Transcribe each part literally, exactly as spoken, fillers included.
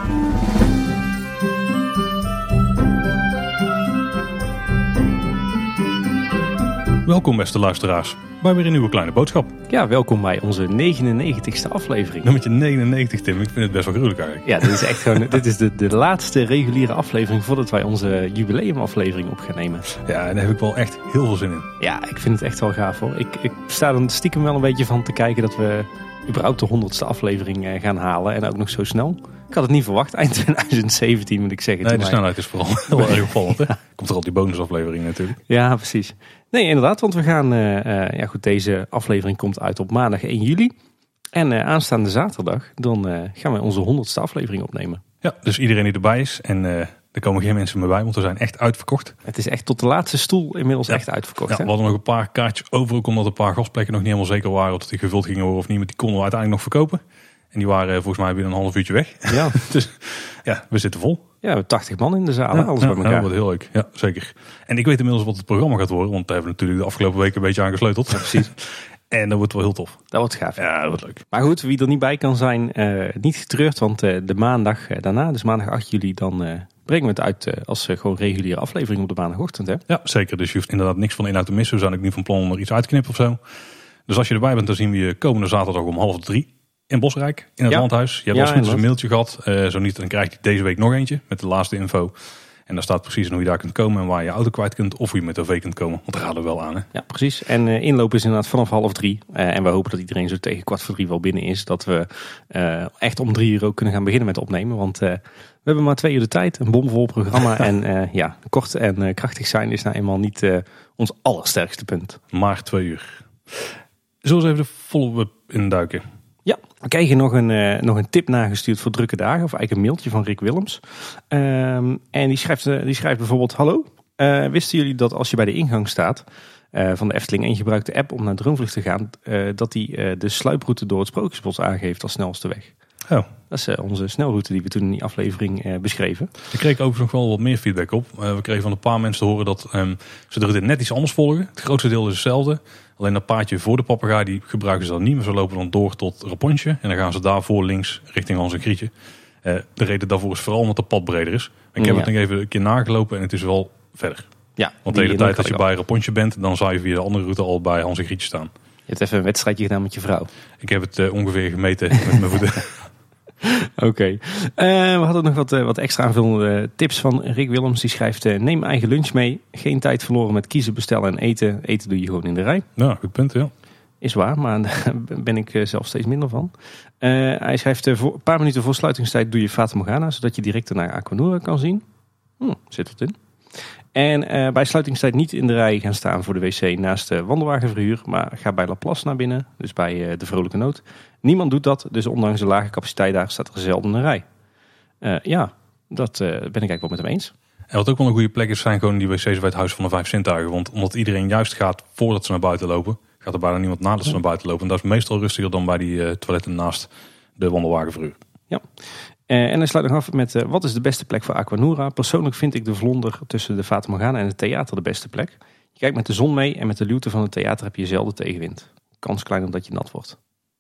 Welkom beste luisteraars, bij weer een nieuwe kleine boodschap. Ja, welkom bij onze negenennegentigste aflevering. Nummertje negenennegentig, Tim. Ik vind het best wel gruwelijk eigenlijk. Ja, dit is echt gewoon dit is de, de laatste reguliere aflevering voordat wij onze jubileumaflevering op gaan nemen. Ja, en daar heb ik wel echt heel veel zin in. Ja, ik vind het echt wel gaaf hoor. Ik, ik sta er stiekem wel een beetje van te kijken dat we überhaupt de honderdste aflevering gaan halen en ook nog zo snel. Ik had het niet verwacht, eind twintig zeventien moet ik zeggen. Nee, de snelheid is vooral heel erg opvallend. Hè? Komt er al die bonusaflevering natuurlijk. Ja, precies. Nee, inderdaad, want we gaan, uh, uh, ja goed, deze aflevering komt uit op maandag één juli. En uh, aanstaande zaterdag, dan uh, gaan we onze honderdste aflevering opnemen. Ja, dus iedereen die erbij is. En uh, er komen geen mensen meer bij, want we zijn echt uitverkocht. Het is echt tot de laatste stoel inmiddels ja. echt uitverkocht. Ja, hè? we hadden nog een paar kaartjes over, ook omdat een paar gastplekken nog niet helemaal zeker waren of die gevuld gingen worden of niet. Maar die konden we uiteindelijk nog verkopen. En die waren volgens mij binnen een half uurtje weg. Ja. Dus ja, we zitten vol. Ja, tachtig man in de zaal, ja, alles ja, bij elkaar. Ja, dat wordt heel leuk. Ja, zeker. En ik weet inmiddels wat het programma gaat worden, want daar hebben we natuurlijk de afgelopen weken een beetje aan gesleuteld. Ja, precies. En dat wordt wel heel tof. Dat wordt gaaf. Ja, dat wordt leuk. Maar goed, wie er niet bij kan zijn, uh, niet getreurd, want uh, de maandag uh, daarna, dus maandag acht juli, dan uh, brengen we het uit uh, als uh, gewoon reguliere aflevering op de maandagochtend. Hè? Ja, zeker. Dus je hoeft inderdaad niks van de inhoud te missen. We zijn ook niet van plan om er iets uit te knippen of zo. Dus als je erbij bent, dan zien we je komende zaterdag om half drie. In Bosrijk, in het ja. landhuis. Je hebt ja, wel eens een mailtje gehad. Uh, zo niet, dan krijg je deze week nog eentje met de laatste info. En daar staat precies hoe je daar kunt komen en waar je je auto kwijt kunt. Of hoe je met O V kunt komen. Want daar raden we wel aan. Hè? Ja, precies. En uh, inloop is inderdaad vanaf half drie. Uh, en we hopen dat iedereen zo tegen kwart voor drie wel binnen is. Dat we uh, echt om drie uur ook kunnen gaan beginnen met opnemen. Want uh, we hebben maar twee uur de tijd. Een bomvol programma. en uh, ja, kort en uh, krachtig zijn is nou eenmaal niet uh, ons allersterkste punt. Maar twee uur. Zullen we eens even de follow-up induiken? Ja, we kregen nog een, uh, nog een tip nagestuurd voor drukke dagen. Of eigenlijk een mailtje van Rick Willems. Um, en die schrijft, uh, die schrijft bijvoorbeeld: Hallo, uh, wisten jullie dat als je bij de ingang staat uh, van de Efteling en je gebruikt de app om naar Droomvlucht te gaan, uh, dat die uh, de sluiproute door het Sprookjesbos aangeeft als snelste weg? Oh. Dat is uh, onze snelroute die we toen in die aflevering uh, beschreven. Ik kreeg overigens nog wel wat meer feedback op. Uh, we kregen van een paar mensen te horen dat um, ze de route net iets anders volgen. Het grootste deel is hetzelfde. Alleen dat paadje voor de papegaai, die gebruiken ze dan niet. Maar ze lopen dan door tot Rapontje. En dan gaan ze daarvoor links richting Hans en Grietje. Uh, de reden daarvoor is vooral omdat het pad breder is. Ik heb ja. het nog even een keer nagelopen en het is wel verder. Ja, Want de hele tijd als je bij Rapontje bent, dan zou je via de andere route al bij Hans en Grietje staan. Je hebt even een wedstrijdje gedaan met je vrouw. Ik heb het uh, ongeveer gemeten met mijn voeten. Oké. Okay. Uh, we hadden nog wat, uh, wat extra aanvullende tips van Rick Willems. Die schrijft: uh, neem eigen lunch mee. Geen tijd verloren met kiezen, bestellen en eten. Eten doe je gewoon in de rij. Ja, goed punt, ja. Is waar, maar daar ben ik uh, zelf steeds minder van. Uh, hij schrijft: uh, voor, een paar minuten voor sluitingstijd doe je Fata Morgana, zodat je direct naar Aquanura kan zien. Hm, zit wat in. En uh, bij sluitingstijd niet in de rij gaan staan voor de wc naast de wandelwagenverhuur. Maar ga bij Laplace naar binnen, dus bij uh, de Vrolijke Noot. Niemand doet dat, dus ondanks de lage capaciteit daar staat er zelden een rij. Uh, ja, dat uh, ben ik eigenlijk wel met hem eens. En wat ook wel een goede plek is, zijn gewoon die wc's bij het Huis van de Vijf Zintuigen. Want omdat iedereen juist gaat voordat ze naar buiten lopen, gaat er bijna niemand nadat ze naar buiten lopen. En dat is meestal rustiger dan bij die uh, toiletten naast de wandelwagenverhuur. Ja. Uh, en hij sluit nog af met: uh, wat is de beste plek voor Aquanura? Persoonlijk vind ik de Vlonder tussen de Fata Morgana en het theater de beste plek. Je kijkt met de zon mee en met de luwte van het theater heb je zelden tegenwind. Kans kleiner dat je nat wordt.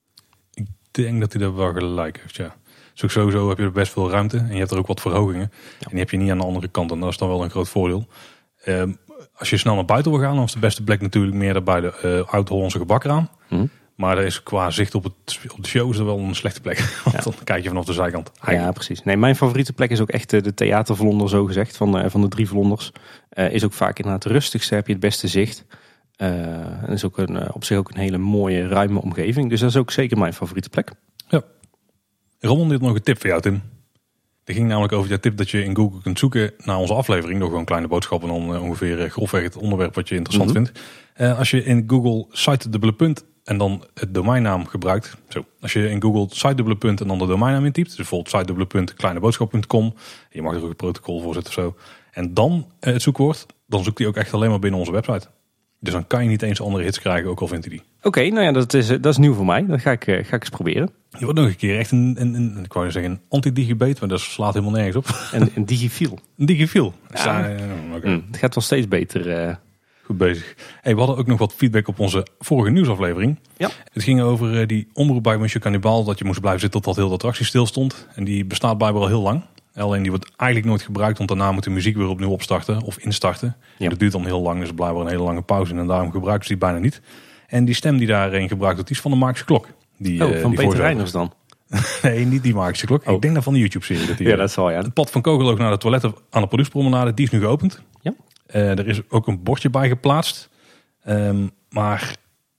Ik denk dat hij daar wel gelijk heeft, ja. Dus ook sowieso heb je er best veel ruimte en je hebt er ook wat verhogingen. Ja. En die heb je niet aan de andere kant en dat is dan wel een groot voordeel. Uh, als je snel naar buiten wil gaan, dan is de beste plek natuurlijk meer bij de uh, Oud-Hollandse Gebakkraam. Hm. Maar er is qua zicht op, het, op de show is er wel een slechte plek. Want ja. dan kijk je vanaf de zijkant. Eigenlijk. Ja, precies. Nee, mijn favoriete plek is ook echt de theatervlonder, zo gezegd. Van, uh, van de drie vlonders. Uh, is ook vaak inderdaad het rustigste. Heb je het beste zicht. Uh, en is ook een, uh, op zich ook een hele mooie, ruime omgeving. Dus dat is ook zeker mijn favoriete plek. Ja. Ramon heeft nog een tip voor jou, Tim. Er ging namelijk over jouw tip dat je in Google kunt zoeken naar onze aflevering. Door gewoon kleine boodschappen en dan uh, ongeveer uh, grofweg het onderwerp wat je interessant mm-hmm. vindt. Uh, als je in Google site dubbele punt en dan het domeinnaam gebruikt. Zo, als je in Google site dubbele punt en dan de domeinnaam intypt. Dus bijvoorbeeld site dubbele punt kleineboodschap punt com. Je mag er ook een protocol voor zetten of zo. En dan uh, het zoekwoord. Dan zoekt hij ook echt alleen maar binnen onze website. Dus dan kan je niet eens andere hits krijgen, ook al vindt hij die. Oké, okay, nou ja, dat is, dat is nieuw voor mij. Dat ga ik, uh, ga ik eens proberen. Je wordt nog een keer echt een, een, een ik wou zeggen een anti-digibate, maar dat slaat helemaal nergens op. Een, een digifiel. Een digifiel. Ja. Uh, okay. mm, het gaat wel steeds beter. Uh, Goed bezig. Hey, we hadden ook nog wat feedback op onze vorige nieuwsaflevering. Ja. Het ging over uh, die omroep bij Monsieur Cannibal. Dat je moest blijven zitten totdat heel de attractie stil stond. En die bestaat blijkbaar al heel lang. Alleen die wordt eigenlijk nooit gebruikt. Want daarna moet de muziek weer opnieuw opstarten of instarten. Ja. Dat duurt dan heel lang. Dus blijkbaar een hele lange pauze. En daarom gebruiken ze die bijna niet. En die stem die daarin gebruikt wordt, die is van de Magische Klok. Die, oh, uh, van die Peter Reiners dan? Nee, niet die Magische Klok. Oh. Ik denk dat van de YouTube-serie. Dat die, Ja, dat zal ja. Het pad van Kogeloog naar de toiletten aan de Pardoespromenade, die is nu geopend. Ja. Uh, er is ook een bordje bij geplaatst. Um, maar,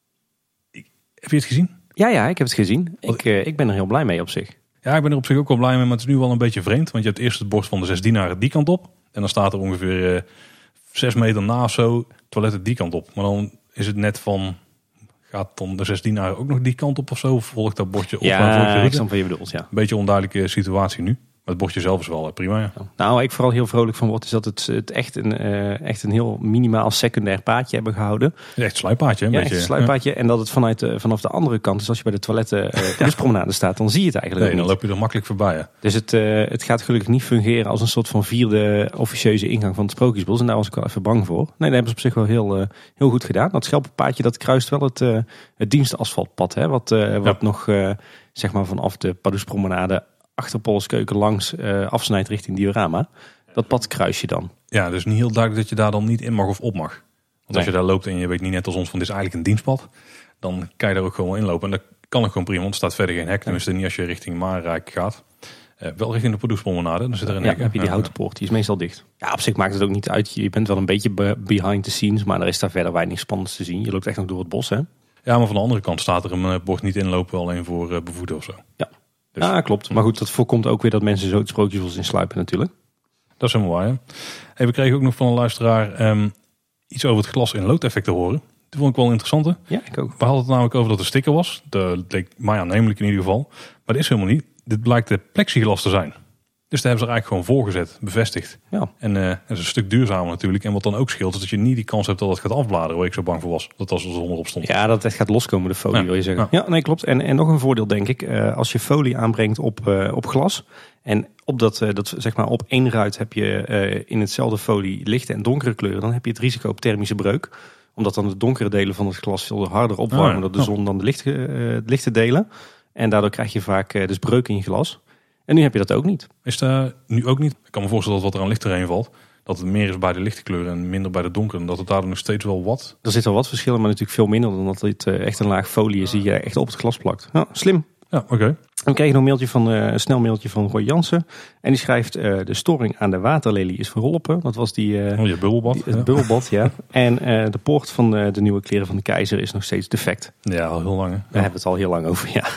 ik, heb je het gezien? Ja, ja, ik heb het gezien. Ik, uh, ik ben er heel blij mee op zich. Ja, ik ben er op zich ook wel blij mee, maar het is nu wel een beetje vreemd. Want je hebt eerst het bord van de zes dienaren die kant op. En dan staat er ongeveer uh, zes meter na of zo, toiletten die kant op. Maar dan is het net van, gaat dan de zes dienaren ook nog die kant op of zo? Of volgt dat bordje op? Ja, ik snap wat je bedoelt, ja. Een beetje een onduidelijke situatie nu. Maar het bordje zelf is wel prima, ja. Nou, waar ik vooral heel vrolijk van word, is dat het, het echt, een, uh, echt een heel minimaal secundair paadje hebben gehouden. Echt een sluippaadje, hè? Ja, Een beetje, echt een sluippaadje. Ja. En dat het vanuit de, vanaf de andere kant, dus als je bij de toiletten uh, de promenade staat, dan zie je het eigenlijk nee, ook dan niet. loop je er makkelijk voorbij, hè? Dus het, uh, het gaat gelukkig niet fungeren als een soort van vierde officieuze ingang van het Sprookjesbos. En daar was ik wel even bang voor. Nee, dat hebben ze op zich wel heel, uh, heel goed gedaan. Dat schelpenpaadje, dat kruist wel het, uh, het dienstenasfaltpad, hè? Wat, uh, wat ja. nog uh, zeg maar vanaf de Pardoespromenade achter Polskeuken langs uh, afsnijdt richting Diorama. Dat pad kruis je dan. Ja, dus niet heel duidelijk dat je daar dan niet in mag of op mag. Want nee. als je daar loopt en je weet niet net als ons van dit is eigenlijk een dienstpad, dan kan je daar ook gewoon wel inlopen. En dat kan ook gewoon prima, want er staat verder geen hek. Tenminste niet als je richting Maarrijk gaat. Uh, wel richting de Pardoespromenade, dan zit er een ja, hek. Dan heb je die houten poort, die is meestal dicht. Ja, op zich maakt het ook niet uit. Je bent wel een beetje behind the scenes, maar er is daar verder weinig spannends te zien. Je loopt echt nog door het bos, hè? Ja, maar van de andere kant staat er een bord niet inlopen, alleen voor uh, bevoeten of zo. Ja. Dus. Ja, klopt. Maar goed, dat voorkomt ook weer dat mensen zo het Sprookjesbos insluipen natuurlijk. Dat is helemaal waar, ja. Hey, we kregen ook nog van een luisteraar um, iets over het glas- en loodeffect te horen. Dat vond ik wel interessant. Hè? Ja, ik ook. We hadden het namelijk over dat er sticker was. Dat leek mij aannemelijk in ieder geval. Maar dat is helemaal niet. Dit blijkt de plexiglas te zijn. Dus daar hebben ze er eigenlijk gewoon voorgezet, bevestigd. Ja. En uh, dat is een stuk duurzamer natuurlijk. En wat dan ook scheelt, is dat je niet die kans hebt dat het gaat afbladeren, waar ik zo bang voor was. Dat als er onderop stond. Ja, dat het gaat loskomen, de folie, ja. wil je zeggen. Ja, ja nee, klopt. En, en nog een voordeel, denk ik. Uh, als je folie aanbrengt op, uh, op glas. En op, dat, uh, dat, zeg maar, op één ruit heb je uh, in hetzelfde folie lichte en donkere kleuren. Dan heb je het risico op thermische breuk. Omdat dan de donkere delen van het glas veel harder opwarmen oh, ja. door de zon dan de lichte, uh, lichte delen. En daardoor krijg je vaak uh, dus breuk in je glas. En nu heb je dat ook niet. Is daar nu ook niet? Ik kan me voorstellen dat wat er aan licht erheen valt, dat het meer is bij de lichte kleuren en minder bij de donkere. En dat het daardoor nog steeds wel wat... Er zit wel wat verschillen, maar natuurlijk veel minder dan dat het uh, echt een laag folie is die je echt op het glas plakt. Ja, slim. Ja, oké. Okay. Dan kreeg je nog een, mailtje van, uh, een snel mailtje van Roy Jansen. En die schrijft, uh, de storing aan de waterlelie is verholpen. Dat was die... Uh, oh, je bubbelbad. Die, het ja. bubbelbad, ja. En uh, de poort van uh, de nieuwe kleren van de keizer is nog steeds defect. Ja, al heel lang. Hè? Daar ja. hebben we het al heel lang over, ja.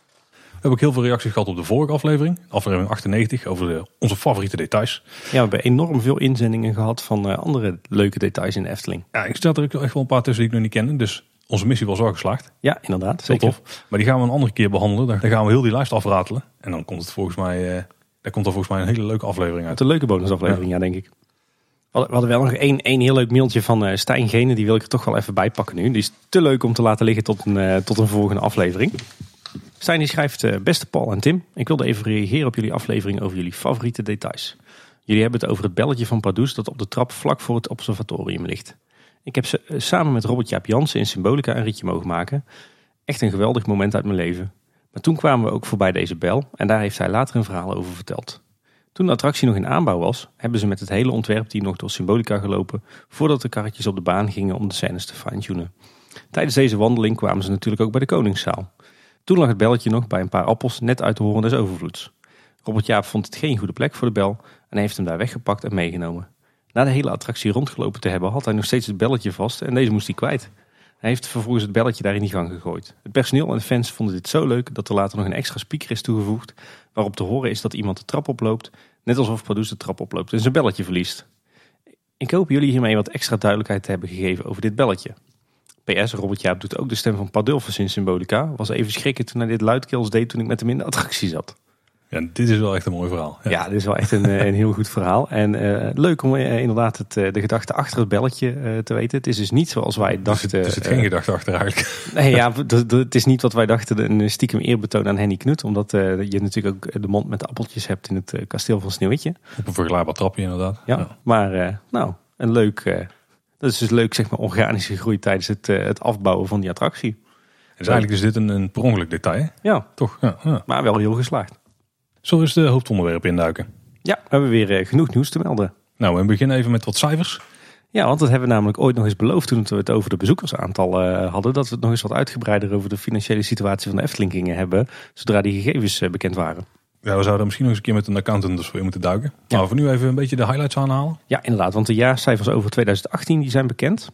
We hebben ook heel veel reacties gehad op de vorige aflevering. Aflevering achtennegentig, over de, onze favoriete details. Ja, we hebben enorm veel inzendingen gehad van uh, andere leuke details in de Efteling. Ja, ik stel er ook echt wel een paar tussen die ik nog niet kende. Dus onze missie was wel geslaagd. Ja, inderdaad. Zeker. Tof. Maar die gaan we een andere keer behandelen. Dan gaan we heel die lijst afratelen. En dan komt het volgens mij, uh, daar komt er volgens mij een hele leuke aflevering uit. Een leuke bonusaflevering, ja. ja, denk ik. We hadden wel nog één, één heel leuk mailtje van uh, Stijn Gene. Die wil ik er toch wel even bij pakken nu. Die is te leuk om te laten liggen tot een, uh, tot een volgende aflevering. Stijn die schrijft, uh, beste Paul en Tim. Ik wilde even reageren op jullie aflevering over jullie favoriete details. Jullie hebben het over het belletje van Pardoes dat op de trap vlak voor het observatorium ligt. Ik heb ze uh, samen met Robert Jaap Jansen in Symbolica een ritje mogen maken. Echt een geweldig moment uit mijn leven. Maar toen kwamen we ook voorbij deze bel en daar heeft hij later een verhaal over verteld. Toen de attractie nog in aanbouw was, hebben ze met het hele ontwerpteam nog door Symbolica gelopen voordat de karretjes op de baan gingen om de scènes te fine-tunen. Tijdens deze wandeling kwamen ze natuurlijk ook bij de Koningszaal. Toen lag het belletje nog bij een paar appels net uit de horen des overvloeds. Robert Jaap vond het geen goede plek voor de bel en heeft hem daar weggepakt en meegenomen. Na de hele attractie rondgelopen te hebben had hij nog steeds het belletje vast en deze moest hij kwijt. Hij heeft vervolgens het belletje daar in die gang gegooid. Het personeel en de fans vonden dit zo leuk dat er later nog een extra speaker is toegevoegd waarop te horen is dat iemand de trap oploopt, net alsof Pardoes de trap oploopt en zijn belletje verliest. Ik hoop jullie hiermee wat extra duidelijkheid te hebben gegeven over dit belletje. P S, Robert Jaap doet ook de stem van Pardulfus in Symbolica. Was even schrikken toen hij dit luidkeels deed toen ik met hem in de attractie zat. Ja, dit is wel echt een mooi verhaal. Ja, ja dit is wel echt een, een heel goed verhaal. En uh, leuk om uh, inderdaad het, uh, de gedachte achter het belletje uh, te weten. Het is dus niet zoals wij dachten. Er zit geen uh, gedachte achter eigenlijk. Nee, ja, d- d- het is niet wat wij dachten, een stiekem eerbetoon aan Henny Knut. Omdat uh, je natuurlijk ook de mond met de appeltjes hebt in het uh, kasteel van Sneeuwwitje. Op een vergelijkbaar trapje inderdaad. Ja, ja. maar uh, nou, een leuk... Uh, Dat is dus leuk, zeg maar, organische groei tijdens het, uh, het afbouwen van die attractie. Dus eigenlijk is dit een, een per ongeluk detail, hè? Ja. Toch? Ja, ja. Maar wel heel geslaagd. Zullen we eens de hoofdonderwerpen induiken? Ja, we hebben weer uh, genoeg nieuws te melden. Nou, we beginnen even met wat cijfers. Ja, want dat hebben we namelijk ooit nog eens beloofd toen we het over de bezoekersaantal uh, hadden. Dat we het nog eens wat uitgebreider over de financiële situatie van de Efteling gingen hebben. Zodra die gegevens uh, bekend waren. Ja, we zouden misschien nog eens een keer met een accountant dus voor in moeten duiken. Ja. Maar voor nu even een beetje de highlights aanhalen. Ja, inderdaad. Want de jaarcijfers over twintig achttien die zijn bekend.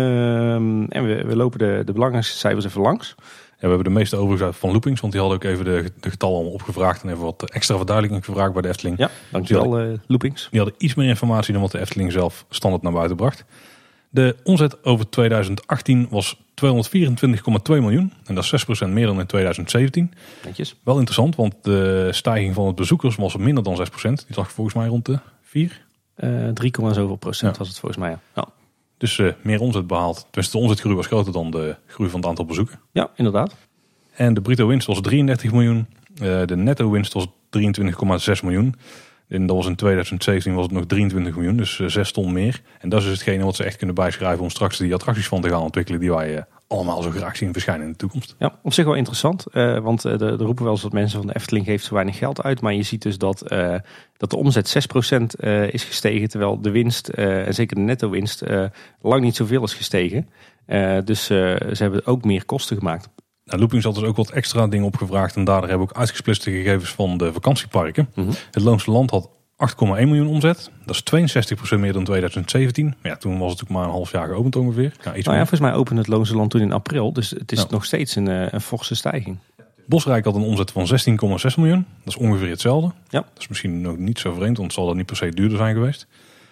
Um, en we, we lopen de, de belangrijkste cijfers even langs. Ja, we hebben de meeste overigens uit van Loopings. Want die hadden ook even de, de getallen allemaal opgevraagd. En even wat extra verduidelijking gevraagd bij de Efteling. Ja, dankjewel uh, Loopings. Die hadden iets meer informatie dan wat de Efteling zelf standaard naar buiten bracht. De omzet over twintig achttien was tweehonderdvierentwintig komma twee miljoen. En dat is zes procent meer dan in twintig zeventien. Netjes. Wel interessant, want de stijging van het bezoekers was minder dan zes procent. Die lag volgens mij rond de vier. Uh, drie, zoveel procent ja. was het volgens mij. Ja. Ja. Dus uh, meer omzet behaald. Dus de omzetgroei was groter dan de groei van het aantal bezoeken. Ja, inderdaad. En de bruto winst was drieëndertig miljoen. Uh, de netto winst was drieëntwintig komma zes miljoen. En dat was in twintig zeventien was het nog drieëntwintig miljoen, dus uh, zes ton meer. En dat is dus hetgene wat ze echt kunnen bijschrijven om straks die attracties van te gaan ontwikkelen die wij uh, allemaal zo graag zien verschijnen in de toekomst. Ja, op zich wel interessant, uh, want uh, er roepen wel eens dat mensen van de Efteling geeft zo weinig geld uit. Maar je ziet dus dat, uh, dat de omzet zes procent uh, is gestegen, terwijl de winst, uh, en zeker de netto winst, uh, lang niet zoveel is gestegen. Uh, dus uh, ze hebben ook meer kosten gemaakt. Nou, Loopings had dus ook wat extra dingen opgevraagd en daardoor hebben we ook uitgesplitste gegevens van de vakantieparken. Mm-hmm. Het Loonse Land had acht komma één miljoen omzet. Dat is tweeënzestig procent meer dan twintig zeventien. Maar ja, toen was het natuurlijk maar een half jaar geopend ongeveer. Ja, iets nou ja, volgens mij opende het Loonse Land toen in april. Dus het is ja. nog steeds een, een forse stijging. Bosrijk had een omzet van zestien komma zes miljoen. Dat is ongeveer hetzelfde. Ja. Dat is misschien nog niet zo vreemd, want het zal dan niet per se duurder zijn geweest.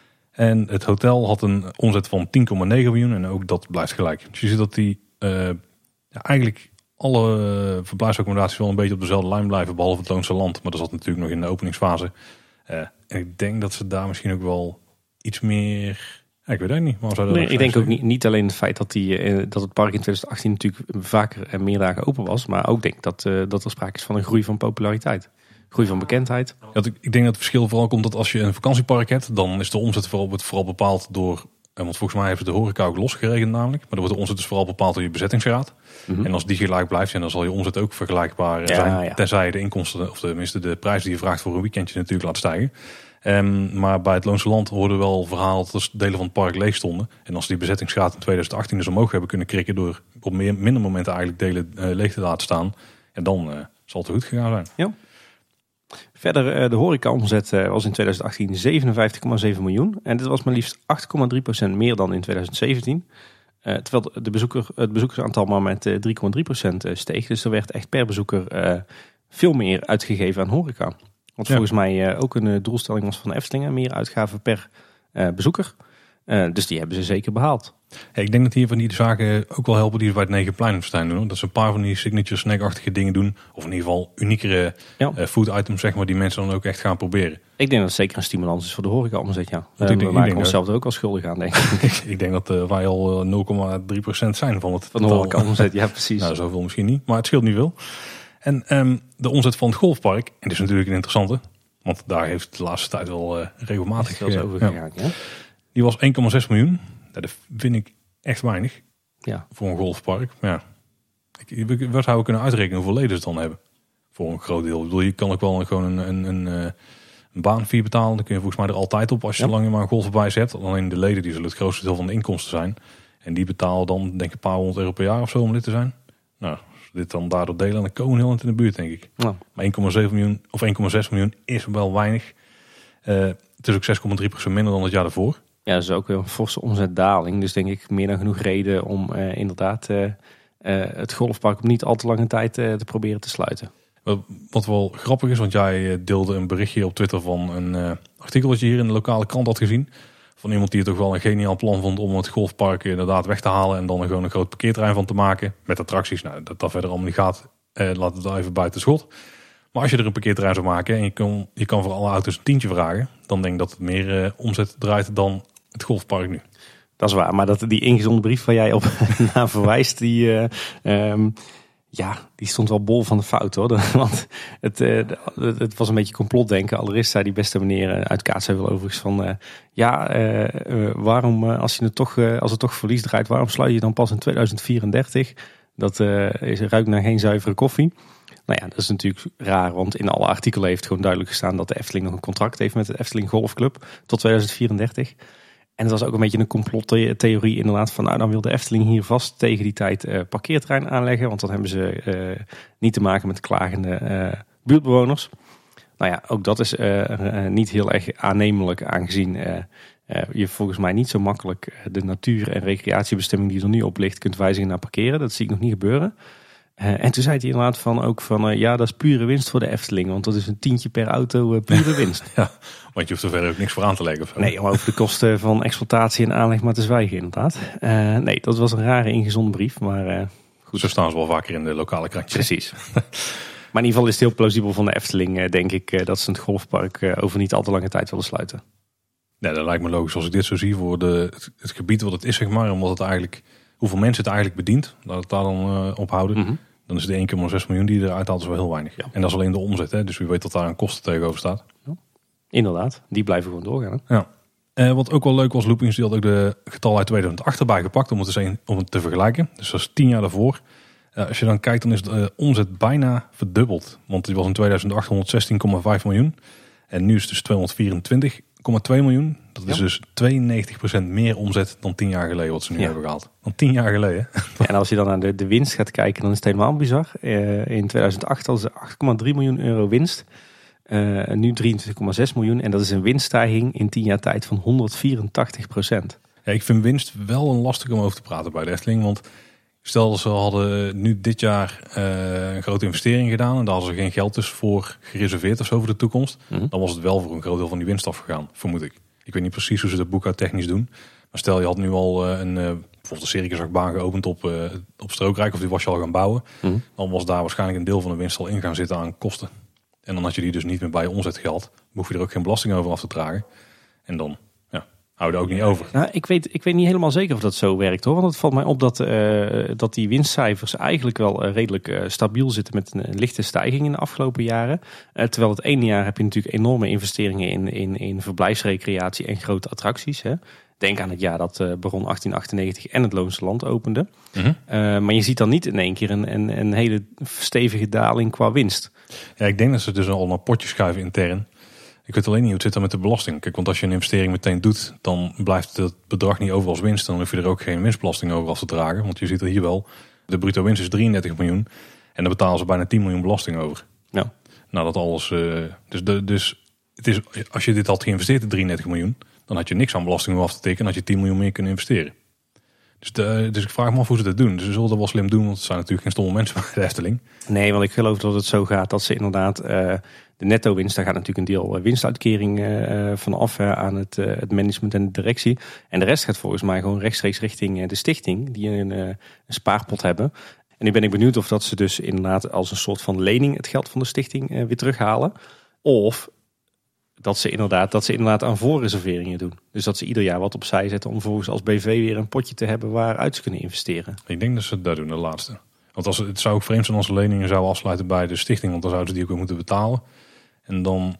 En het hotel had een omzet van tien komma negen miljoen. En ook dat blijft gelijk. Dus je ziet dat die uh, ja, eigenlijk alle uh, verblijfsaccommodaties wel een beetje op dezelfde lijn blijven. Behalve het Loonse Land. Maar dat zat natuurlijk nog in de openingsfase. Uh, en ik denk dat ze daar misschien ook wel iets meer... Ja, ik weet het niet. Maar zou dat nee, ik denk ook niet, niet alleen het feit dat, die, uh, dat het park in twintig achttien natuurlijk vaker en meer dagen open was. Maar ook denk dat, uh, dat er sprake is van een groei van populariteit. Groei van bekendheid. Ja, ik denk dat het verschil vooral komt dat als je een vakantiepark hebt, dan is de omzet vooral, vooral bepaald door... Want volgens mij hebben ze de horeca ook losgerekend namelijk. Maar dan wordt de omzet dus vooral bepaald door je bezettingsgraad. Mm-hmm. En als die gelijk blijft, dan zal je omzet ook vergelijkbaar ja, zijn. Ja. Tenzij je de inkomsten, of tenminste de prijs die je vraagt voor een weekendje natuurlijk laat stijgen. Um, maar bij het Loonse Land hoorde wel verhaal dat er delen van het park leeg stonden. En als die bezettingsgraad in twintig achttien dus omhoog hebben kunnen krikken door op meer, minder momenten eigenlijk delen uh, leeg te laten staan. En dan uh, zal het goed gegaan zijn. Ja. Verder, de horeca-omzet was in twintig achttien zevenenvijftig komma zeven miljoen. En dit was maar liefst acht komma drie procent meer dan in twintig zeventien. Uh, terwijl de bezoeker, het bezoekersaantal maar met uh, drie komma drie procent steeg. Dus er werd echt per bezoeker uh, veel meer uitgegeven aan horeca. Wat ja. volgens mij uh, ook een uh, doelstelling was van de Efteling. Meer uitgaven per uh, bezoeker. Uh, dus die hebben ze zeker behaald. Hey, ik denk dat hier van die zaken ook wel helpen die ze bij het Negenpleinfestijn doen. Hoor. Dat ze een paar van die signature snackachtige dingen doen. Of in ieder geval uniekere ja. uh, food items zeg maar, die mensen dan ook echt gaan proberen. Ik denk dat het zeker een stimulans is voor de horeca omzet. Ja. Uh, we denk, maken onszelf er ook al schuldig aan, denk ik. ik denk dat uh, wij al nul komma drie procent zijn van het van de horeca omzet. Ja, precies. Nou, zoveel misschien niet, maar het scheelt niet veel. En um, de omzet van het golfpark, en dit is natuurlijk een interessante. Want daar heeft de laatste tijd wel uh, regelmatig veel uh, over gegaan. Ja. Ja. Die was één komma zes miljoen. Dat vind ik echt weinig ja. voor een golfpark. Ja. Ik, wat zou we kunnen uitrekenen hoeveel leden ze dan hebben? Voor een groot deel. Ik bedoel, je kan ook wel gewoon een, een, een, een baanfee betalen. Dan kun je volgens mij er altijd op als je ja. lang maar een golfbijs hebt. Alleen de leden die zullen het grootste deel van de inkomsten zijn. En die betalen dan denk ik een paar honderd euro per jaar of zo om lid te zijn. Nou, als we dit dan daardoor delen, dan komen we heel in de buurt denk ik. Ja. Maar één komma zeven miljoen of één komma zes miljoen is wel weinig. Uh, het is ook zes komma drie procent minder dan het jaar daarvoor. Ja, dat is ook een forse omzetdaling. Dus denk ik meer dan genoeg reden om uh, inderdaad uh, uh, het golfpark op niet al te lange tijd uh, te proberen te sluiten. Wat wel grappig is, want jij deelde een berichtje op Twitter van een uh, artikel dat je hier in de lokale krant had gezien. Van iemand die het toch wel een geniaal plan vond om het golfpark inderdaad weg te halen en dan er gewoon een groot parkeerterrein van te maken. Met attracties. Nou, dat dat verder allemaal niet gaat, uh, laat het even buiten schot. Maar als je er een parkeerterrein zou maken en je kan, je kan voor alle auto's een tientje vragen, dan denk ik dat het meer uh, omzet draait dan het golfpark nu. Dat is waar, maar dat, die ingezonden brief waar jij op naar verwijst, die, uh, um, Ja, die stond wel bol van de fout hoor. Want het, uh, het was een beetje complotdenken. Allereerst zei die beste meneer uit Kaatsheuvel overigens van... Uh, ja, uh, uh, waarom uh, als, je het toch, uh, als het toch verlies draait... waarom sluit je dan pas in tweeduizend vierendertig? Dat uh, is, ruikt naar geen zuivere koffie. Nou ja, dat is natuurlijk raar. Want in alle artikelen heeft gewoon duidelijk gestaan... dat de Efteling nog een contract heeft met de Efteling Golfclub... tot tweeduizend vierendertig. En het was ook een beetje een complottheorie inderdaad van... nou, dan wil de Efteling hier vast tegen die tijd uh, parkeerterrein aanleggen. Want dan hebben ze uh, niet te maken met klagende uh, buurtbewoners. Nou ja, ook dat is uh, uh, niet heel erg aannemelijk aangezien... Uh, uh, je volgens mij niet zo makkelijk de natuur- en recreatiebestemming die er nu op ligt... kunt wijzigen naar parkeren. Dat zie ik nog niet gebeuren. Uh, en toen zei hij inderdaad van ook van... Uh, ja, dat is pure winst voor de Efteling. Want dat is een tientje per auto uh, pure winst. Ja, want je hoeft er verder ook niks voor aan te leggen. Of nee, om over de kosten van exploitatie en aanleg maar te zwijgen inderdaad. Uh, nee, dat was een rare ingezonden brief. Maar uh, goed. Zo staan ze wel vaker in de lokale krantjes. Precies. Maar in ieder geval is het heel plausibel van de Efteling, uh, denk ik... Uh, dat ze het golfpark uh, over niet al te lange tijd willen sluiten. Nee, dat lijkt me logisch als ik dit zo zie voor de, het, het gebied wat het is, zeg maar. Omdat het eigenlijk, hoeveel mensen het eigenlijk bedient. Dat het daar dan uh, ophouden. Mm-hmm. Dan is de één komma zes miljoen die je eruit haalt is wel heel weinig. Ja. En dat is alleen de omzet, hè? Dus wie weet dat daar een kosten tegenover staat. Ja. Inderdaad, die blijven gewoon doorgaan. Hè? Ja. Uh, wat ook wel leuk was, Loopings die had ook de getal uit tweeduizend acht erbij gepakt om het, eens een, om het te vergelijken. Dus dat is tien jaar daarvoor. Uh, als je dan kijkt, dan is de uh, omzet bijna verdubbeld. Want die was in tweeduizend acht honderdzestien komma vijf miljoen. En nu is het dus tweehonderdvierentwintig komma twee miljoen. Dat is ja. dus tweeënnegentig procent meer omzet dan tien jaar geleden wat ze nu ja. hebben gehaald. Dan tien jaar geleden. Ja, en als je dan naar de, de winst gaat kijken, dan is het helemaal bizar. Uh, in tweeduizend acht hadden ze acht komma drie miljoen euro winst. Uh, nu drieëntwintig komma zes miljoen. En dat is een winststijging in tien jaar tijd van honderdvierentachtig procent. Ja, ik vind winst wel een lastig om over te praten bij de Efteling. Want stel ze hadden nu dit jaar uh, een grote investering gedaan. En daar hadden ze geen geld dus voor gereserveerd of zo voor de toekomst. Mm-hmm. Dan was het wel voor een groot deel van die winst afgegaan, vermoed ik. Ik weet niet precies hoe ze dat boekhoudtechnisch doen. Maar stel je had nu al uh, een, uh, bijvoorbeeld een Circusachtbaan geopend op, uh, op Strookrijk. Of die was je al gaan bouwen. Mm-hmm. Dan was daar waarschijnlijk een deel van de winst al in gaan zitten aan kosten. En dan had je die dus niet meer bij je omzet gehad. Dan hoef je er ook geen belasting over af te dragen. En dan ja, hou je er ook niet over. Nou, ik, weet, ik weet niet helemaal zeker of dat zo werkt hoor. Want het valt mij op dat, uh, dat die winstcijfers eigenlijk wel uh, redelijk uh, stabiel zitten met een, een lichte stijging in de afgelopen jaren. Uh, terwijl het ene jaar heb je natuurlijk enorme investeringen in, in, in verblijfsrecreatie en grote attracties. Hè. Denk aan het jaar dat uh, Baron achttien achtennegentig en het Loonse Land opende. Mm-hmm. Uh, maar je ziet dan niet in één keer een, een, een hele stevige daling qua winst. Ja, ik denk dat ze dus al naar potjes schuiven intern. Ik weet alleen niet hoe het zit dan met de belasting. Kijk, want als je een investering meteen doet, dan blijft het bedrag niet over als winst. Dan hoef je er ook geen winstbelasting over af te dragen. Want je ziet er hier wel, de bruto winst is drieëndertig miljoen. En daar betalen ze bijna tien miljoen belasting over. Ja. Nou, dat alles. Uh, dus de, dus het is, als je dit had geïnvesteerd in drieëndertig miljoen, dan had je niks aan belasting af te tikken en had je tien miljoen meer kunnen investeren. Dus, de, dus ik vraag me af hoe ze dat doen. Dus ze zullen dat wel slim doen, want het zijn natuurlijk geen stomme mensen bij de Efteling. Nee, want ik geloof dat het zo gaat dat ze inderdaad uh, de netto winst, daar gaat natuurlijk een deel winstuitkering uh, van af uh, aan het, uh, het management en de directie. En de rest gaat volgens mij gewoon rechtstreeks richting uh, de stichting, die een, uh, een spaarpot hebben. En nu ben ik benieuwd of dat ze dus inderdaad als een soort van lening het geld van de stichting uh, weer terughalen. Of dat ze inderdaad, dat ze inderdaad aan voorreserveringen doen. Dus dat ze ieder jaar wat opzij zetten om vervolgens als B V weer een potje te hebben waaruit ze kunnen investeren. Ik denk dat ze dat doen, de laatste. Want als, het zou ook vreemd zijn als ze leningen zouden afsluiten bij de stichting. Want dan zouden ze die ook weer moeten betalen. En dan,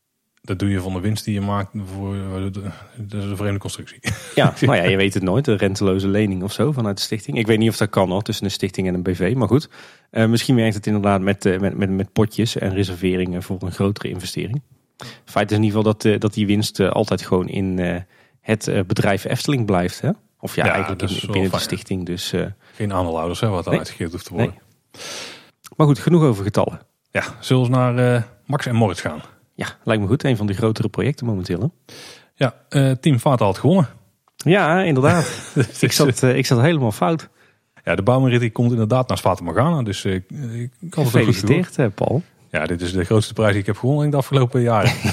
dat doe je van de winst die je maakt voor de, dat is een vreemde constructie. Ja, nou ja, je weet het nooit. Een renteloze lening of zo vanuit de stichting. Ik weet niet of dat kan hoor, tussen een stichting en een B V. Maar goed, uh, misschien werkt het inderdaad met, uh, met, met, met potjes en reserveringen voor een grotere investering. Het feit is in ieder geval dat, uh, dat die winst uh, altijd gewoon in uh, het uh, bedrijf Efteling blijft. Hè? Of ja, ja eigenlijk in, binnen fijn, de stichting. Dus, uh, geen aandeelhouders hè, wat daar nee. uitgegeven hoeft te worden. Nee. Maar goed, genoeg over getallen. Ja, zullen we naar uh, Max en Moritz gaan? Ja, lijkt me goed. Een van de grotere projecten momenteel. Hè? Ja, uh, Team Vata had gewonnen. Ja, inderdaad. ik, zat, uh, ik zat helemaal fout. Ja, de bouwmerit komt inderdaad naar Fata Morgana. Dus uh, ik kan het Gefeliciteerd, goed Paul. Ja, dit is de grootste prijs die ik heb gewonnen in de afgelopen jaren. ja.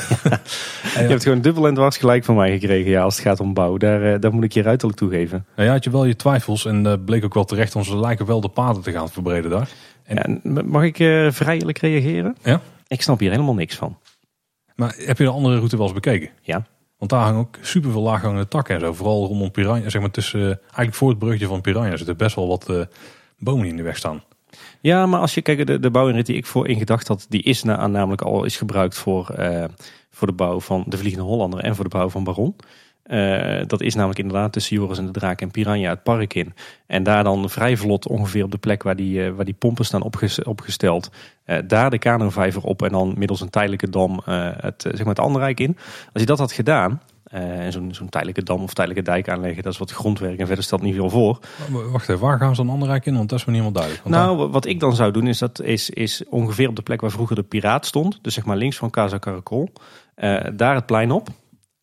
Je hebt gewoon dubbel en dwars gelijk van mij gekregen ja, als het gaat om bouw. Daar, daar moet ik je ruiterlijk toegeven. Nou ja, had je wel je twijfels en uh, bleek ook wel terecht. Want ze lijken wel de paden te gaan verbreden daar. En... Ja, mag ik uh, vrijelijk reageren? Ja. Ik snap hier helemaal niks van. Maar heb je de andere route wel eens bekeken? Ja. Want daar hangen ook super veel laaghangende takken en zo. Vooral rondom Piranha. Zeg maar tussen, uh, eigenlijk voor het bruggetje van Piranha zitten best wel wat uh, bomen die in de weg staan. Ja, maar als je kijkt, de, de bouwinrit die ik voor in gedacht had, die is na, namelijk al is gebruikt voor, uh, voor de bouw van de Vliegende Hollander en voor de bouw van Baron. Uh, dat is namelijk inderdaad tussen Joris en de Draak en Piranha het park in. En daar dan vrij vlot ongeveer op de plek waar die, uh, waar die pompen staan opges- opgesteld. Uh, daar de kanovijver op en dan middels een tijdelijke dam uh, het, uh, zeg maar het Anderrijk in. Als je dat had gedaan, uh, zo'n, zo'n tijdelijke dam of tijdelijke dijk aanleggen, dat is wat grondwerk en verder stelt niet veel voor. Wacht even, waar gaan ze dan Anderrijk in? Want dat is me niet helemaal duidelijk. Want nou, daar... wat ik dan zou doen is, dat is, is ongeveer op de plek waar vroeger de Piraat stond. Dus zeg maar links van Casa Caracol. Uh, daar het plein op.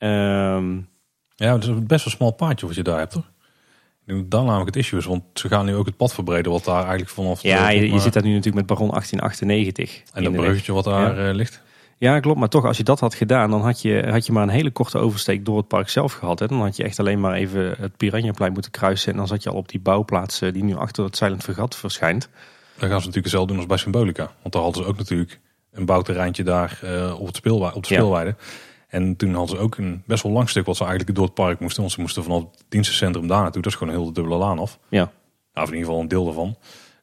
Um, Ja, het is best wel een smal paadje wat je daar hebt, hoor. Ik denk dat daar namelijk het issue is, want ze gaan nu ook het pad verbreden wat daar eigenlijk vanaf... Ja, de, je, maar... je zit daar nu natuurlijk met Baron achttien achtennegentig. En dat bruggetje wat daar ja. uh, ligt. Ja, klopt. Maar toch, als je dat had gedaan, dan had je, had je maar een hele korte oversteek door het park zelf gehad. Hè. Dan had je echt alleen maar even het Piranhaplein moeten kruisen. En dan zat je al op die bouwplaats die nu achter het Silent Fregat verschijnt. Dan gaan ze natuurlijk hetzelfde doen als bij Symbolica. Want daar hadden ze ook natuurlijk een bouwterreintje daar uh, op, het speelwa- op de speelweide. Ja. En toen hadden ze ook een best wel lang stuk wat ze eigenlijk door het park moesten. Want ze moesten vanaf het dienstencentrum daar naartoe. Dat is gewoon een hele dubbele laan af. Ja. Nou, of in ieder geval een deel daarvan.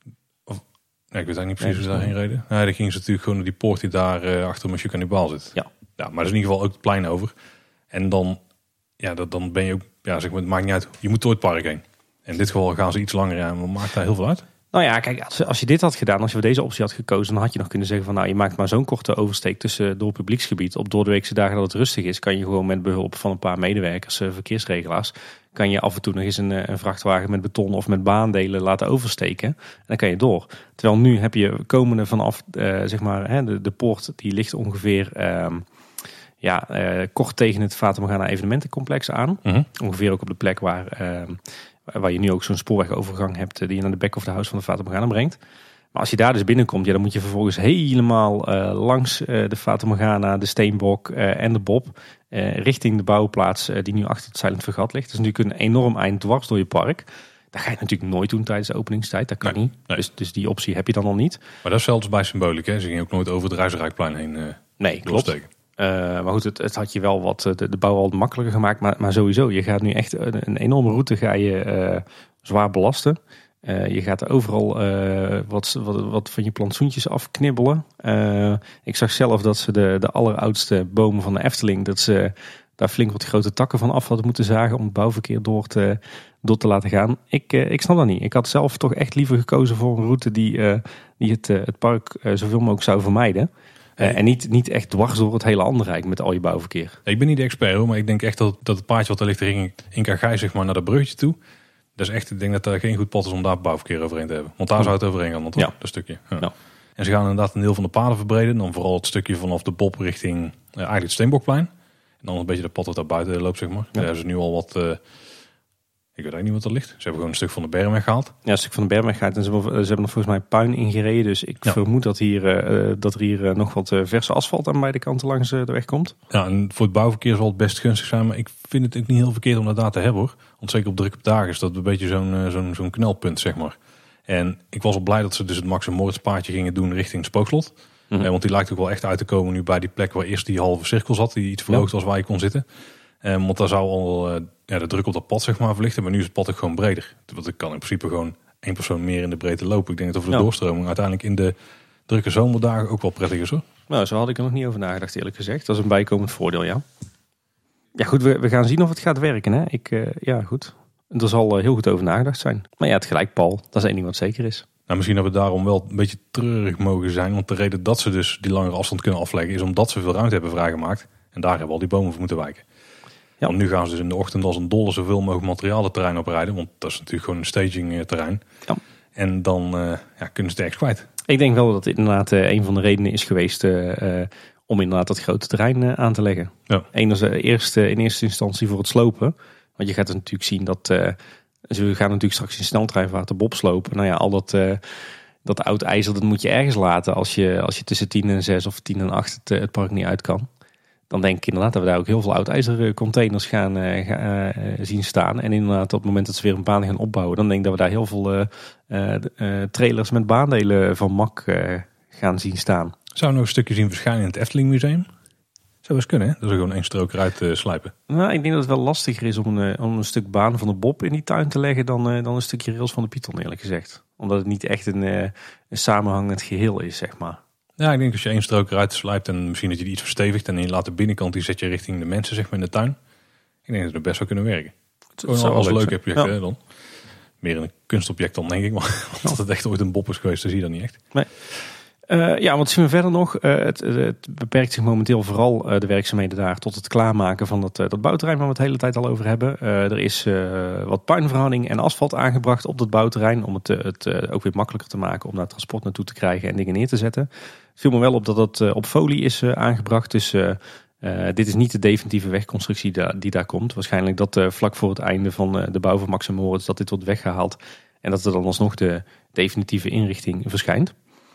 Of, nee, ik weet eigenlijk niet precies hoe ze daarheen reden. Nee, dan gingen ze natuurlijk gewoon naar die poort die daar uh, achter Monsieur Cannibal zit. Ja. Ja, maar dat is in ieder geval ook het plein over. En dan, ja, dat, dan ben je ook, ja, zeg maar, het maakt niet uit. Je moet door het park heen. En in dit geval gaan ze iets langer aan. Maar maakt daar heel veel uit. Nou ja, kijk, als, als je dit had gedaan, als je deze optie had gekozen, dan had je nog kunnen zeggen van nou, je maakt maar zo'n korte oversteek tussen door het publieksgebied. Op doordeweekse dagen dat het rustig is, kan je gewoon met behulp van een paar medewerkers, verkeersregelaars, kan je af en toe nog eens een, een vrachtwagen met beton of met baandelen laten oversteken. En dan kan je door. Terwijl nu heb je komende vanaf, uh, zeg maar, hè, de, de poort die ligt ongeveer um, ja, uh, kort tegen het Fata Morgana evenementencomplex aan. Mm-hmm. Ongeveer ook op de plek waar... Uh, Waar je nu ook zo'n spoorwegovergang hebt die je naar de back of the house van de Fata Morgana brengt. Maar als je daar dus binnenkomt, ja, dan moet je vervolgens helemaal uh, langs uh, de Fata Morgana, de Steenbok uh, en de Bob. Uh, richting de bouwplaats uh, die nu achter het Silent Fregat ligt. Dat is natuurlijk een enorm eind dwars door je park. Dat ga je natuurlijk nooit doen tijdens de openingstijd. Dat kan nee, niet. Nee. Dus, dus die optie heb je dan al niet. Maar dat is zelfs bij Symbolica. Ze gingen ook nooit over het Ruizenrijkplein heen uh, nee, klopt. Uh, maar goed, het, het had je wel wat de, de bouw al makkelijker gemaakt. Maar, maar sowieso, je gaat nu echt een, een enorme route ga je uh, zwaar belasten. Uh, je gaat overal uh, wat, wat, wat van je plantsoentjes afknibbelen. Uh, ik zag zelf dat ze de, de alleroudste bomen van de Efteling, dat ze daar flink wat grote takken van af hadden moeten zagen om het bouwverkeer door te, door te laten gaan. Ik, uh, ik snap dat niet. Ik had zelf toch echt liever gekozen voor een route die, uh, die het, uh, het park uh, zoveel mogelijk zou vermijden. Uh, en niet, niet echt dwars door het hele Anderrijk met al je bouwverkeer. Ik ben niet de expert hoor, maar ik denk echt dat, dat het paadje wat daar ligt in Incagai, zeg maar, naar dat bruggetje toe. Dat is echt, ik denk dat daar geen goed pad is om daar bouwverkeer overheen te hebben. Want daar zou het overheen gaan, toch? Ja. Dat stukje. Ja. Ja. En ze gaan inderdaad een deel van de paden verbreden. Dan vooral het stukje vanaf de Bob richting uh, eigenlijk het Steenbokplein. En dan een beetje de pad dat daar buiten loopt, zeg maar. Ja. Daar hebben ze nu al wat... Uh, Ik weet eigenlijk niet wat er ligt. Ze hebben gewoon een stuk van de berm weggehaald. Ja, een stuk van de berm weggehaald. En ze hebben, ze hebben er volgens mij puin ingereden. Dus ik ja. vermoed dat, hier, uh, dat er hier uh, nog wat uh, verse asfalt aan beide kanten langs uh, de weg komt. Ja, en voor het bouwverkeer zal het best gunstig zijn. Maar ik vind het ook niet heel verkeerd om dat daar te hebben, hoor. Want zeker op drukke dagen is dat een beetje zo'n, uh, zo'n, zo'n knelpunt, zeg maar. En ik was al blij dat ze dus het Max en Moritz paadje gingen doen richting Spookslot. Mm-hmm. Uh, want die lijkt ook wel echt uit te komen nu bij die plek waar eerst die halve cirkel zat. Die iets verhoogd ja. was waar je kon zitten. Um, want daar zou al uh, ja, de druk op dat pad, zeg maar, verlichten. Maar nu is het pad ook gewoon breder. Want ik kan in principe gewoon één persoon meer in de breedte lopen. Ik denk dat over de ja. doorstroming uiteindelijk in de drukke zomerdagen ook wel prettig is, hoor. Nou, zo had ik er nog niet over nagedacht, eerlijk gezegd. Dat is een bijkomend voordeel, ja. Ja goed, we, we gaan zien of het gaat werken, hè. Ik, uh, ja goed, er zal uh, heel goed over nagedacht zijn. Maar ja, het gelijk, Paul. Dat is één ding wat zeker is. Nou, misschien dat we daarom wel een beetje treurig mogen zijn. Want de reden dat ze dus die langere afstand kunnen afleggen is omdat ze veel ruimte hebben vrijgemaakt. En daar hebben al die bomen voor moeten wijken. Ja. Want nu gaan ze dus in de ochtend als een dolle zoveel mogelijk materiaal het terrein oprijden. Want dat is natuurlijk gewoon een staging terrein. Ja. En dan uh, ja, kunnen ze het ergens kwijt. Ik denk wel dat dit inderdaad uh, een van de redenen is geweest uh, uh, om inderdaad dat grote terrein uh, aan te leggen. Ja. Eén is uh, eerst, uh, in eerste instantie voor het slopen. Want je gaat natuurlijk zien dat... Uh, ze gaan natuurlijk straks in sneltreinvaart de Bob slopen. Nou ja, al dat... Uh, dat oud ijzer, dat moet je ergens laten als je, als je tussen tien en zes of tien en acht het, het park niet uit kan. Dan denk ik inderdaad dat we daar ook heel veel oud ijzeren containers gaan, uh, gaan uh, zien staan. En inderdaad op het moment dat ze weer een baan gaan opbouwen, dan denk ik dat we daar heel veel uh, uh, uh, trailers met baandelen van Mack uh, gaan zien staan. Zou we nog een stukje zien verschijnen in het Efteling Museum? Zou Zou eens kunnen, hè? Dat is gewoon één strook eruit uh, slijpen. Nou, ik denk dat het wel lastiger is om een, om een stuk baan van de Bob in die tuin te leggen dan, uh, dan een stukje rails van de Python, eerlijk gezegd. Omdat het niet echt een, uh, een samenhangend geheel is, zeg maar. Ja, ik denk als je één strook eruit slijpt en misschien dat je die iets verstevigt en je laat de binnenkant die zet je richting de mensen, zeg maar, in de tuin. Ik denk dat het best wel kunnen werken. Het is gewoon als een leuk object, ja. Dan. Meer een kunstobject dan, denk ik. Maar als het echt ooit een Bob is geweest, dan zie je dat niet echt. Nee. Uh, ja, wat zien we verder nog? Uh, het, het beperkt zich momenteel vooral uh, de werkzaamheden daar tot het klaarmaken van dat, uh, dat bouwterrein waar we het de hele tijd al over hebben. Uh, er is uh, wat puinverhouding en asfalt aangebracht op dat bouwterrein om het, uh, het uh, ook weer makkelijker te maken om daar transport naartoe te krijgen en dingen neer te zetten. Het viel me wel op dat dat uh, op folie is uh, aangebracht, dus uh, uh, dit is niet de definitieve wegconstructie da- die daar komt. Waarschijnlijk dat uh, vlak voor het einde van uh, de bouw van Max en Moritz dat dit wordt weggehaald en dat er dan alsnog de definitieve inrichting verschijnt.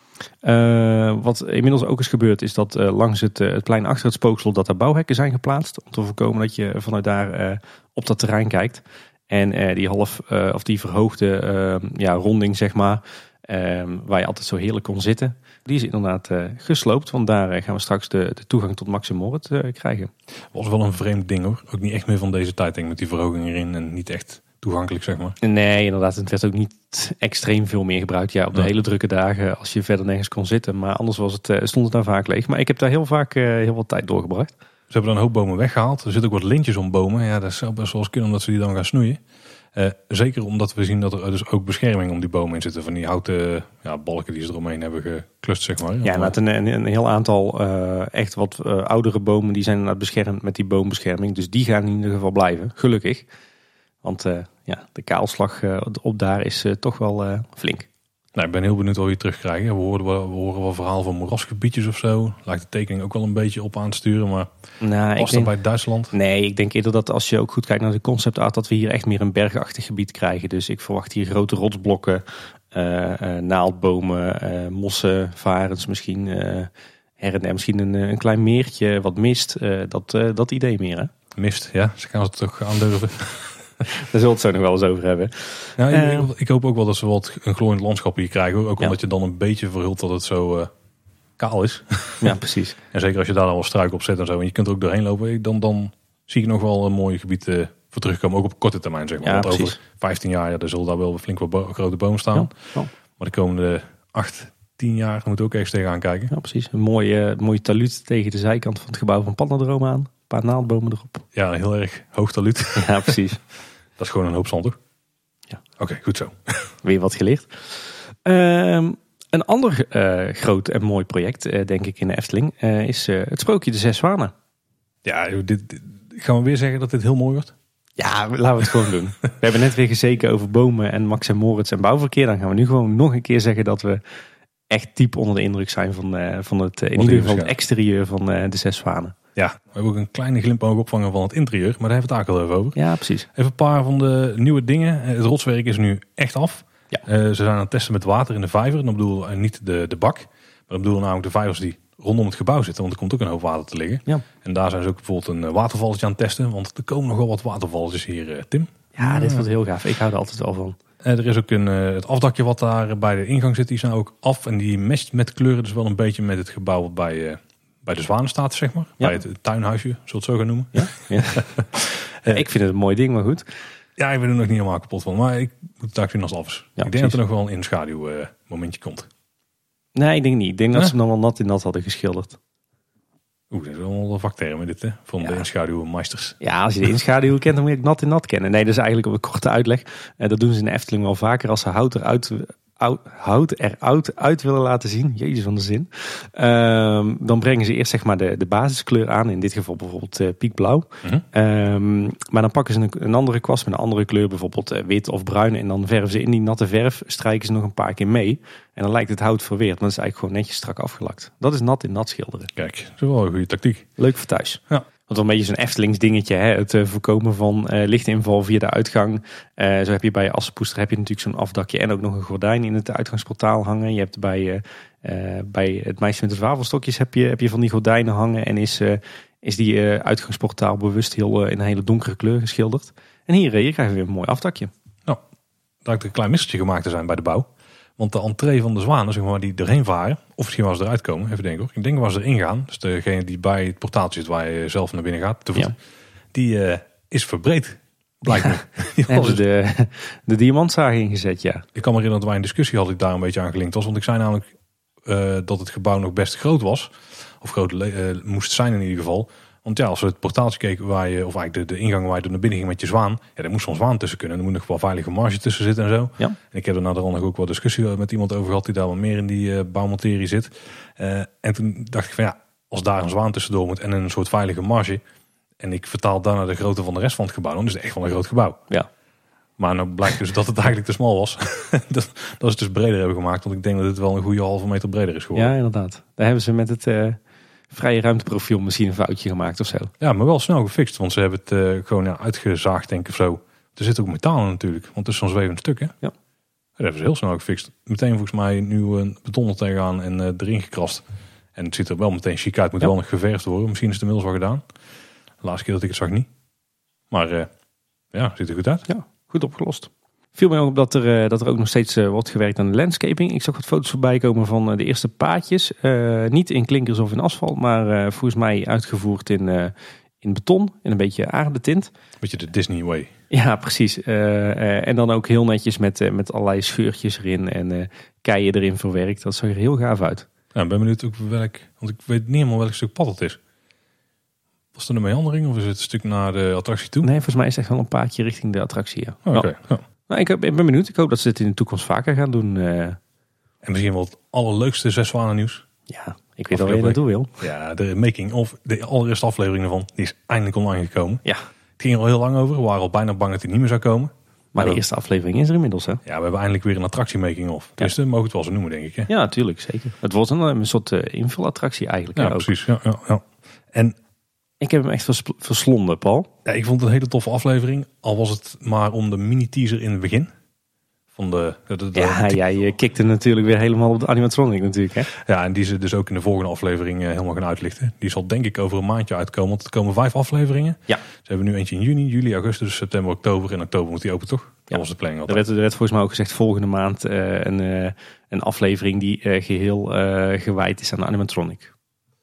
Uh, wat inmiddels ook is gebeurd is dat uh, langs het, uh, het plein achter het Spooksel dat er bouwhekken zijn geplaatst. Om te voorkomen dat je vanuit daar uh, op dat terrein kijkt. En uh, die half uh, of die verhoogde uh, ja, ronding zeg maar, uh, waar je altijd zo heerlijk kon zitten. Die is inderdaad uh, gesloopt, want daar uh, gaan we straks de, de toegang tot Max en Moritz uh, krijgen. Was wel een vreemd ding hoor. Ook niet echt meer van deze tijd denk ik met die verhoging erin en niet echt toegankelijk zeg maar. Nee, inderdaad. Het werd ook niet extreem veel meer gebruikt. Ja, op de ja. hele drukke dagen als je verder nergens kon zitten. Maar anders was het, stond het daar vaak leeg. Maar ik heb daar heel vaak uh, heel wat tijd doorgebracht. Ze hebben dan een hoop bomen weggehaald. Er zitten ook wat lintjes om bomen. Ja, dat zou best wel eens kunnen omdat ze die dan gaan snoeien. Uh, zeker omdat we zien dat er dus ook bescherming om die bomen in zitten. Van die houten ja, balken die ze eromheen hebben geklust, zeg maar. Ja, inderdaad een, een, een heel aantal uh, echt wat uh, oudere bomen. Die zijn inderdaad beschermd met die boombescherming. Dus die gaan in ieder geval blijven. Gelukkig. Want uh, ja, de kaalslag uh, op daar is uh, toch wel uh, flink. Nou, ik ben heel benieuwd wat je terugkrijgt. We horen, we horen wel verhaal van moerasgebiedjes of zo. Lijkt de tekening ook wel een beetje op aan te sturen. Maar nou, past dat bij Duitsland? Nee, ik denk eerder dat als je ook goed kijkt naar de concept art, dat we hier echt meer een bergachtig gebied krijgen. Dus ik verwacht hier grote rotsblokken, uh, uh, naaldbomen, uh, mossen, varens misschien. Uh, her en der misschien een, een klein meertje, wat mist. Uh, dat, uh, dat idee meer, hè? Mist, ja. Ze gaan het toch aandurven. Daar zullen we het zo nog wel eens over hebben. Ja, uh, ik, ik hoop ook wel dat ze wat een glooiend landschap hier krijgen. Ook omdat ja. je dan een beetje verhult dat het zo uh, kaal is. Ja, precies. En zeker als je daar dan wel struik op zet en zo. En je kunt er ook doorheen lopen. Dan, dan zie ik nog wel een mooi gebied uh, voor terugkomen. Ook op korte termijn, zeg maar. Ja, Want over vijftien jaar, ja, er zullen daar wel flink wat bo- grote bomen staan. Ja, ja. Maar de komende acht, tien jaar moeten we ook ergens tegenaan kijken. Ja, precies. Een mooie, uh, mooie taluut tegen de zijkant van het gebouw van Pandadroom aan. Een paar naaldbomen erop. Ja, heel erg hoog taluut. Ja, precies. Dat is gewoon een hoop zand, toch? Ja. Oké, okay, goed zo. Weer wat geleerd. Um, een ander uh, groot en mooi project, uh, denk ik, in de Efteling, uh, is uh, het Sprookje De Zes Zwanen. Ja, dit, dit, gaan we weer zeggen dat dit heel mooi wordt? Ja, laten we het gewoon doen. We hebben net weer gezeken over bomen en Max en Moritz en bouwverkeer. Dan gaan we nu gewoon nog een keer zeggen dat we echt diep onder de indruk zijn van, uh, van het, uh, in ieder geval het exterieur van uh, De Zes Zwanen. Ja, we hebben ook een kleine glimp mogen opvangen van het interieur, maar daar hebben we het eigenlijk al even over. Ja, precies. Even een paar van de nieuwe dingen. Het rotswerk is nu echt af. Ja. Uh, ze zijn aan het testen met water in de vijver. En dan bedoel ik niet de, de bak, maar dan bedoel ik namelijk de vijvers die rondom het gebouw zitten. Want er komt ook een hoop water te liggen. Ja. En daar zijn ze ook bijvoorbeeld een watervalletje aan het testen. Want er komen nog wel wat watervalletjes hier, Tim. Ja, dit wordt heel gaaf. Ik hou er altijd wel van. Uh, er is ook een, uh, het afdakje wat daar bij de ingang zit, die is nou ook af. En die matcht met kleuren dus wel een beetje met het gebouw wat bij... Uh, Bij de Zwanen staat, zeg maar. Ja. Bij het tuinhuisje, zullen we het zo gaan noemen. Ja? Ja. uh, ik vind het een mooi ding, maar goed. Ja, ik ben er nog niet helemaal kapot van. Maar ik moet het eigenlijk zien als af is. Ja, ik denk precies. dat er nog wel een inschaduw uh, momentje komt. Nee, ik denk niet. Ik denk huh? dat ze dan wel nat in nat hadden geschilderd. Oeh, dat is wel een vakterm dit, hè? Van ja. de inschaduwmeisters. Ja, als je de inschaduw kent, dan moet je nat in nat kennen. Nee, dat is eigenlijk op een korte uitleg. Uh, dat doen ze in de Efteling wel vaker als ze hout eruit... hout eruit uit willen laten zien. Jezus van de zin. Um, dan brengen ze eerst zeg maar de, de basiskleur aan. In dit geval bijvoorbeeld uh, piekblauw. Mm-hmm. Um, maar dan pakken ze een, een andere kwast met een andere kleur. Bijvoorbeeld uh, wit of bruin. En dan verven ze in die natte verf. Strijken ze nog een paar keer mee. En dan lijkt het hout verweerd. Maar dat is eigenlijk gewoon netjes strak afgelakt. Dat is nat in nat schilderen. Kijk, dat is wel een goede tactiek. Leuk voor thuis. Ja. Want wel een beetje zo'n Eftelings dingetje. Hè? Het uh, voorkomen van uh, lichtinval via de uitgang. Uh, zo heb je bij Assepoester heb je natuurlijk zo'n afdakje. En ook nog een gordijn in het uitgangsportaal hangen. Je hebt bij, uh, uh, bij het meisje met de zwavelstokjes heb je, heb je van die gordijnen hangen. En is, uh, is die uh, uitgangsportaal bewust heel uh, in een hele donkere kleur geschilderd. En hier, uh, hier krijgen we weer een mooi afdakje. Nou, daar lijkt een klein missertje gemaakt te zijn bij de bouw. Want de entree van de zwanen, zeg maar, die erheen varen, of misschien waar ze eruit komen, even denken hoor. Ik denk waar ze erin gaan, dus degene die bij het portaaltje zit waar je zelf naar binnen gaat, te voet, ja. die uh, is verbreed. Blijkt me. Ja, hebben ze de, de diamantzaag ingezet, ja. Ik kan me herinneren dat wij een discussie hadden die daar een beetje aan gelinkt was. Want ik zei namelijk uh, dat het gebouw nog best groot was. Of groot uh, moest zijn in ieder geval. Want ja, als we het portaaltje keken waar je, of eigenlijk de, de ingang waar je naar binnen ging met je zwaan. Ja, daar moest zo'n zwaan tussen kunnen. Er moet nog wel veilige marge tussen zitten en zo. Ja. En ik heb er naderhand nog ook wel discussie met iemand over gehad die daar wat meer in die uh, bouwmaterie zit. Uh, en toen dacht ik van ja, als daar een zwaan tussendoor moet en een soort veilige marge. En ik vertaal daarna de grootte van de rest van het gebouw. Dan is het echt wel een groot gebouw. Ja. Maar nou blijkt dus dat het eigenlijk te smal was. dat, dat ze het dus breder hebben gemaakt. Want ik denk dat het wel een goede halve meter breder is geworden. Ja, inderdaad. Daar hebben ze met het uh, vrije ruimteprofiel misschien een foutje gemaakt of zo. Ja, maar wel snel gefixt. Want ze hebben het uh, gewoon ja, uitgezaagd denk ik of zo. Er zit ook metaal in natuurlijk. Want het is zo'n zwevend stuk hè. Ja. Dat hebben ze heel snel gefixt. Meteen volgens mij nieuw uh, beton er tegenaan en uh, erin gekrast. En het ziet er wel meteen chic uit. Moet ja. wel nog geverfd worden. Misschien is het inmiddels wel gedaan. De laatste keer dat ik het zag niet. Maar uh, ja, ziet er goed uit. Ja. Goed opgelost. Viel mij ook op dat er, dat er ook nog steeds uh, wordt gewerkt aan de landscaping. Ik zag wat foto's voorbij komen van uh, de eerste paadjes. Uh, niet in klinkers of in asfalt, maar uh, volgens mij uitgevoerd in, uh, in beton. In een beetje aardetint. Beetje de Disney way. Ja, precies. Uh, uh, en dan ook heel netjes met, uh, met allerlei scheurtjes erin en uh, keien erin verwerkt. Dat zag er heel gaaf uit. Ja, ik ben benieuwd ook welk, want ik weet niet helemaal welk stuk pad het is. Was er een meandering of is het een stuk naar de attractie toe? Nee, volgens mij is het echt wel een paadje richting de attractie. Ja. Oh, Oké. Okay. Ja. Nou, ik, ik ben benieuwd. Ik hoop dat ze dit in de toekomst vaker gaan doen. Uh... En misschien wel het allerleukste Zes Zwanen nieuws. Ja, ik weet al waar je naartoe wil. Ja, de making of, de allereerste aflevering ervan, die is eindelijk online gekomen. Ja. Het ging er al heel lang over. We waren al bijna bang dat hij niet meer zou komen. Maar de we... eerste aflevering is er inmiddels, hè? Ja, we hebben eindelijk weer een attractie making of. Dus dat mogen het wel zo noemen, denk ik. Hè? Ja, natuurlijk, zeker. Het wordt een, een soort uh, invulattractie eigenlijk. Ja, ook. precies. Ja, ja, ja. En ik heb hem echt vers- verslonden, Paul. Ja, ik vond het een hele toffe aflevering. Al was het maar om de mini-teaser in het begin. Van de, de, de, ja, de jij kikte natuurlijk weer helemaal op de animatronic natuurlijk. Hè? Ja, en die ze dus ook in de volgende aflevering uh, helemaal gaan uitlichten. Die zal denk ik over een maandje uitkomen. Want er komen vijf afleveringen. Ja. Ze hebben nu eentje in juni, juli, augustus, september, oktober. In oktober moet die open, toch? Dat ja. was de planning altijd. Er werd, er werd volgens mij ook gezegd volgende maand uh, een, uh, een aflevering die uh, geheel uh, gewijd is aan de animatronic.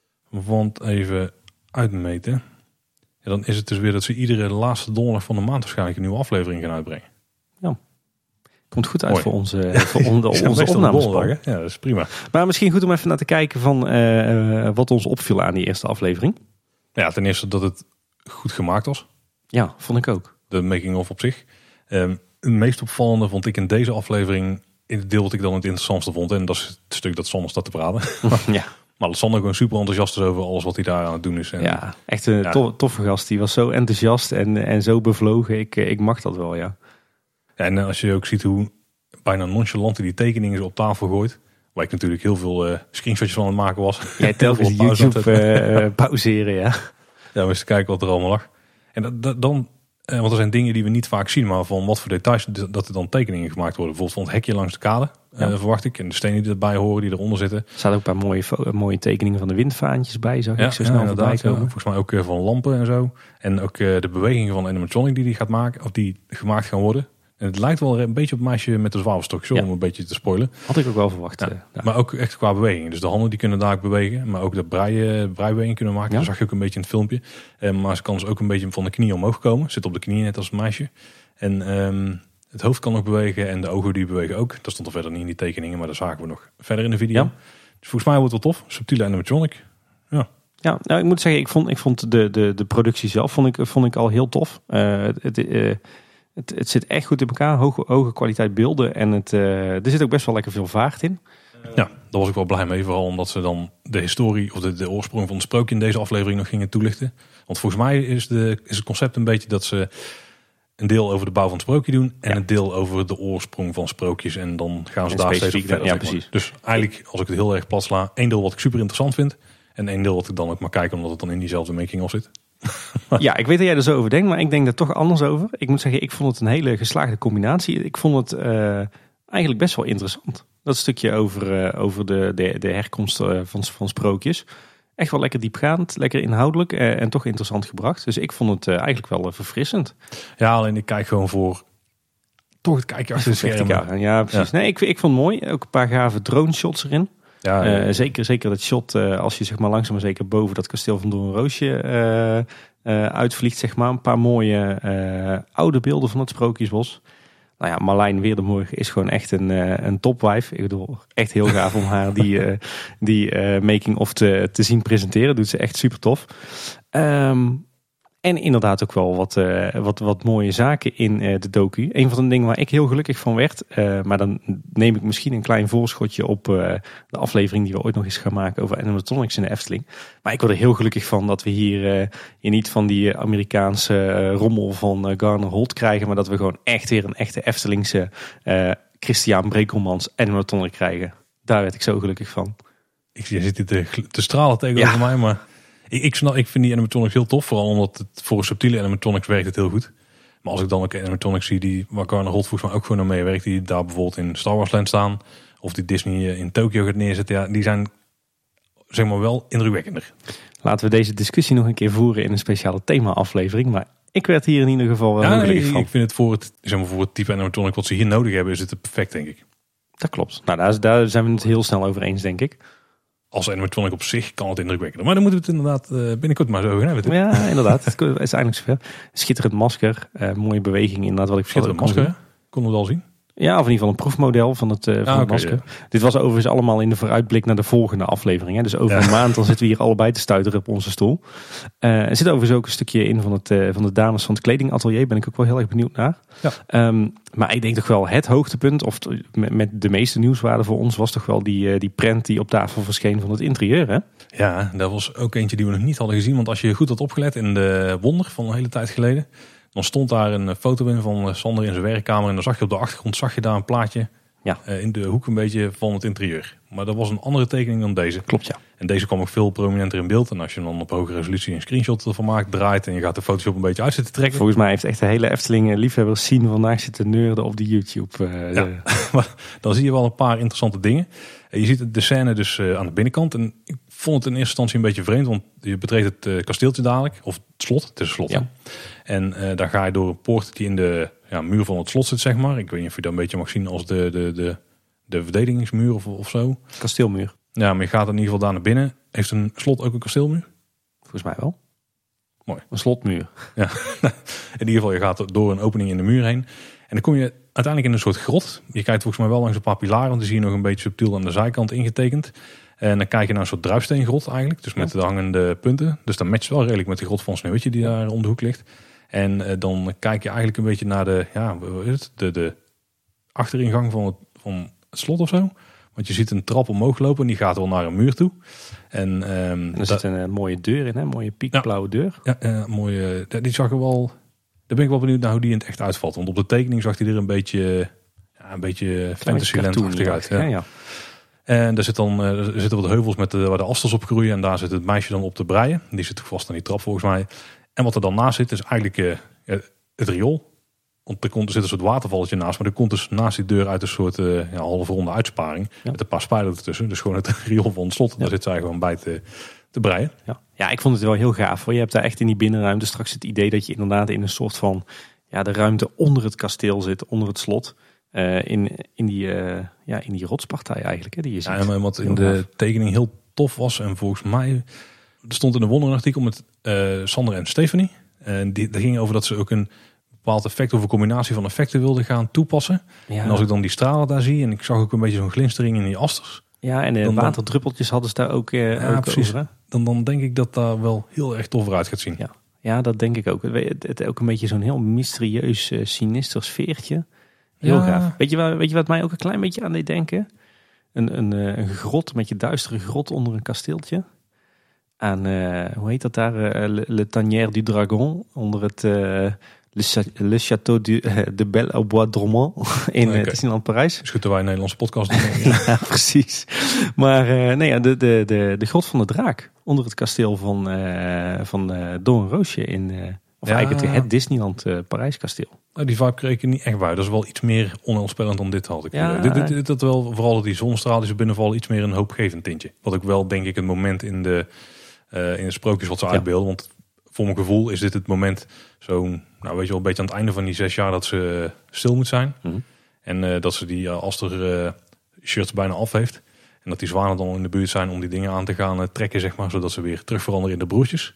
Want even uitmeten. Ja, dan is het dus weer dat ze iedere laatste donderdag van de maand waarschijnlijk een nieuwe aflevering gaan uitbrengen. Ja. Komt goed uit Mooi. voor onze, voor onze, onze opnames. Ja, dat is prima. Maar misschien goed om even naar te kijken van uh, wat ons opviel aan die eerste aflevering. Ja, ten eerste dat het goed gemaakt was. Ja, vond ik ook. De making-of op zich. Um, het meest opvallende vond ik in deze aflevering, in het deel wat ik dan het interessantste vond. En dat is het stuk dat Sander staat te praten. Ja. Maar dat Sander gewoon super enthousiast is over alles wat hij daar aan het doen is. En ja, echt een ja. to- toffe gast. Die was zo enthousiast en, en zo bevlogen. Ik, ik mag dat wel, ja. Ja. En als je ook ziet hoe bijna nonchalant die tekeningen zo op tafel gooit. Waar ik natuurlijk heel veel uh, screenshotjes van aan het maken was. Jij telkens YouTube uh, pauzeren, ja. Ja, we eens te kijken wat er allemaal lag. En dat, dat, dan, uh, want er zijn dingen die we niet vaak zien, maar van wat voor details dat er dan tekeningen gemaakt worden. Bijvoorbeeld van het hekje langs de kade, ja. uh, verwacht ik. En de stenen die erbij horen, die eronder zitten. Er zaten ook een paar mooie, mooie tekeningen van de windvaantjes bij, zag ja, ik zo snel ja, voorbij komen. Ja, volgens mij ook uh, van lampen en zo. En ook uh, de bewegingen van animatronic die die gaat maken, of die gemaakt gaan worden. En het lijkt wel een beetje op het meisje met de zwavelstokjes, ja. om een beetje te spoilen. Had ik ook wel verwacht. Ja. Ja. Maar ook echt qua bewegingen. Dus de handen die kunnen daar ook bewegen. Maar ook de breien, breiweging kunnen maken. Ja. Dat zag je ook een beetje in het filmpje. Uh, maar ze kan dus ook een beetje van de knie omhoog komen. Zit op de knie net als het meisje. En um, het hoofd kan nog bewegen. En de ogen die bewegen ook. Dat stond er verder niet in die tekeningen. Maar dat zagen we nog verder in de video. Ja. Dus volgens mij wordt het wel tof. Subtiele animatronic. Ja. Ja, nou, ik moet zeggen, ik vond, ik vond de, de, de productie zelf vond ik, vond ik al heel tof. Uh, het, uh, Het, het zit echt goed in elkaar, hoge, hoge kwaliteit beelden en het, uh, er zit ook best wel lekker veel vaart in. Ja, daar was ik wel blij mee, vooral omdat ze dan de historie of de, de oorsprong van het sprookje in deze aflevering nog gingen toelichten. Want volgens mij is, de, is het concept een beetje dat ze een deel over de bouw van het sprookje doen en ja. een deel over de oorsprong van sprookjes en dan gaan ze en daar steeds op verder. Ja, precies. Dus eigenlijk, als ik het heel erg plat sla, één deel wat ik super interessant vind en één deel wat ik dan ook maar kijk omdat het dan in diezelfde making of zit. Ja, ik weet dat jij er zo over denkt, maar ik denk er toch anders over. Ik moet zeggen, ik vond het een hele geslaagde combinatie. Ik vond het uh, eigenlijk best wel interessant. Dat stukje over, uh, over de, de, de herkomst uh, van, van sprookjes. Echt wel lekker diepgaand, lekker inhoudelijk uh, en toch interessant gebracht. Dus ik vond het uh, eigenlijk wel uh, verfrissend. Ja, alleen ik kijk gewoon voor toch het kijkje achter de schermen. Ja, precies. Ja. Nee, ik, ik vond het mooi. Ook een paar gave drone shots erin. Ja, ja, ja. Uh, zeker, zeker dat shot uh, als je zeg maar langzaam maar zeker boven dat kasteel van Doornroosje uh, uh, uitvliegt. Zeg maar. Een paar mooie uh, oude beelden van het Sprookjesbos. Nou ja, Marlijn Weerdenborg is gewoon echt een, uh, een topwijf. Ik bedoel, echt heel gaaf om haar die, uh, die uh, making-of te, te zien presenteren. Doet ze echt super tof. Um, En inderdaad ook wel wat, uh, wat, wat mooie zaken in uh, de docu. Een van de dingen waar ik heel gelukkig van werd. Uh, maar dan neem ik misschien een klein voorschotje op uh, de aflevering die we ooit nog eens gaan maken over animatronics in de Efteling. Maar ik word er heel gelukkig van dat we hier, uh, hier niet van die Amerikaanse uh, rommel van uh, Garner Holt krijgen. Maar dat we gewoon echt weer een echte Eftelingse uh, Christian Breekelmans animatronic krijgen. Daar werd ik zo gelukkig van. Ik zie je zit hier te, te stralen tegenover ja. mij, maar... Ik, ik, snap, ik vind die animatronics heel tof. Vooral omdat het voor subtiele animatronics werkt het heel goed. Maar als ik dan ook animatronics zie die waar Garner Holt volgens mij ook gewoon aan meewerkt. Die daar bijvoorbeeld in Star Wars Land staan. Of die Disney in Tokio gaat neerzetten. Ja, die zijn zeg maar wel indrukwekkender. Laten we deze discussie nog een keer voeren in een speciale thema-aflevering. Maar ik werd hier in ieder geval wel ja, heel van. Ik vind het voor het, zeg maar, voor het type animatronic wat ze hier nodig hebben is het perfect, denk ik. Dat klopt. Nou, daar, daar zijn we het heel snel over eens, denk ik. Als animatronic op zich kan het indrukwekkender. Maar dan moeten we het inderdaad uh, binnenkort maar zo gaan hebben. Ja, inderdaad. Het is eindelijk zover. Schitterend masker. Uh, mooie beweging inderdaad. Wat ik Schitterend masker, hè? Konden we het al zien? Ja, of in ieder geval een proefmodel van het, uh, van ah, het okay, masker. Ja. Dit was overigens allemaal in de vooruitblik naar de volgende aflevering. Hè? Dus over ja. een maand dan zitten we hier allebei te stuiteren op onze stoel. Uh, er zit overigens ook een stukje in van, het, uh, van de dames van het kledingatelier. Ben ik ook wel heel erg benieuwd naar. Ja. Um, maar ik denk toch wel het hoogtepunt, of met, met de meeste nieuwswaarde voor ons, was toch wel die, uh, die prent die op tafel verscheen van het interieur. Hè? Ja, dat was ook eentje die we nog niet hadden gezien. Want als je goed had opgelet in de Wonder van een hele tijd geleden... Dan stond daar een foto in van Sander in zijn werkkamer. En dan zag je op de achtergrond zag je daar een plaatje ja. uh, in de hoek een beetje van het interieur. Maar dat was een andere tekening dan deze. Klopt, ja. En deze kwam ook veel prominenter in beeld. En als je dan op hoge resolutie een screenshot ervan maakt, draait en je gaat de Photoshop een beetje uit zitten trekken. Volgens mij heeft echt de hele Efteling liefhebbers zien vandaag zitten neurden op die YouTube. Uh, ja, maar dan zie je wel een paar interessante dingen. Je ziet de scène dus uh, aan de binnenkant. En ik vond het in eerste instantie een beetje vreemd. Want je betreedt het uh, kasteeltje dadelijk. Of het slot. Het is een slot. Ja. En uh, daar ga je door een poort die in de ja, muur van het slot zit, zeg maar. Ik weet niet of je dat een beetje mag zien als de, de, de, de verdedigingsmuur of, of zo. Kasteelmuur. Ja, maar je gaat in ieder geval daar naar binnen. Heeft een slot ook een kasteelmuur? Volgens mij wel. Mooi. Een slotmuur. Ja, in ieder geval je gaat door een opening in de muur heen. En dan kom je uiteindelijk in een soort grot. Je kijkt volgens mij wel langs een paar pilaren. Want die zie je nog een beetje subtiel aan de zijkant ingetekend. En dan kijk je naar een soort druifsteengrot eigenlijk. Dus met de hangende punten. Dus dat matcht wel redelijk met de grot van Sneeuwwitje die daar om de hoek ligt. En uh, dan kijk je eigenlijk een beetje naar de, ja, wat is het? De, de achteringang van het, van het slot of zo. Want je ziet een trap omhoog lopen en die gaat wel naar een muur toe. En, um, en er zit een uh, mooie deur in, hè? Een mooie piekblauwe ja, deur. Ja, uh, mooie, die zag er wel... Daar ben ik wel benieuwd naar hoe die in het echt uitvalt. Want op de tekening zag hij er een beetje, ja, een beetje Fantasyland-achtig uit. Ja. Ja, ja. En daar zit dan, er zitten wat heuvels met de, waar de asters op groeien. En daar zit het meisje dan op te breien. Die zit vast aan die trap volgens mij. En wat er dan naast zit is eigenlijk uh, het riool. Want er, komt, er zit een soort watervalletje naast. Maar er komt dus naast die deur uit een soort uh, ja, halve ronde uitsparing. Ja. Met een paar spijlen ertussen. Dus gewoon het riool van het slot. Ja. Daar zit zij gewoon bij te, te breien. Ja. ja, ik vond het wel heel gaaf. Hoor. Je hebt daar echt in die binnenruimte straks het idee dat je inderdaad in een soort van... Ja, de ruimte onder het kasteel zit. Onder het slot. Uh, in, in, die, uh, ja, in die rotspartij eigenlijk. Hè, die je ziet. Ja, maar wat in de gaaf. tekening heel tof was. En volgens mij... Er stond in de Wonder een artikel met uh, Sander en Stephanie. En die, daar ging over dat ze ook een bepaald effect of een combinatie van effecten wilden gaan toepassen. Ja. En als ik dan die stralen daar zie en ik zag ook een beetje zo'n glinstering in die asters. Ja, en de dan, waterdruppeltjes hadden ze daar ook, uh, ja, ook precies. over. Dan, dan denk ik dat daar wel heel erg tof uit gaat zien. Ja, ja dat denk ik ook. Het, het ook een beetje zo'n heel mysterieus, uh, sinister sfeertje. Heel ja. gaaf. Weet je, waar, weet je wat mij ook een klein beetje aan deed denken? Een, een, een grot, een beetje duistere grot onder een kasteeltje. Aan, uh, hoe heet dat daar? Uh, Le, Le Tanière du Dragon. Onder het uh, Le, Le Château du, uh, de Belle au Bois Dormant in okay. uh, Disneyland Parijs. Dus goed dat wij een Nederlandse podcast doen. Ja, precies. Maar uh, nee, de, de, de, de grot van de draak. Onder het kasteel van, uh, van uh, Doornroosje in... Uh, of ja. eigenlijk het Disneyland uh, Parijs kasteel. Nou, die vibe kreeg ik niet echt bij. Dat is wel iets meer onheilspellend dan dit had ik. Ja. Dit, dit, dit had wel, vooral dat die zonnestralen die ze binnenvallen, iets meer een hoopgevend tintje. Wat ook wel denk ik een moment in de... Uh, in de sprookjes wat ze ja. uitbeelden. Want voor mijn gevoel is dit het moment, zo'n, nou weet je wel, een beetje aan het einde van die zes jaar dat ze uh, stil moet zijn. Mm-hmm. En uh, dat ze die uh, Alster uh, shirts bijna af heeft. En dat die zwanen dan in de buurt zijn om die dingen aan te gaan uh, trekken, zeg maar. Zodat ze weer terug veranderen in de broertjes.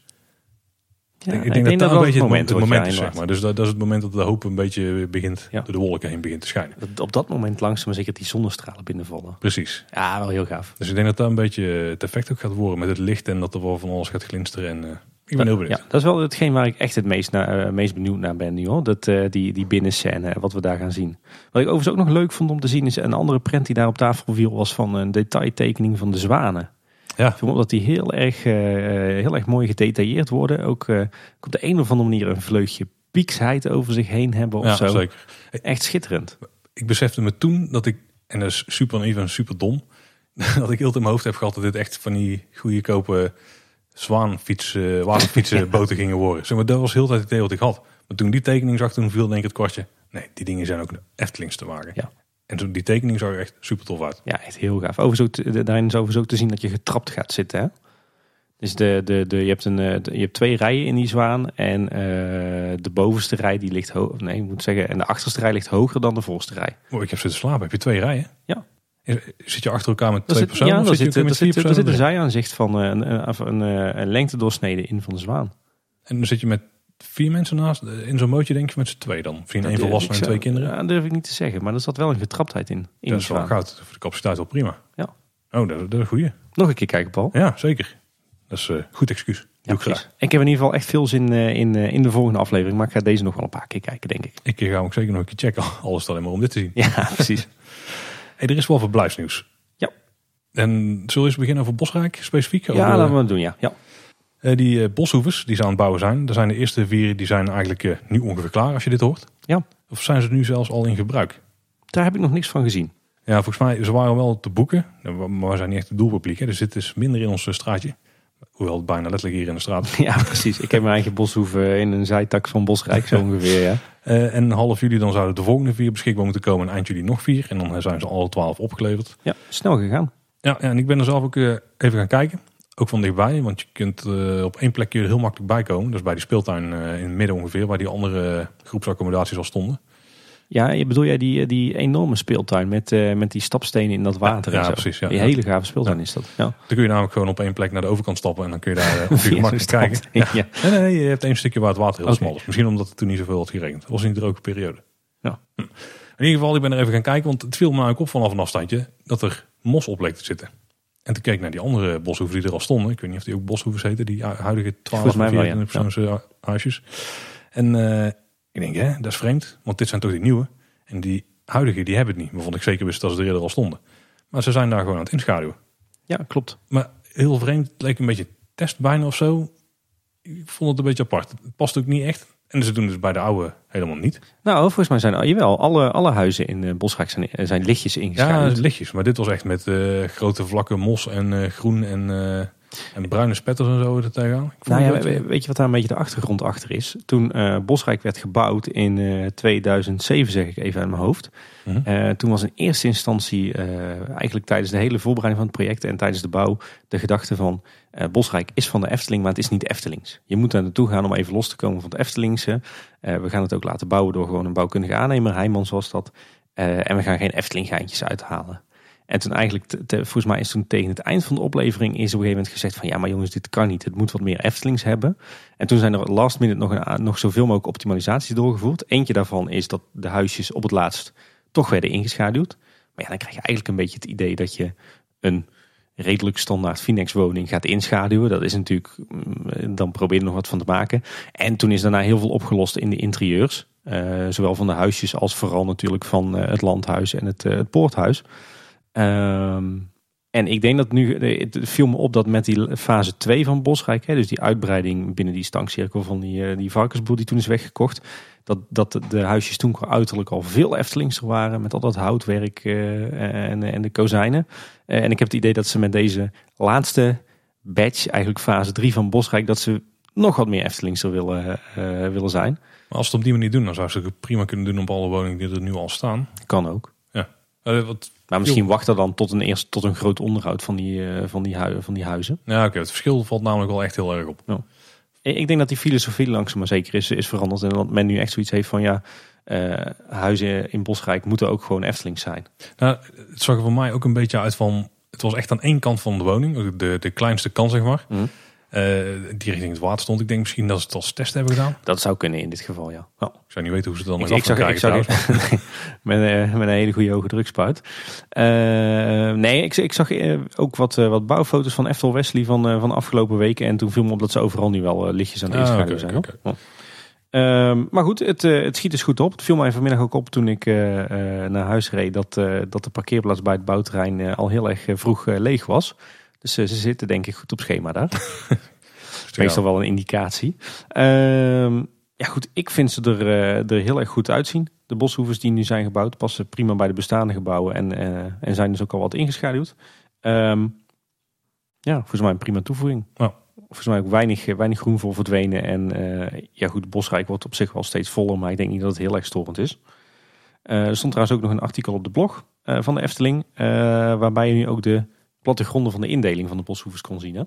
Ja, ik, ik ik denk, denk dat dat dat een beetje het het moment, het moment ja, is, zeg maar. Dus dat, dat is het moment dat de hoop een beetje begint, ja. door de wolken heen begint te schijnen. Dat op dat moment langzaam zeker die zonnestralen binnenvallen. Precies. Ja, wel heel gaaf. Dus ik denk dat dat een beetje het effect ook gaat worden met het licht en dat er wel van alles gaat glinsteren. En uh, ik ben heel benieuwd. Ja, dat is wel hetgeen waar ik echt het meest, naar, uh, meest benieuwd naar ben nu hoor. Dat, uh, die, die binnenscène, wat we daar gaan zien. Wat ik overigens ook nog leuk vond om te zien is een andere prent die daar op tafel viel was van een detailtekening van de zwanen. Ja. Ik vind dat die heel erg, uh, heel erg mooi gedetailleerd worden. Ook uh, op de een of andere manier een vleugje pieksheid over zich heen hebben of ja, zo. Zeker. Echt schitterend. Ik besefte me toen dat ik, en dat is super naïef en super dom, dat ik heel in mijn hoofd heb gehad dat dit echt van die goede kopen zwaanfietsen, waterfietsen, boten gingen worden. Zeg maar, dat was heel de tijd het idee wat ik had. Maar toen die tekening zag, toen viel denk ik het kwartje. Nee, die dingen zijn ook Eftelings te maken. Ja. En toen die tekening zag er echt super tof uit. Ja, echt heel gaaf. Overigens ook, daarin is overigens ook te zien dat je getrapt gaat zitten. Hè? Dus de, de, de, je, hebt een, de, je hebt twee rijen in die zwaan. En uh, de bovenste rij die ligt hoger. Nee, ik moet zeggen. En de achterste rij ligt hoger dan de voorste rij. Oh, ik heb zitten slapen. Heb je twee rijen? Ja. Zit je achter elkaar met dat twee zit, personen? Ja, of er zit, zit, je er zit, er zit een erin? zijaanzicht van een, een, een, een lengtedoorsnede in van de zwaan. En dan zit je met vier mensen naast in zo'n bootje, denk je, met z'n twee dan? Of één volwassene en twee kinderen? Ja, dat durf ik niet te zeggen. Maar er zat wel een getraptheid in. in dat is wel goud. Voor de capaciteit wel prima. Ja. Oh, dat, dat is een goeie. Nog een keer kijken, Paul. Ja, zeker. Dat is een uh, goed excuus. Ja, ik, graag. ik heb in ieder geval echt veel zin uh, in, uh, in de volgende aflevering. Maar ik ga deze nog wel een paar keer kijken, denk ik. Ik ga ook zeker nog een keer checken. Alles alleen maar om dit te zien. Ja, precies. Hey, er is wel verblijfsnieuws. Ja. En zullen we eens beginnen over Bosrijk specifiek? Ja, over, laten we het doen, ja. ja. Uh, die uh, boshoeves die ze aan het bouwen zijn. Er zijn de eerste vier die zijn eigenlijk uh, nu ongeveer klaar als je dit hoort. Ja. Of zijn ze nu zelfs al in gebruik? Daar heb ik nog niks van gezien. Ja, volgens mij, ze waren wel te boeken. Maar we zijn niet echt het doelpubliek. Hè. Dus dit is minder in ons straatje. Hoewel het bijna letterlijk hier in de straat. Ja, precies. Ik heb mijn eigen boshoeve in een zijtak van Bosrijk zo ongeveer, ja. Uh, en half juli dan zouden de volgende vier beschikbaar moeten komen. En eind juli nog vier. En dan zijn ze alle twaalf opgeleverd. Ja, snel gegaan. Ja, ja en ik ben er zelf ook uh, even gaan kijken. Ook van dichtbij. Want je kunt uh, op één plekje er heel makkelijk bij komen. Dat is bij die speeltuin uh, in het midden ongeveer. Waar die andere uh, groepsaccommodaties al stonden. Ja, bedoel jij die, die enorme speeltuin met, uh, met die stapstenen in dat water ja, en zo? Ja, precies. Ja, die ja. hele gave speeltuin ja. is dat. Ja. Dan kun je namelijk gewoon op één plek naar de overkant stappen. En dan kun je daar uh, op je gemak kijken. Ja. Ja. Nee, nee, nee, je hebt één stukje waar het water heel okay. smal is. Misschien omdat het toen niet zoveel had geregend. Het was niet de droge periode. Ja. Hm. In ieder geval, ik ben er even gaan kijken. Want het viel me eigenlijk op vanaf een afstandje dat er mos op leek te zitten. En toen keek ik naar die andere boshoeven die er al stonden. Ik weet niet of die ook boshoeven heten. Die huidige twaalf en veertien persoons huisjes. En uh, ik denk, hè, dat is vreemd. Want dit zijn toch die nieuwe. En die huidige, die hebben het niet. Maar vond ik zeker wist dat ze er eerder al stonden. Maar ze zijn daar gewoon aan het inschaduwen. Ja, klopt. Maar heel vreemd. Het leek een beetje test bijna of zo. Ik vond het een beetje apart. Het past ook niet echt. En ze doen dus bij de oude helemaal niet. Nou, volgens mij zijn jawel, alle, alle huizen in uh, Bosrijk zijn, zijn lichtjes ingeschaduwd. Ja, lichtjes. Maar dit was echt met uh, grote vlakken mos en uh, groen en, uh, en bruine spetters en zo er tegenaan. Nou ja, weet, weet je wat daar een beetje de achtergrond achter is? Toen uh, Bosrijk werd gebouwd in uh, tweeduizend zeven, zeg ik even uit mijn hoofd. Mm-hmm. Uh, toen was in eerste instantie uh, eigenlijk tijdens de hele voorbereiding van het project en tijdens de bouw de gedachte van uh, Bosrijk is van de Efteling, maar het is niet Eftelings. Je moet daar naartoe gaan om even los te komen van het Eftelingse. Uh, we gaan het ook laten bouwen door gewoon een bouwkundige aannemer, Heijmans was dat. Uh, en we gaan geen Efteling geintjes uithalen. En toen eigenlijk, te, te, volgens mij is toen tegen het eind van de oplevering is op een gegeven moment gezegd van ja, maar jongens, dit kan niet. Het moet wat meer Eftelings hebben. En toen zijn er last minute nog, een, nog zoveel mogelijk optimalisaties doorgevoerd. Eentje daarvan is dat de huisjes op het laatst toch werden ingeschaduwd. Maar ja, dan krijg je eigenlijk een beetje het idee dat je een redelijk standaard Finex woning gaat inschaduwen. Dat is natuurlijk, dan probeer je er nog wat van te maken. En toen is daarna heel veel opgelost in de interieurs. Uh, zowel van de huisjes als vooral natuurlijk van uh, het landhuis en het, uh, het poorthuis. Um, en ik denk dat nu, het viel me op dat met die fase twee van Bosrijk, hè, dus die uitbreiding binnen die stankcirkel van die, die varkensboer die toen is weggekocht, dat, dat de huisjes toen qua uiterlijk al veel Eftelingser waren met al dat houtwerk uh, en, en de kozijnen. Uh, en ik heb het idee dat ze met deze laatste batch, eigenlijk fase drie van Bosrijk, dat ze nog wat meer Eftelingser willen, uh, willen zijn. Maar als ze het op die manier doen, dan zou ze het prima kunnen doen op alle woningen die er nu al staan. Kan ook. Ja. Uh, wat Maar misschien wachten dan tot een, eerst, tot een groot onderhoud van die, uh, van die, hui, van die huizen. Ja, oké. Okay. Het verschil valt namelijk wel echt heel erg op. Ja. Ik denk dat die filosofie langzaam maar zeker is, is veranderd. En dat men nu echt zoiets heeft van ja, uh, huizen in Bosrijk moeten ook gewoon Efteling zijn. Nou, het zag er voor mij ook een beetje uit van, het was echt aan één kant van de woning, de, de kleinste kant zeg maar. Mm. Uh, die richting het water stond. Ik denk misschien dat ze het als test hebben gedaan. Dat zou kunnen in dit geval, ja. Oh. Ik zou niet weten hoe ze het dan nog af gaan krijgen. Ik zag, nee, met, uh, met een hele goede hoge drukspuit. Uh, nee, ik, ik zag uh, ook wat, uh, wat bouwfoto's van Eftel Wesley van, uh, van de afgelopen weken. En toen viel me op dat ze overal nu wel uh, lichtjes aan de inschaduwen ah, okay, zijn. Okay, okay. Oh. Uh, maar goed, het, uh, het schiet dus goed op. Het viel mij vanmiddag ook op toen ik uh, uh, naar huis reed. Dat, uh, dat de parkeerplaats bij het bouwterrein uh, al heel erg uh, vroeg uh, leeg was. Dus uh, ze zitten denk ik goed op schema daar. Meestal wel een indicatie. Uh, ja goed, ik vind ze er, uh, er heel erg goed uitzien. De boshoeves die nu zijn gebouwd passen prima bij de bestaande gebouwen. En, uh, en zijn dus ook al wat ingeschaduwd. Um, ja, volgens mij een prima toevoeging. Oh. Volgens mij ook weinig, weinig groen voor verdwenen. En uh, ja goed, Bosrijk wordt op zich wel steeds voller. Maar ik denk niet dat het heel erg storend is. Uh, er stond trouwens ook nog een artikel op de blog uh, van de Efteling. Uh, waarbij je nu ook de plattegronden van de indeling van de boshoeves kon zien. Hè?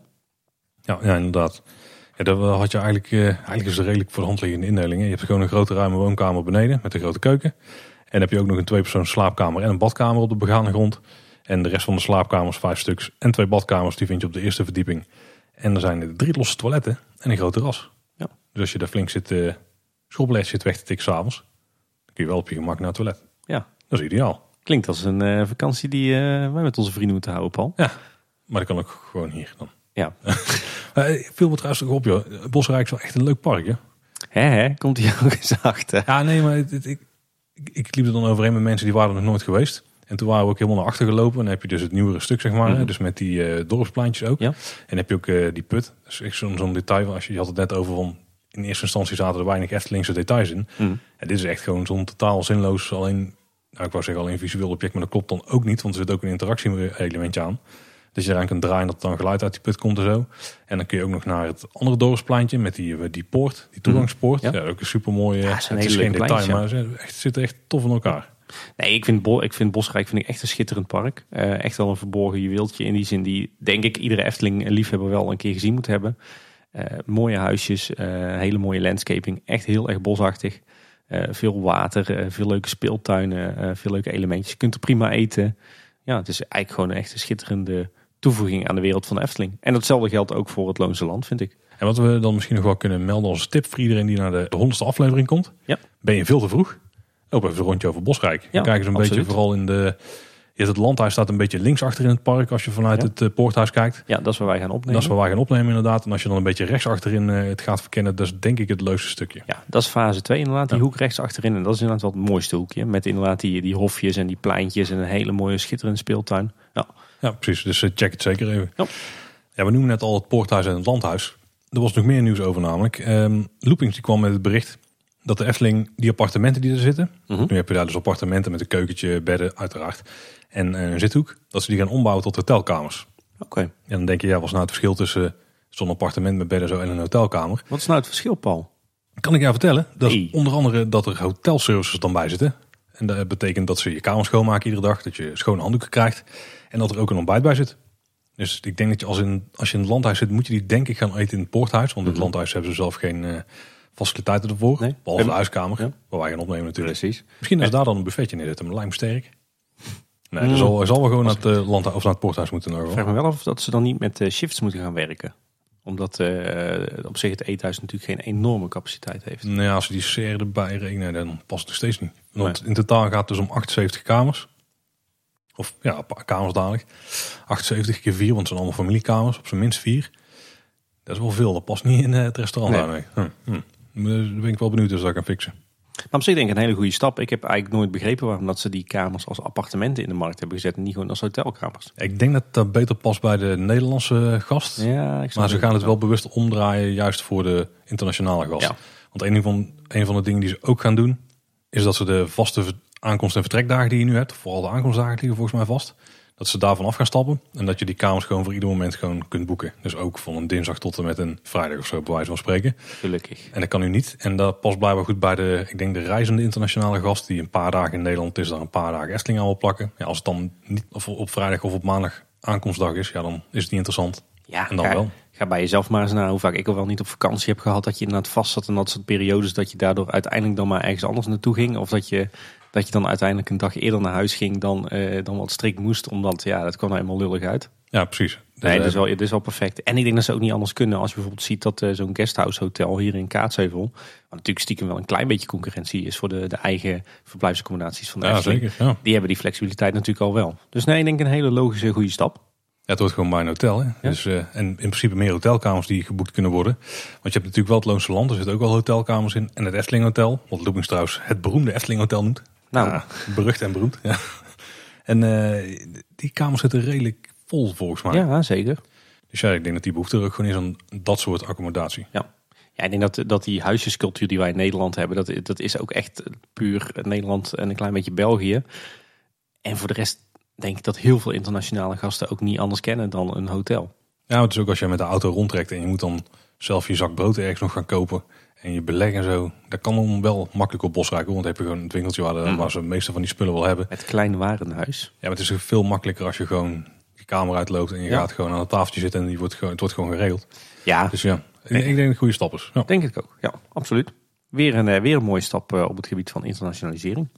Ja, ja, inderdaad. Ja, dat had je eigenlijk, uh, eigenlijk is het redelijk voor de hand liggende indeling. Je hebt gewoon een grote ruime woonkamer beneden met een grote keuken. En dan heb je ook nog een tweepersoons slaapkamer en een badkamer op de begane grond. En de rest van de slaapkamers, vijf stuks en twee badkamers, die vind je op de eerste verdieping. En er zijn drie losse toiletten en een groot terras. Ja. Dus als je daar flink zit, uh, schoolbelet zit weg te tikken s'avonds, dan kun je wel op je gemak naar het toilet. Ja. Dat is ideaal. Klinkt als een uh, vakantie die uh, wij met onze vrienden moeten houden, Paul. Ja, maar dat kan ook gewoon hier dan. Ja. Viel me trouwens ook op, joh. Bosrijk is wel echt een leuk park, hè? Hè, hè? Komt hij ook eens achter? Ja, nee, maar het, het, ik, ik, ik liep er dan overheen met mensen die waren er nog nooit geweest. En toen waren we ook helemaal naar achter gelopen. En dan heb je dus het nieuwere stuk, zeg maar. Mm-hmm. Dus met die uh, dorpspleintjes ook. Ja. En dan heb je ook uh, die put. Dat is echt zo'n, zo'n detail. Als je, je had het net over van, in eerste instantie zaten er weinig Eftelingse details in. Mm. En dit is echt gewoon zo'n totaal zinloos, alleen, nou, ik wou zeggen alleen visueel object, maar dat klopt dan ook niet. Want er zit ook een interactie-elementje aan. Dus je eraan kunt draaien dat dan geluid uit die put komt en zo. En dan kun je ook nog naar het andere dorpspleintje met die, die poort, die toegangspoort. Mm. Ja. Ja, ook een super mooie. Ja, het is geen detail, pleintje. Maar het echt, zit echt tof in elkaar. Nee, ik vind, Bo- ik vind Bosrijk vind ik echt een schitterend park. Uh, echt wel een verborgen juweeltje in die zin die, denk ik, iedere Efteling-liefhebber wel een keer gezien moet hebben. Uh, mooie huisjes, uh, hele mooie landscaping. Echt heel erg bosachtig. Uh, veel water, uh, veel leuke speeltuinen, uh, veel leuke elementjes. Je kunt er prima eten. Ja, het is eigenlijk gewoon een echt een schitterende toevoeging aan de wereld van de Efteling. En datzelfde geldt ook voor het Loonse Land, vind ik. En wat we dan misschien nog wel kunnen melden als tip voor iedereen die naar de honderdste aflevering komt. Ja. Ben je veel te vroeg? Loop even een rondje over Bosrijk. Ja, kijk eens een absoluut. beetje vooral in de... Het landhuis staat een beetje links achter in het park als je vanuit ja. het uh, poorthuis kijkt. Ja, dat is waar wij gaan opnemen. Dat is waar wij gaan opnemen inderdaad. En als je dan een beetje rechts achterin uh, het gaat verkennen, dat is denk ik het leukste stukje. Ja, dat is fase twee inderdaad, die ja. hoek rechts achterin. En dat is inderdaad wel het mooiste hoekje. Met inderdaad die, die hofjes en die pleintjes en een hele mooie schitterende speeltuin. Ja, ja precies. Dus uh, check het zeker even. Ja. Ja, we noemen net al het poorthuis en het landhuis. Er was nog meer nieuws over namelijk. Um, Loopings die kwam met het bericht dat de Efteling die appartementen die er zitten. Mm-hmm. Nu heb je daar dus appartementen met een keukentje, bedden uiteraard. En een zithoek, dat ze die gaan ombouwen tot hotelkamers. Oké. Okay. En dan denk je, ja, wat is nou het verschil tussen zo'n appartement met bedden zo en een hotelkamer? Wat is nou het verschil, Paul? Kan ik jou vertellen. Dat hey. is onder andere dat er hotelservices dan bij zitten. En dat betekent dat ze je kamer schoonmaken iedere dag. Dat je schone handdoeken krijgt. En dat er ook een ontbijt bij zit. Dus ik denk dat je als, in, als je in het landhuis zit, moet je die denk ik gaan eten in het poorthuis. Want in mm-hmm. het landhuis hebben ze zelf geen uh, faciliteiten ervoor. Nee. Behalve de huiskamer, ja. waar wij gaan opnemen natuurlijk. Precies. Misschien is daar dan een buffetje neerzetten, maar dat lijkt me sterk. Nee, mm. er zal, er zal wel gewoon naar het, uh, land, of naar het poorthuis moeten. Ik vraag me wel af of dat ze dan niet met uh, shifts moeten gaan werken. Omdat uh, op zich het eethuis natuurlijk geen enorme capaciteit heeft. Nou ja, als ze die serre erbij rekenen, dan past het nog steeds niet. Want nee. in totaal gaat het dus om achtenzeventig kamers. Of ja, een paar kamers dadelijk. achtenzeventig keer vier, want het zijn allemaal familiekamers. Op zijn minst vier. Dat is wel veel. Dat past niet in uh, het restaurant nee. daarmee. Hm. Hm. Daar ben ik wel benieuwd of dat kan fixen. Maar op zich denk ik een hele goede stap. Ik heb eigenlijk nooit begrepen waarom dat ze die kamers als appartementen in de markt hebben gezet en niet gewoon als hotelkamers. Ik denk dat dat beter past bij de Nederlandse gast. Ja, ik maar ze gaan het wel bewust omdraaien juist voor de internationale gast. Ja. Want een van, een van de dingen die ze ook gaan doen is dat ze de vaste aankomst- en vertrekdagen die je nu hebt, vooral de aankomstdagen liggen volgens mij vast, dat ze daarvan af gaan stappen en dat je die kamers gewoon voor ieder moment gewoon kunt boeken. Dus ook van een dinsdag tot en met een vrijdag of zo, bij wijze van spreken. Gelukkig. En dat kan nu niet. En dat past blijkbaar goed bij de, ik denk de reizende internationale gast die een paar dagen in Nederland is, dan een paar dagen Efteling aan wil plakken. Ja, als het dan niet of op vrijdag of op maandag aankomstdag is, ja, dan is het niet interessant. Ja, en dan ga, wel. ga bij jezelf maar eens naar hoe vaak ik al wel niet op vakantie heb gehad. Dat je inderdaad vast zat in dat soort periodes. Dat je daardoor uiteindelijk dan maar ergens anders naartoe ging. Of dat je, dat je dan uiteindelijk een dag eerder naar huis ging dan, uh, dan wat strikt moest. Omdat ja, dat kwam nou eenmaal lullig uit. Ja, precies. Dus, nee, uh, dat is, wel, dat is wel perfect. En ik denk dat ze ook niet anders kunnen. Als je bijvoorbeeld ziet dat uh, zo'n guesthouse hotel hier in Kaatsheuvel. Wat natuurlijk stiekem wel een klein beetje concurrentie is voor de, de eigen verblijfsaccommodaties van de ja, Efteling. zeker. Ja. Die hebben die flexibiliteit natuurlijk al wel. Dus nee, ik denk een hele logische, goede stap. Ja, het wordt gewoon bij een hotel. Hè? Ja. Dus, uh, en in principe meer hotelkamers die geboekt kunnen worden. Want je hebt natuurlijk wel het Loonse Land. Er zitten ook wel hotelkamers in. En het Efteling Hotel. Wat Loopings trouwens het beroemde Efteling Hotel noemt. Nou, ja, berucht en beroemd. Ja. En uh, die kamers zitten redelijk vol volgens mij. Ja, zeker. Dus ja, ik denk dat die behoefte er ook gewoon is aan dat soort accommodatie. Ja. Ja, ik denk dat, dat die huisjescultuur die wij in Nederland hebben, dat, dat is ook echt puur Nederland en een klein beetje België. En voor de rest denk ik dat heel veel internationale gasten ook niet anders kennen dan een hotel. Ja, maar het is ook als je met de auto rondtrekt en je moet dan zelf je zak brood ergens nog gaan kopen. En je beleg en zo. Dat kan dan wel makkelijk op Bosrijk. Want dan heb je gewoon een winkeltje waar, de, mm. waar ze de meeste van die spullen wel hebben. Het klein warenhuis. Ja, maar het is veel makkelijker als je gewoon je kamer uitloopt. En je ja. gaat gewoon aan het tafeltje zitten en die wordt gewoon, het wordt gewoon geregeld. Ja. Dus ja, ik, ik denk dat het goede stap is. Ja. Denk ik ook. Ja, absoluut. Weer een, weer een mooie stap op het gebied van internationalisering.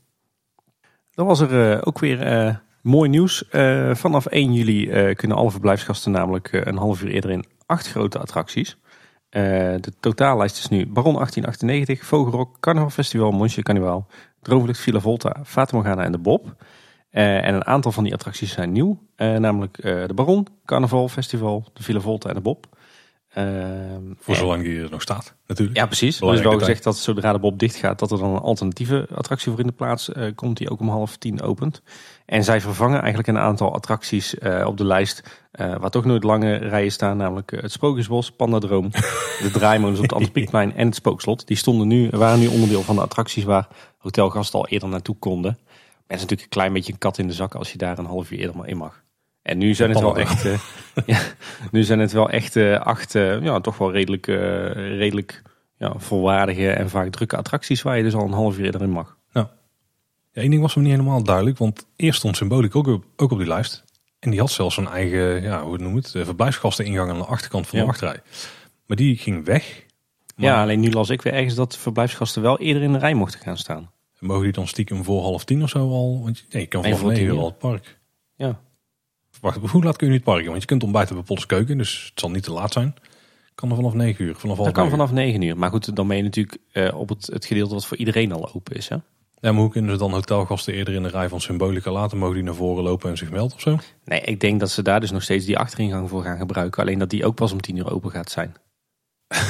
Dan was er uh, ook weer uh, mooi nieuws. Uh, vanaf één juli uh, kunnen alle verblijfsgasten namelijk uh, een half uur eerder in acht grote attracties. Uh, de totaallijst is nu Baron achttien achtennegentig, Vogelrok, Carnaval Festival, Monsieur Carnaval, Droomvlucht, Villa Volta, Fata Morgana en de Bob. Uh, en een aantal van die attracties zijn nieuw. Uh, namelijk uh, de Baron, Carnaval Festival, de Villa Volta en de Bob. Uh, Voor zolang die er nog staat, natuurlijk. Ja, precies. Er is wel gezegd dat zodra de Bob dicht gaat, dat er dan een alternatieve attractie voor in de plaats uh, komt, die ook om half tien opent. En zij vervangen eigenlijk een aantal attracties uh, op de lijst, uh, waar toch nooit lange rijen staan, namelijk uh, het Sprookjesbos, Pandadroom, de draaimolens op het Antropiekplein en het Spookslot. Die stonden nu, waren nu onderdeel van de attracties waar hotelgasten al eerder naartoe konden. Het is natuurlijk een klein beetje een kat in de zak als je daar een half uur eerder maar in mag. En nu zijn het wel echt, uh, ja, nu zijn het wel echt uh, acht, uh, ja, toch wel redelijk, uh, redelijk ja, volwaardige en vaak drukke attracties waar je dus al een half uur eerder in mag. Ja. Ja, één ding was me niet helemaal duidelijk, want eerst stond Symbolic ook op, ook op die lijst. En die had zelfs een eigen, ja, hoe noem het, verblijfsgasteningang aan de achterkant van de ja. wachtrij. Maar die ging weg. Maar... Ja, alleen nu las ik weer ergens dat verblijfsgasten wel eerder in de rij mochten gaan staan. Mogen die dan stiekem voor half tien of zo al? Want je, nee, je kan nee, vanaf negen uur al het park. Ja. Wacht, hoe laat kun je nu het park in? Want je kunt ontbijten bij Polles Keuken, dus het zal niet te laat zijn. Kan er vanaf negen uur? Vanaf dat kan negen. vanaf negen uur. Maar goed, dan ben je natuurlijk uh, op het, het gedeelte wat voor iedereen al open is. Hè? Ja, maar hoe kunnen ze dan hotelgasten eerder in de rij van Symbolica laten? Mogen die naar voren lopen en zich melden of zo? Nee, ik denk dat ze daar dus nog steeds die achteringang voor gaan gebruiken. Alleen dat die ook pas om tien uur open gaat zijn. Oké,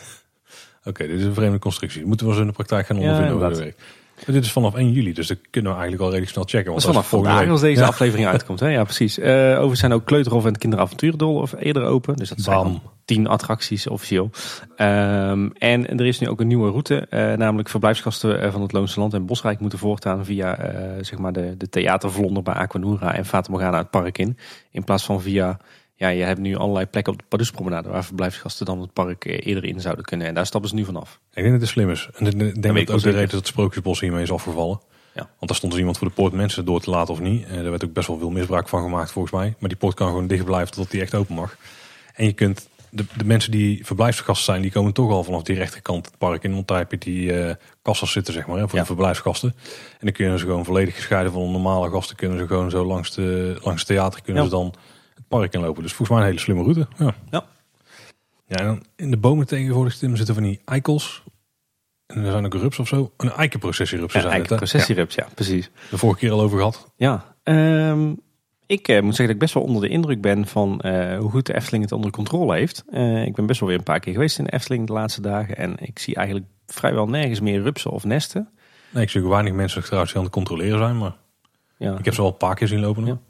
okay, dit is een vreemde constructie. Moeten we eens in de praktijk gaan ondervinden hoe dat werkt. Maar dit is vanaf één juli, dus dat kunnen we eigenlijk al redelijk snel checken. Want dat is vanaf vandaag week... als deze ja. aflevering uitkomt. Hè? Ja, precies. Uh, overigens zijn ook Kleuterhof en Kinderavontuurdol of eerder open. Dus dat zijn dan tien attracties officieel. Um, en er is nu ook een nieuwe route. Uh, namelijk verblijfsgasten van het Loonse Land en Bosrijk moeten voortaan via uh, zeg maar de, de theatervlonder bij Aquanura en Fata Morgana het park in. In plaats van via... Ja, je hebt nu allerlei plekken op de Pardoespromenade waar verblijfsgasten dan het park eerder in zouden kunnen. En daar stappen ze nu vanaf. Ik denk dat het slim is. En ik denk dat het ook de reden dat het Sprookjesbos hiermee is afgevallen. Ja. Want daar stond dus iemand voor de poort mensen door te laten of niet. En er werd ook best wel veel misbruik van gemaakt volgens mij. Maar die poort kan gewoon dicht blijven totdat die echt open mag. En je kunt, de, de mensen die verblijfsgasten zijn, die komen toch al vanaf die rechterkant het park in. Want daar heb je die uh, kassas zitten, zeg maar, hè, voor ja. de verblijfsgasten. En dan kunnen ze gewoon volledig gescheiden van de normale gasten. Kunnen ze gewoon zo langs, de, langs het theater kunnen ja. ze dan... het park inlopen. Dus volgens mij een hele slimme route. Ja. Ja. Ja, en dan in de bomen tegenwoordig zitten van die eikels. En er zijn ook rups of zo. Een eikenprocessierups ja, zijn eikenprocessierups, ja. ja, precies. De vorige keer al over gehad. Ja, um, ik uh, moet zeggen dat ik best wel onder de indruk ben van uh, hoe goed de Efteling het onder controle heeft. Uh, ik ben best wel weer een paar keer geweest in de Efteling de laatste dagen. En ik zie eigenlijk vrijwel nergens meer rupsen of nesten. Nee, ik zie ook weinig mensen trouwens die aan het controleren zijn. Maar ja. Ik heb ze wel een paar keer zien lopen. Ja.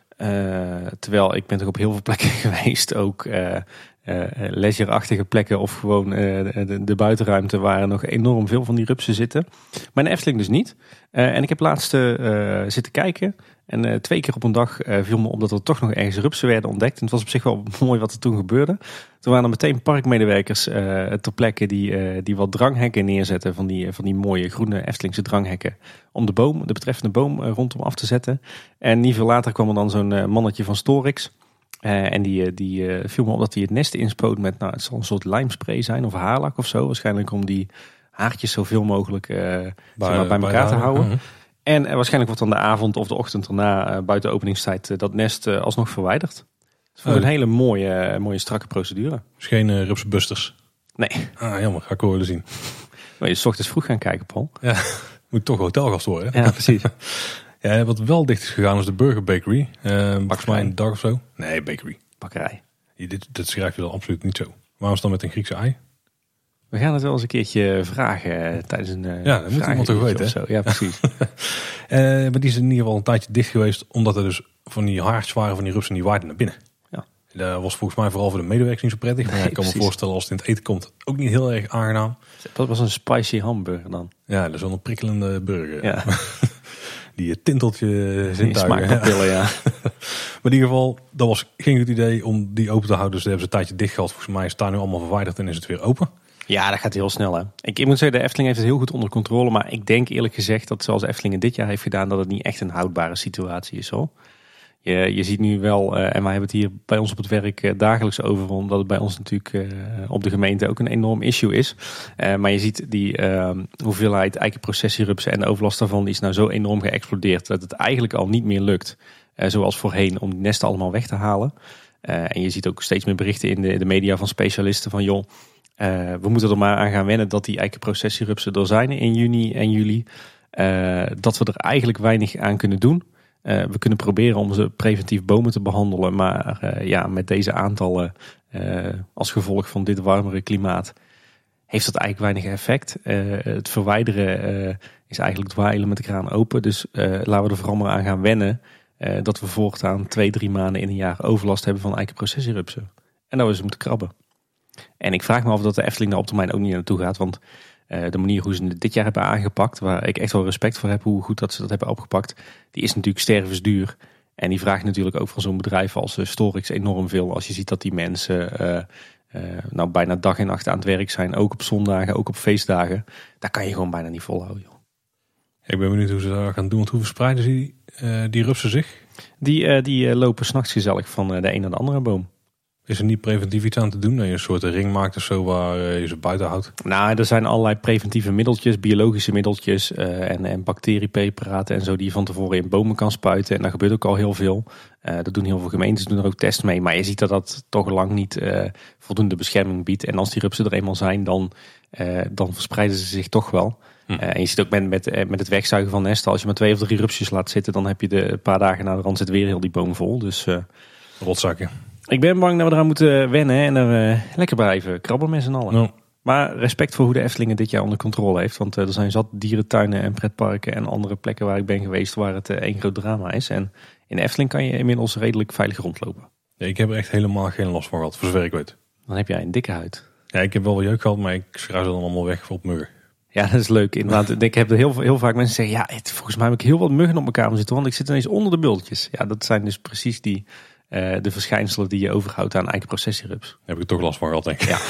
Uh, terwijl ik ben toch op heel veel plekken geweest, ook uh, uh, leisureachtige plekken of gewoon uh, de, de buitenruimte waar nog enorm veel van die rupsen zitten. Maar in de Efteling dus niet. Uh, en ik heb laatst uh, zitten kijken en uh, twee keer op een dag uh, viel me op dat er toch nog ergens rupsen werden ontdekt. En het was op zich wel mooi wat er toen gebeurde. Toen waren er meteen parkmedewerkers uh, ter plekke die, uh, die wat dranghekken neerzetten van die, van die mooie groene Eftelingse dranghekken. Om de boom, de betreffende boom uh, rondom af te zetten. En niet veel later kwam er dan zo'n uh, mannetje van Storix. Uh, en die, die uh, viel me op dat hij het nest inspoot met, nou, het zal een soort lijmspray zijn of haarlak of zo. Waarschijnlijk om die haartjes zoveel mogelijk uh, bij, zeg maar, bij elkaar te houden. Uh-huh. En uh, waarschijnlijk wordt dan de avond of de ochtend erna, uh, buiten openingstijd, uh, dat nest uh, alsnog verwijderd. Het is oh, een hele mooie, uh, mooie strakke procedure. Dus geen uh, rupsbusters? Nee. Ah, jammer. Ga ik wel willen zien. Maar je 's ochtends vroeg gaan kijken, Paul. Ja, moet toch hotelgast worden. Hè? Ja, precies. Ja, wat wel dicht is gegaan is de Burger Bakery. Uh, volgens mij een dag of zo. Nee, bakery. Bakkerij. Ja, dit, dit schrijf je dan absoluut niet zo. Waarom is dan met een Griekse ei? We gaan het wel eens een keertje vragen tijdens een uh, ja, dat moet iemand toch weten. Zo. Ja, precies. uh, maar die is in ieder geval een tijdje dicht geweest. Omdat er dus van die haartjes waren van die rupsen die waaiden naar binnen. Ja. Dat was volgens mij vooral voor de medewerkers niet zo prettig. Maar nee, ik kan precies. me voorstellen als het in het eten komt ook niet heel erg aangenaam. Dat was een spicy hamburger dan. Ja, dat is wel een prikkelende burger. Ja. Die tinteltje zintuigen. Smaakpapillen, ja. Maar in ieder geval, dat was geen goed idee om die open te houden. Dus daar hebben ze een tijdje dicht gehad. Volgens mij is het daar nu allemaal verwijderd en is het weer open. Ja, dat gaat heel snel, hè. Ik, ik moet zeggen, de Efteling heeft het heel goed onder controle. Maar ik denk eerlijk gezegd dat zoals de Efteling dit jaar heeft gedaan, dat het niet echt een houdbare situatie is, hoor. Je, je ziet nu wel, uh, en wij hebben het hier bij ons op het werk uh, dagelijks over, omdat het bij ons natuurlijk uh, op de gemeente ook een enorm issue is. Uh, maar je ziet die uh, hoeveelheid eikenprocessierupsen en de overlast daarvan, die is nou zo enorm geëxplodeerd dat het eigenlijk al niet meer lukt, uh, zoals voorheen, om die nesten allemaal weg te halen. Uh, en je ziet ook steeds meer berichten in de, de media van specialisten van joh, uh, we moeten er maar aan gaan wennen dat die eikenprocessierupsen er zijn in juni en juli. Uh, dat we er eigenlijk weinig aan kunnen doen. Uh, we kunnen proberen om ze preventief bomen te behandelen. Maar uh, ja, met deze aantallen uh, als gevolg van dit warmere klimaat heeft dat eigenlijk weinig effect. Uh, het verwijderen uh, is eigenlijk dweilen met de kraan open. Dus uh, laten we er vooral maar aan gaan wennen. Uh, dat we voortaan twee, drie maanden in een jaar overlast hebben van eikenprocessierupsen. En dat we ze moeten krabben. En ik vraag me af dat de Efteling daar op termijn ook niet naartoe gaat. Want uh, de manier hoe ze het dit jaar hebben aangepakt, waar ik echt wel respect voor heb, hoe goed dat ze dat hebben opgepakt, die is natuurlijk stervensduur. En die vraagt natuurlijk ook van zo'n bedrijf als uh, Storix enorm veel. Als je ziet dat die mensen uh, uh, nou bijna dag en nacht aan het werk zijn. Ook op zondagen, ook op feestdagen. Daar kan je gewoon bijna niet volhouden, joh. Ik ben benieuwd hoe ze dat gaan doen. Want hoe verspreiden ze die, uh, die rupsen zich? Die, uh, die uh, lopen 's nachts gezellig van uh, de een naar de andere boom. Is er niet preventief iets aan te doen? Dat je een soort ring maakt of zo waar je ze buiten houdt? Nou, er zijn allerlei preventieve middeltjes, biologische middeltjes uh, en, en bacteriepreparaten en zo die je van tevoren in bomen kan spuiten. En daar gebeurt ook al heel veel. Uh, dat doen heel veel gemeentes, doen er ook tests mee. Maar je ziet dat dat toch lang niet uh, voldoende bescherming biedt. En als die rupsen er eenmaal zijn, dan, uh, dan verspreiden ze zich toch wel. Hm. Uh, en je ziet ook met, met, met het wegzuigen van nesten. Als je maar twee of drie rupsjes laat zitten, dan heb je de een paar dagen na de rand zit weer heel die boom vol. Dus uh, rotzakken. Ik ben bang dat we eraan moeten wennen en er uh, lekker blijven krabben met z'n allen. No. Maar respect voor hoe de Efteling het dit jaar onder controle heeft. Want uh, er zijn zat dierentuinen en pretparken en andere plekken waar ik ben geweest waar het uh, één groot drama is. En in de Efteling kan je inmiddels redelijk veilig rondlopen. Ja, ik heb er echt helemaal geen last van gehad, voor zover ik weet. Dan heb jij een dikke huid. Ja, ik heb wel wat jeuk gehad, maar ik schrijf ze dan allemaal weg op muggen. Ja, dat is leuk. Inderdaad, ik heb er heel, heel vaak mensen zeggen, ja, het, volgens mij heb ik heel wat muggen op mijn kamer zitten, want ik zit ineens onder de bultjes. Ja, dat zijn dus precies die... Uh, de verschijnselen die je overhoudt aan eikenprocessierups. Daar heb ik toch last van gehad, denk ik. Ja.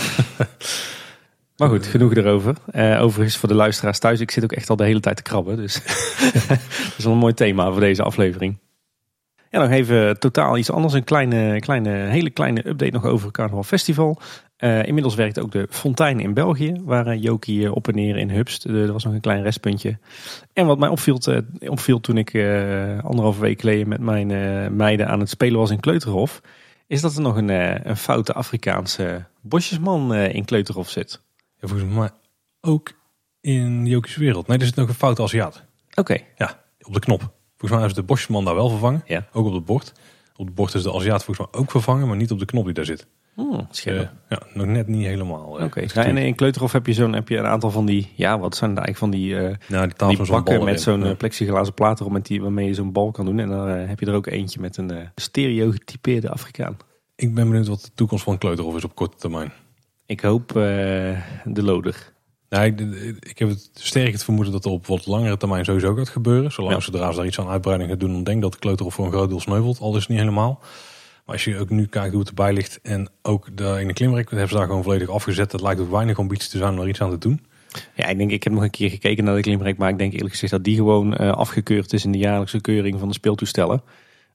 Maar goed, genoeg erover. Uh, overigens voor de luisteraars thuis, ik zit ook echt al de hele tijd te krabben. Dus dat is wel een mooi thema voor deze aflevering. Ja, nog even totaal iets anders. Een kleine, kleine, hele kleine update nog over het Carnaval Festival. Uh, inmiddels werkt ook de fontein in België, waar uh, Jokie uh, op en neer in hupst. Uh, er was nog een klein restpuntje. En wat mij opviel, uh, opviel toen ik uh, anderhalve week geleden met mijn uh, meiden aan het spelen was in Kleuterhof, is dat er nog een, uh, een foute Afrikaanse bosjesman uh, in Kleuterhof zit. Ja, volgens mij ook in Jokie's wereld. Nee, er zit nog een foute Aziat. Oké. Okay. Ja, op de knop. Volgens mij is de bosjesman daar wel vervangen. Ja. Ook op het bord. Op het bord is de Aziat volgens mij ook vervangen, maar niet op de knop die daar zit. Hmm, uh, ja, nog net niet helemaal. Oké. Okay. Ja, en in Kleuterhof heb je zo'n heb je een aantal van die, ja, wat zijn er eigenlijk van die, uh, ja, die, die bakken met zo'n ja. plexiglazen plaat erop met die waarmee je zo'n bal kan doen. En dan uh, heb je er ook eentje met een uh, stereogetypeerde Afrikaan. Ik ben benieuwd wat de toekomst van Kleuterhof is op korte termijn. Ik hoop uh, de loder. Nou, ik, ik heb het sterk het vermoeden dat er op wat langere termijn sowieso gaat gebeuren. Zolang ja. zodra ze daar iets aan uitbreiding gaan doen, dan denk ik dat de Kleuterhof voor een groot deel sneuvelt. Al is het niet helemaal. Maar als je ook nu kijkt hoe het erbij ligt en ook de ene klimrek hebben ze daar gewoon volledig afgezet. Het lijkt ook weinig ambitie te zijn om er iets aan te doen. Ja, ik denk, ik heb nog een keer gekeken naar de klimrek, maar ik denk eerlijk gezegd dat die gewoon uh, afgekeurd is in de jaarlijkse keuring van de speeltoestellen.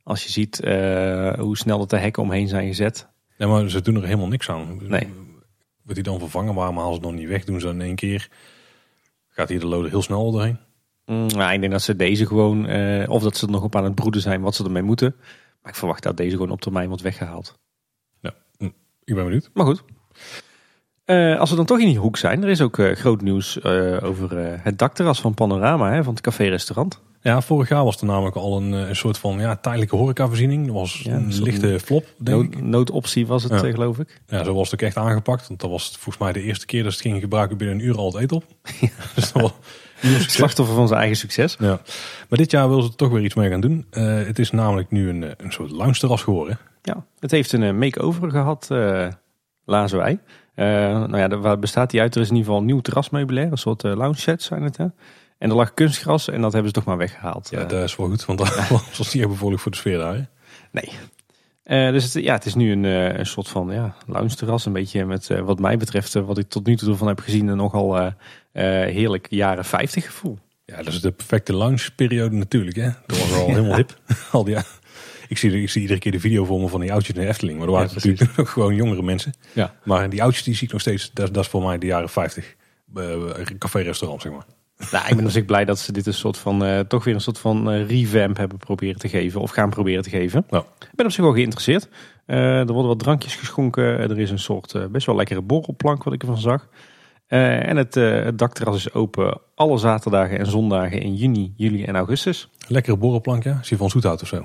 Als je ziet uh, hoe snel dat de hekken omheen zijn gezet. Ja, maar ze doen er helemaal niks aan. Nee. Wordt die dan vervangen? Waarom halen ze het nog niet weg? Doen ze in één keer? Gaat hier de loader heel snel doorheen? Mm, nou, ik denk dat ze deze gewoon... Uh, of dat ze er nog op aan het broeden zijn wat ze ermee moeten. Maar ik verwacht dat deze gewoon op termijn wordt weggehaald. Ja, ik ben benieuwd. Maar goed. Uh, als we dan toch in die hoek zijn. Er is ook uh, groot nieuws uh, over uh, het dakterras van Panorama. Hè, van het café-restaurant. Ja, vorig jaar was er namelijk al een, een soort van ja, tijdelijke horecavoorziening. Dat was ja, een lichte flop, denk nood, ik. Noodoptie was het, ja. geloof ik. Ja, zo was het ook echt aangepakt. Want dat was volgens mij de eerste keer dat ze het gingen gebruiken binnen een uur al het eten op. Ja. Dus dat was slachtoffer van zijn eigen succes. Ja. Maar dit jaar willen ze er toch weer iets mee gaan doen. Uh, het is namelijk nu een, een soort lounge terras geworden. Ja, het heeft een make-over gehad, uh, lazen wij. Uh, nou ja, waar bestaat die uit? Er is in ieder geval een nieuw terrasmeubilair. Een soort uh, lounge set zijn het, hè? En er lag kunstgras en dat hebben ze toch maar weggehaald. Ja, dat is wel goed, want dat was niet echt bevorderlijk voor de sfeer daar. Hè? Nee. Uh, dus het, ja, het is nu een, uh, een soort van ja, lounge terras. Een beetje met uh, wat mij betreft, uh, wat ik tot nu toe ervan heb gezien, een nogal uh, uh, heerlijk jaren vijftig gevoel. Ja, dat is de perfecte lounge periode natuurlijk. Hè? Dat was al helemaal hip. Al die, ja. ik, zie, ik zie iedere keer de video voor me van die oudjes in de Efteling. Maar er waren ja, natuurlijk nog gewoon jongere mensen. Ja. Maar die oudjes die zie ik nog steeds, dat, dat is voor mij de jaren vijftig. Uh, café-restaurant, zeg maar. Nou, ik ben dus ook blij dat ze dit een soort van uh, toch weer een soort van uh, revamp hebben proberen te geven. Of gaan proberen te geven. Ja. Ik ben op zich wel geïnteresseerd. Uh, er worden wat drankjes geschonken. Er is een soort uh, best wel lekkere borrelplank wat ik ervan zag. Uh, en het, uh, het dakterras is open alle zaterdagen en zondagen in juni, juli en augustus. Lekkere borrelplank, ja? Is die van Zoethout of zo?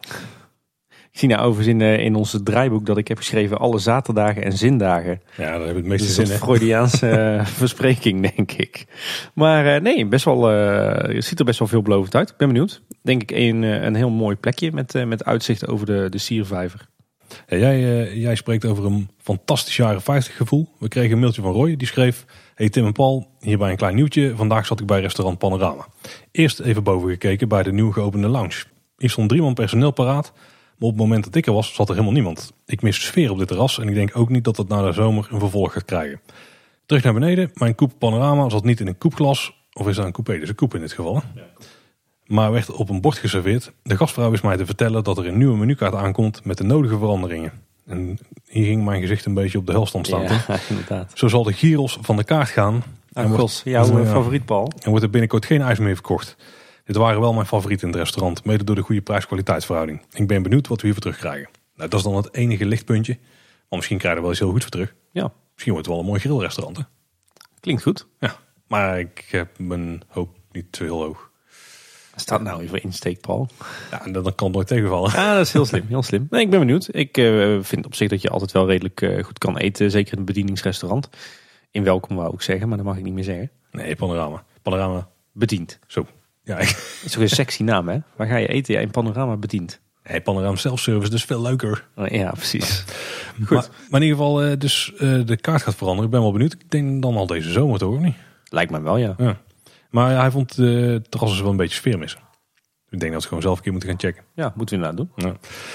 Ik zie nou overigens in, uh, in ons draaiboek dat ik heb geschreven alle zaterdagen en zindagen. Ja, daar heb ik het meeste dus zin in. Een Freudiaanse uh, verspreking, denk ik. Maar uh, nee, best wel, uh, het ziet er best wel veelbelovend uit. Ik ben benieuwd. Denk ik een, een heel mooi plekje met, uh, met uitzicht over de, de Siervijver. Ja, jij, uh, jij spreekt over een fantastisch jaren vijftig gevoel. We kregen een mailtje van Roy, die schreef: Hey Tim en Paul, hierbij een klein nieuwtje. Vandaag zat ik bij restaurant Panorama. Eerst even boven gekeken bij de nieuw geopende lounge. Hier stond drie man personeel paraat. Maar op het moment dat ik er was, zat er helemaal niemand. Ik mis sfeer op dit terras en ik denk ook niet dat het na de zomer een vervolg gaat krijgen. Terug naar beneden, mijn coupe Panorama zat niet in een koepglas. Of is dat een coupé? Dus een coupe in dit geval. Ja. Maar werd op een bord geserveerd. De gastvrouw wist mij te vertellen dat er een nieuwe menukaart aankomt met de nodige veranderingen. En hier ging mijn gezicht een beetje op de helstand staan. Ja, inderdaad. Zo zal de gyros van de kaart gaan. Ah, Gos, jouw ja, favoriet, Paul. En wordt er binnenkort geen ijs meer verkocht. Dit waren wel mijn favorieten in het restaurant, mede door de goede prijs-kwaliteitsverhouding. Ik ben benieuwd wat we hiervoor terugkrijgen. Nou, dat is dan het enige lichtpuntje. Maar misschien krijgen we wel iets heel goed voor terug. Ja. Misschien wordt het wel een mooi grillrestaurant. Hè? Klinkt goed. Ja, maar ik heb mijn hoop niet te heel hoog. Staat nou even insteek, Paul. Ja, dan kan het nooit tegenvallen. Ja, dat is heel slim, heel slim. Nee, ik ben benieuwd. Ik uh, vind op zich dat je altijd wel redelijk uh, goed kan eten. Zeker in een bedieningsrestaurant. In welkom wou ik zeggen, maar dat mag ik niet meer zeggen. Nee, Panorama. Panorama. Bediend. Zo. Ja, ik... Dat is toch een sexy naam, hè? Waar ga je eten? Ja, in Panorama bediend. Nee, Panorama self-service, dus veel leuker. Ja, precies. Goed. Maar, maar in ieder geval, uh, dus uh, de kaart gaat veranderen. Ik ben wel benieuwd. Ik denk dan al deze zomer toch, of niet? Lijkt me wel, ja. ja. Maar ja, hij vond de uh, terrassen wel een beetje sfeer missen. Ik denk dat we gewoon zelf een keer moeten gaan checken. Ja, moeten we inderdaad doen. Ja.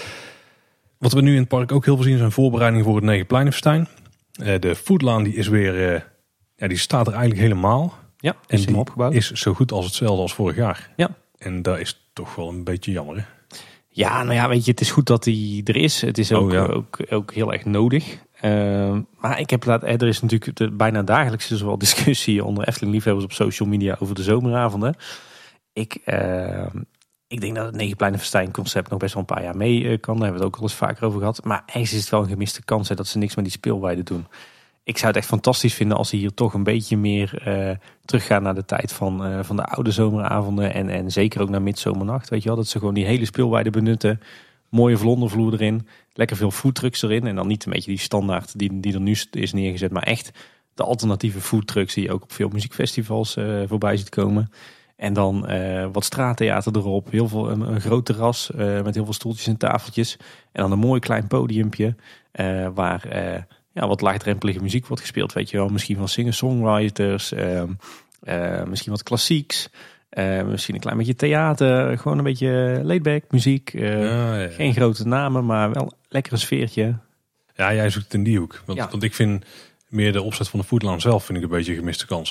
Wat we nu in het park ook heel veel zien zijn voorbereidingen voor het Negenpleinenfestijn. Uh, de foodlaan die is weer, uh, ja, die staat er eigenlijk helemaal. Ja, en is die opgebouwd. Is zo goed als hetzelfde als vorig jaar. Ja. En dat is toch wel een beetje jammer, hè? Ja, nou ja, weet je, het is goed dat die er is. Het is ook, oh, ja. ook, ook heel erg nodig. Uh, maar ik heb laat, er is natuurlijk de, bijna dagelijks dus wel discussie onder Efteling-liefhebbers op social media over de zomeravonden. Ik, uh, ik denk dat het Negenpleinenfestijn concept nog best wel een paar jaar mee uh, kan. Daar hebben we het ook al eens vaker over gehad. Maar ergens is het wel een gemiste kans hè, dat ze niks met die speelweiden doen. Ik zou het echt fantastisch vinden als ze hier toch een beetje meer uh, teruggaan naar de tijd van, uh, van de oude zomeravonden. En, en zeker ook naar midzomernacht. Weet je wel, dat ze gewoon die hele speelweide benutten. Mooie vlondervloer erin. Lekker veel foodtrucks erin. En dan niet een beetje die standaard die, die er nu is neergezet. Maar echt de alternatieve foodtrucks die je ook op veel muziekfestivals uh, voorbij ziet komen. En dan uh, wat straattheater erop. Heel veel, een, een groot terras uh, met heel veel stoeltjes en tafeltjes. En dan een mooi klein podiumpje uh, waar... Uh, Ja, wat laagdrempelige muziek wordt gespeeld, weet je wel. Misschien van singer-songwriters, uh, uh, misschien wat klassieks, uh, misschien een klein beetje theater. Gewoon een beetje laidback muziek. Uh, ja, ja, ja. Geen grote namen, maar wel lekker een sfeertje. Ja, jij zoekt het in die hoek. Want, ja. want ik vind meer de opzet van de foodlaan zelf vind ik een beetje een gemiste kans.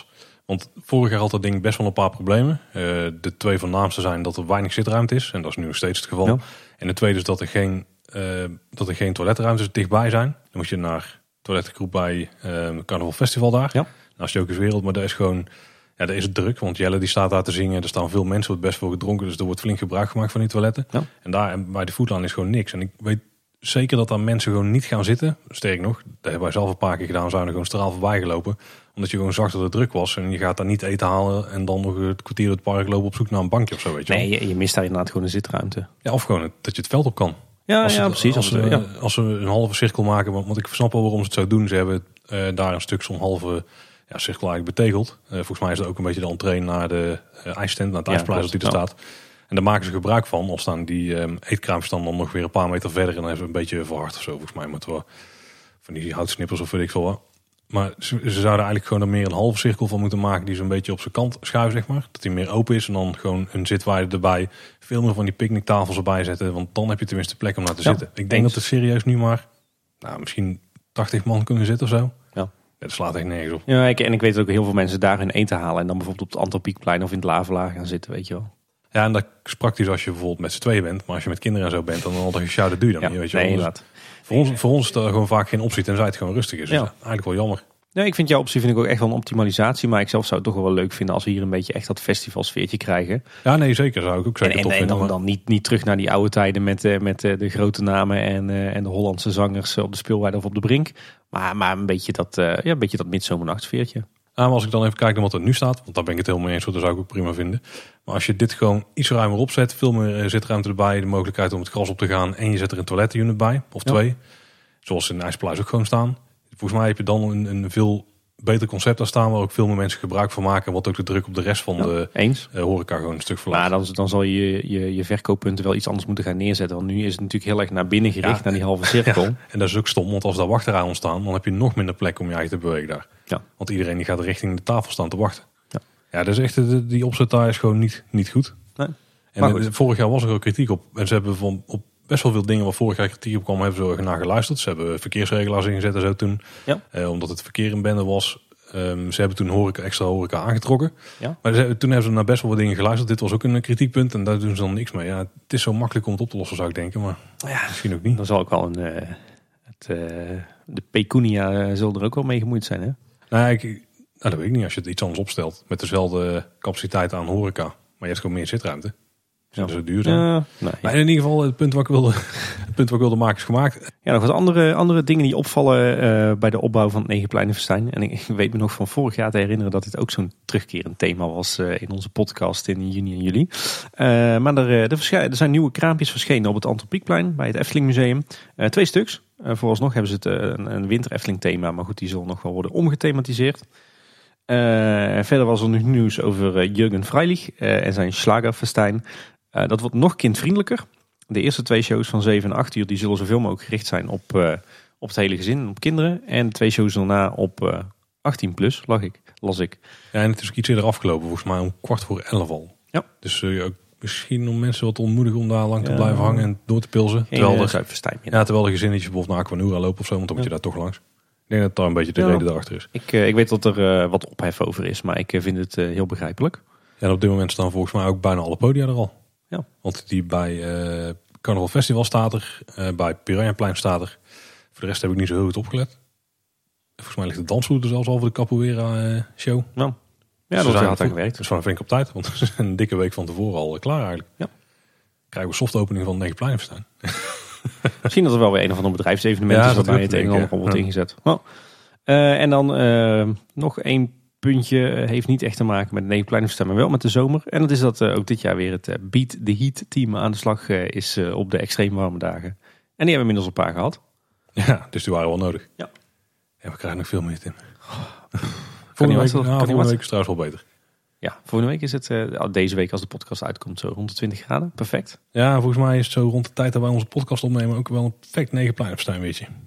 Want vorig jaar had dat ding best wel een paar problemen. Uh, de twee voornaamste zijn dat er weinig zitruimte is. En dat is nu nog steeds het geval. Ja. En de tweede is dat er geen, uh, dat er geen toiletruimtes dichtbij zijn. Dan moet je naar toiletgroep bij uh, Carnaval Festival daar. Ja. Naast Jokers Wereld. Maar daar is gewoon... Ja, daar is het druk. Want Jelle die staat daar te zingen. Er staan veel mensen. Er wordt best veel gedronken. Dus er wordt flink gebruik gemaakt van die toiletten. Ja. En daar en bij de Foodline is gewoon niks. En ik weet zeker dat daar mensen gewoon niet gaan zitten. Sterk nog, dat hebben wij zelf een paar keer gedaan. We zijn er gewoon straal voorbij gelopen. Omdat je gewoon zag dat het druk was. En je gaat daar niet eten halen. En dan nog het kwartier door het park lopen op zoek naar een bankje of zo. Weet je nee, je, je mist daar inderdaad gewoon een zitruimte. Ja, of gewoon dat je het veld op kan. Ja, als ja het, precies. Als, als, ja. als ze een halve cirkel maken. Want, want ik snap wel waarom ze het zo doen. Ze hebben uh, daar een stuk zo'n halve ja, cirkel eigenlijk betegeld. Uh, volgens mij is dat ook een beetje de entree naar de uh, ijstent. Naar het ijsplein ja, die er staat. En daar maken ze gebruik van. Of staan die um, eetkraampjes dan, dan nog weer een paar meter verder. En dan hebben ze een beetje verhard of zo. Volgens mij moeten we van die houtsnippers of weet ik veel wat. Maar ze, ze zouden eigenlijk gewoon er meer een halve cirkel van moeten maken. Die ze een beetje op zijn kant schuiven, zeg maar. Dat die meer open is. En dan gewoon een zitwaarde erbij. Veel meer van die picknicktafels erbij zetten. Want dan heb je tenminste plek om naar te ja, zitten. Ik denk eens. dat er serieus nu maar nou, misschien tachtig man kunnen zitten of zo. Ja. Ja, dat slaat echt nergens op. Ja, ik, en ik weet dat ook heel veel mensen daar hun eten halen. En dan bijvoorbeeld op het Antropiekplein of in het Lavelaar gaan zitten, weet je wel. Ja, en dat is praktisch als je bijvoorbeeld met z'n tweeën bent. Maar als je met kinderen en zo bent, dan had je sjouw, dat doe je dan ja, niet. Weet je nee, wel. Dus voor, ons, voor ons is er gewoon vaak geen optie, tenzij het gewoon rustig is. Ja. Dus eigenlijk wel jammer. Ja, ik vind jouw optie vind ik ook echt wel een optimalisatie. Maar ik zelf zou het toch wel leuk vinden als we hier een beetje echt dat festivalsfeertje krijgen. Ja, nee, zeker. Zou ik ook zeker en, tof en, vinden. En dan, dan niet, niet terug naar die oude tijden met, met de grote namen en, en de Hollandse zangers op de speelweide of op de Brink. Maar, maar een beetje dat, ja, een beetje dat midzomernachtsfeertje. Ja, maar als ik dan even kijk naar wat er nu staat, want daar ben ik het helemaal mee eens, dat zou ik ook prima vinden. Maar als je dit gewoon iets ruimer opzet, veel meer zitruimte erbij, de mogelijkheid om het gras op te gaan en je zet er een toilettenunit bij, of ja. twee. Zoals in IJspluis ook gewoon staan. Volgens mij heb je dan een, een veel beter concept daar staan, waar ook veel meer mensen gebruik van maken. Wat ook de druk op de rest van ja, de eens. Uh, horeca gewoon een stuk verlaagt. Maar dan, dan zal je, je je verkooppunten wel iets anders moeten gaan neerzetten. Want nu is het natuurlijk heel erg naar binnen gericht, ja. naar die halve cirkel. Ja. En dat is ook stom, want als daar wachterijen ontstaan, dan heb je nog minder plek om je eigen te bewegen daar. Ja. Want iedereen die gaat richting de tafel staan te wachten. Ja, ja dat is echt, die, die opzet daar is gewoon niet, niet goed. Nee. En goed. Vorig jaar was er ook kritiek op. En ze hebben van, op best wel veel dingen waar vorig jaar kritiek op kwam, hebben ze naar geluisterd. Ze hebben verkeersregelaars ingezet en zo toen. Ja. Uh, omdat het verkeer in bende was. Um, ze hebben toen horeca, extra horeca aangetrokken. Ja. Maar ze, toen hebben ze naar best wel wat dingen geluisterd. Dit was ook een kritiekpunt en daar doen ze dan niks mee. Ja, het is zo makkelijk om het op te lossen, zou ik denken. Maar ja, misschien ook niet. Dan zal ook wel een... Uh, het, uh, de pecunia uh, zal er ook wel mee gemoeid zijn, hè? Nou, ik, nou, dat weet ik niet. Als je het iets anders opstelt. Met dezelfde capaciteit aan horeca. Maar je hebt gewoon meer zitruimte. Zou ja. zo duur zijn. Uh, nee, maar in ieder geval, het punt wat ik wilde, het punt wat ik wilde maken is gemaakt. Ja, nog wat andere, andere dingen die opvallen uh, bij de opbouw van het Negenpleinenfestijn. En ik, ik weet me nog van vorig jaar te herinneren dat dit ook zo'n terugkerend thema was uh, in onze podcast in juni en juli. Uh, maar er, er, verschij, er zijn nieuwe kraampjes verschenen op het Antropiekplein bij het Efteling Museum. Uh, twee stuks. Uh, vooralsnog hebben ze het uh, een, een winter Efteling thema, maar goed, die zal nog wel worden omgethematiseerd. Uh, verder was er nog nieuws over uh, Jürgen Freilich uh, en zijn Schlagerfestijn. Uh, dat wordt nog kindvriendelijker. De eerste twee shows van zeven en acht uur die zullen zoveel mogelijk gericht zijn op, uh, op het hele gezin, op kinderen. En de twee shows daarna op uh, achttien plus, lag ik, las ik. Ja, en het is ook iets eerder afgelopen, volgens mij om kwart voor elf al. Ja. Dus uh, ook misschien om mensen wat te ontmoedigen om daar lang ja. te blijven hangen en door te pilsen. Geen terwijl, de, ja, terwijl de gezinnetjes bijvoorbeeld naar Aquanura lopen of zo, want dan ja. moet je daar toch langs. Ik denk dat daar een beetje de ja. reden daarachter is. Ik, uh, ik weet dat er uh, wat ophef over is, maar ik uh, vind het uh, heel begrijpelijk. Ja, en op dit moment staan volgens mij ook bijna alle podia er al. Ja. Want die bij uh, Carnaval Festival staat er, uh, bij Piranhaplein staat er. Voor de rest heb ik niet zo heel goed opgelet. Volgens mij ligt de dansvloer er zelfs al voor de Capoeira uh, show. Nou, ja, dat had aan gewerkt. Dus van vind ik op tijd, want we zijn een dikke week van tevoren al uh, klaar eigenlijk. Ja. Krijgen we softopening van het Negenpleinenfestijn. Misschien dat er wel weer een of ander bedrijfsevenement ja, is waarbij het een en ander wordt ja. ingezet. Nou, uh, en dan uh, nog één puntje, heeft niet echt te maken met het Negenpleinenfestijn, maar wel met de zomer. En dat is dat uh, ook dit jaar weer het uh, Beat the Heat team aan de slag uh, is uh, op de extreem warme dagen. En die hebben we inmiddels een paar gehad. Ja, dus die waren wel nodig. Ja. En we krijgen nog veel meer in. Oh. Volgende week, nou, volgende week is het trouwens wel beter. Ja, volgende week is het, uh, deze week als de podcast uitkomt, zo rond de twintig graden. Perfect. Ja, volgens mij is het zo rond de tijd dat wij onze podcast opnemen ook wel een perfect Negenpleinenfestijn, weet je.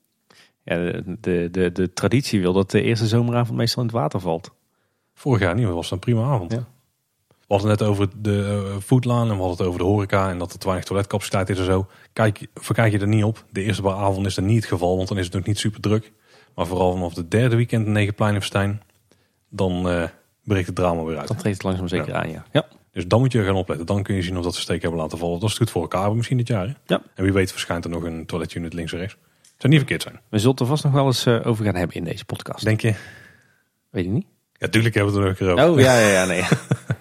Ja, de, de, de, de traditie wil dat de eerste zomeravond meestal in het water valt. Vorig jaar niet, maar was het een prima avond. Ja. We hadden het net over de uh, Foodline en we hadden het over de horeca en dat er te weinig toiletcapaciteit is en zo. Kijk, verkijk je er niet op. De eerste paar avonden is dat niet het geval, want dan is het nog niet super druk. Maar vooral vanaf de derde weekend Negenpleinenfestijn, dan, uh, breekt het drama weer uit. Dan treedt het langzaam zeker ja. aan, ja. ja. Dus dan moet je gaan opletten. Dan kun je zien of dat ze steek hebben laten vallen. Dat is goed voor elkaar hebben misschien dit jaar. Hè? Ja. En wie weet verschijnt er nog een toiletunit links en rechts. Het zou niet verkeerd zijn. We zullen het er vast nog wel eens uh, over gaan hebben in deze podcast. Denk je? Weet ik niet. Ja, tuurlijk hebben we het er nog een keer over. Oh, ja, ja, ja, nee.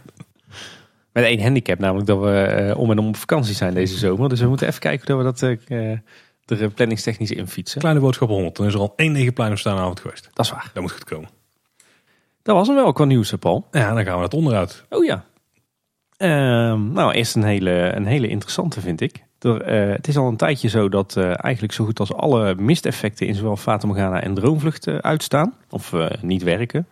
Met één handicap, namelijk dat we uh, om en om op vakantie zijn deze zomer. Dus we moeten even kijken hoe we dat uh, er planningstechnisch in fietsen. Kleine boodschap honderd. Dan is er al één negenplein op staande avond geweest. Dat is waar. Dat moet goed komen. Dat was hem wel qua nieuws, Paul. Ja, dan gaan we naar het onderuit. Oh ja. Uh, nou, eerst een hele, een hele interessante vind ik. Er, uh, het is al een tijdje zo dat uh, eigenlijk zo goed als alle misteffecten in zowel Fata Morgana en Droomvlucht uh, uitstaan. Of uh, niet werken.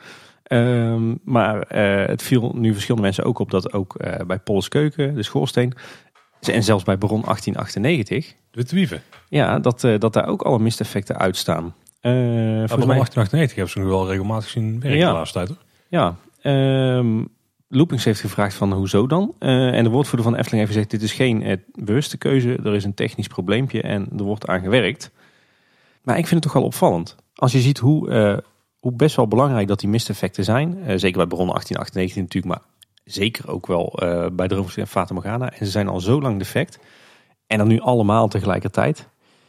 Uh, maar uh, het viel nu verschillende mensen ook op dat ook uh, bij Polles Keuken, de schoorsteen, en zelfs bij Baron achttien achtennegentig. De Witte Wieven. Ja, dat, uh, dat daar ook alle misteffecten uitstaan. Uh, ja, Baron mij... achttien achtennegentig hebben ze nog wel regelmatig zien werken ja. de laatste tijd. Hoor. Ja, uh, Loopings heeft gevraagd van hoezo dan? Uh, en de woordvoerder van Efteling heeft gezegd, dit is geen uh, bewuste keuze, er is een technisch probleempje en er wordt aan gewerkt. Maar ik vind het toch wel opvallend. Als je ziet hoe, uh, hoe best wel belangrijk dat die misteffecten zijn. Uh, zeker bij Baron achttien achtennegentig natuurlijk, maar zeker ook wel uh, bij Droomvlucht en Fata Morgana. En ze zijn al zo lang defect. En dan nu allemaal tegelijkertijd.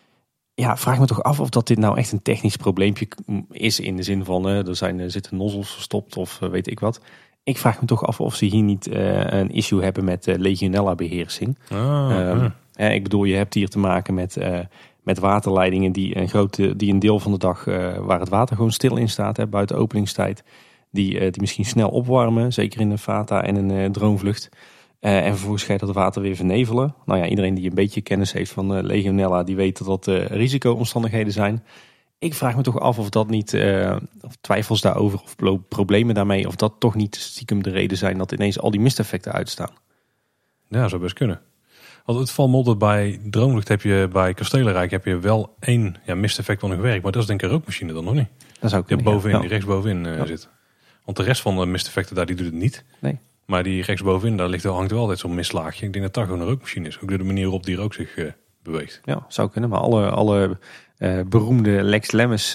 Ja, vraag me toch af of dat dit nou echt een technisch probleempje is. In de zin van, uh, er, zijn, er zitten nozzels verstopt of uh, weet ik wat. Ik vraag me toch af of ze hier niet uh, een issue hebben met uh, Legionella beheersing. Ah, um, ja. eh, ik bedoel, je hebt hier te maken met, uh, met waterleidingen die een, grote, die een deel van de dag uh, waar het water gewoon stil in staat, hè, buiten openingstijd. Die, uh, die misschien snel opwarmen, zeker in een Fata en een uh, Droomvlucht. Uh, en vervolgens ga je dat water weer vernevelen. Nou ja, iedereen die een beetje kennis heeft van uh, Legionella, die weet dat dat uh, risico-omstandigheden zijn. Ik vraag me toch af of dat niet, uh, of twijfels daarover of problemen daarmee, of dat toch niet stiekem de reden zijn dat ineens al die misteffecten uitstaan. Ja, zou best kunnen. Want het valt me op dat bij Droomvlucht heb je, bij Kastelenrijk heb je wel één ja, misteffect wel nog werkt. Maar dat is denk ik een rookmachine dan nog niet. Dat zou ik Die kunnen, bovenin, ja. die rechtsbovenin uh, Ja. zit. Want de rest van de misteffecten daar, die doet het niet. Nee. Maar die rechtsbovenin, daar ligt, hangt wel altijd zo'n mistlaagje. Ik denk dat dat gewoon een rookmachine is. Ook door de manier waarop die rook zich uh, beweegt. Ja, zou kunnen. Maar alle, alle uh, beroemde Lex Lemmens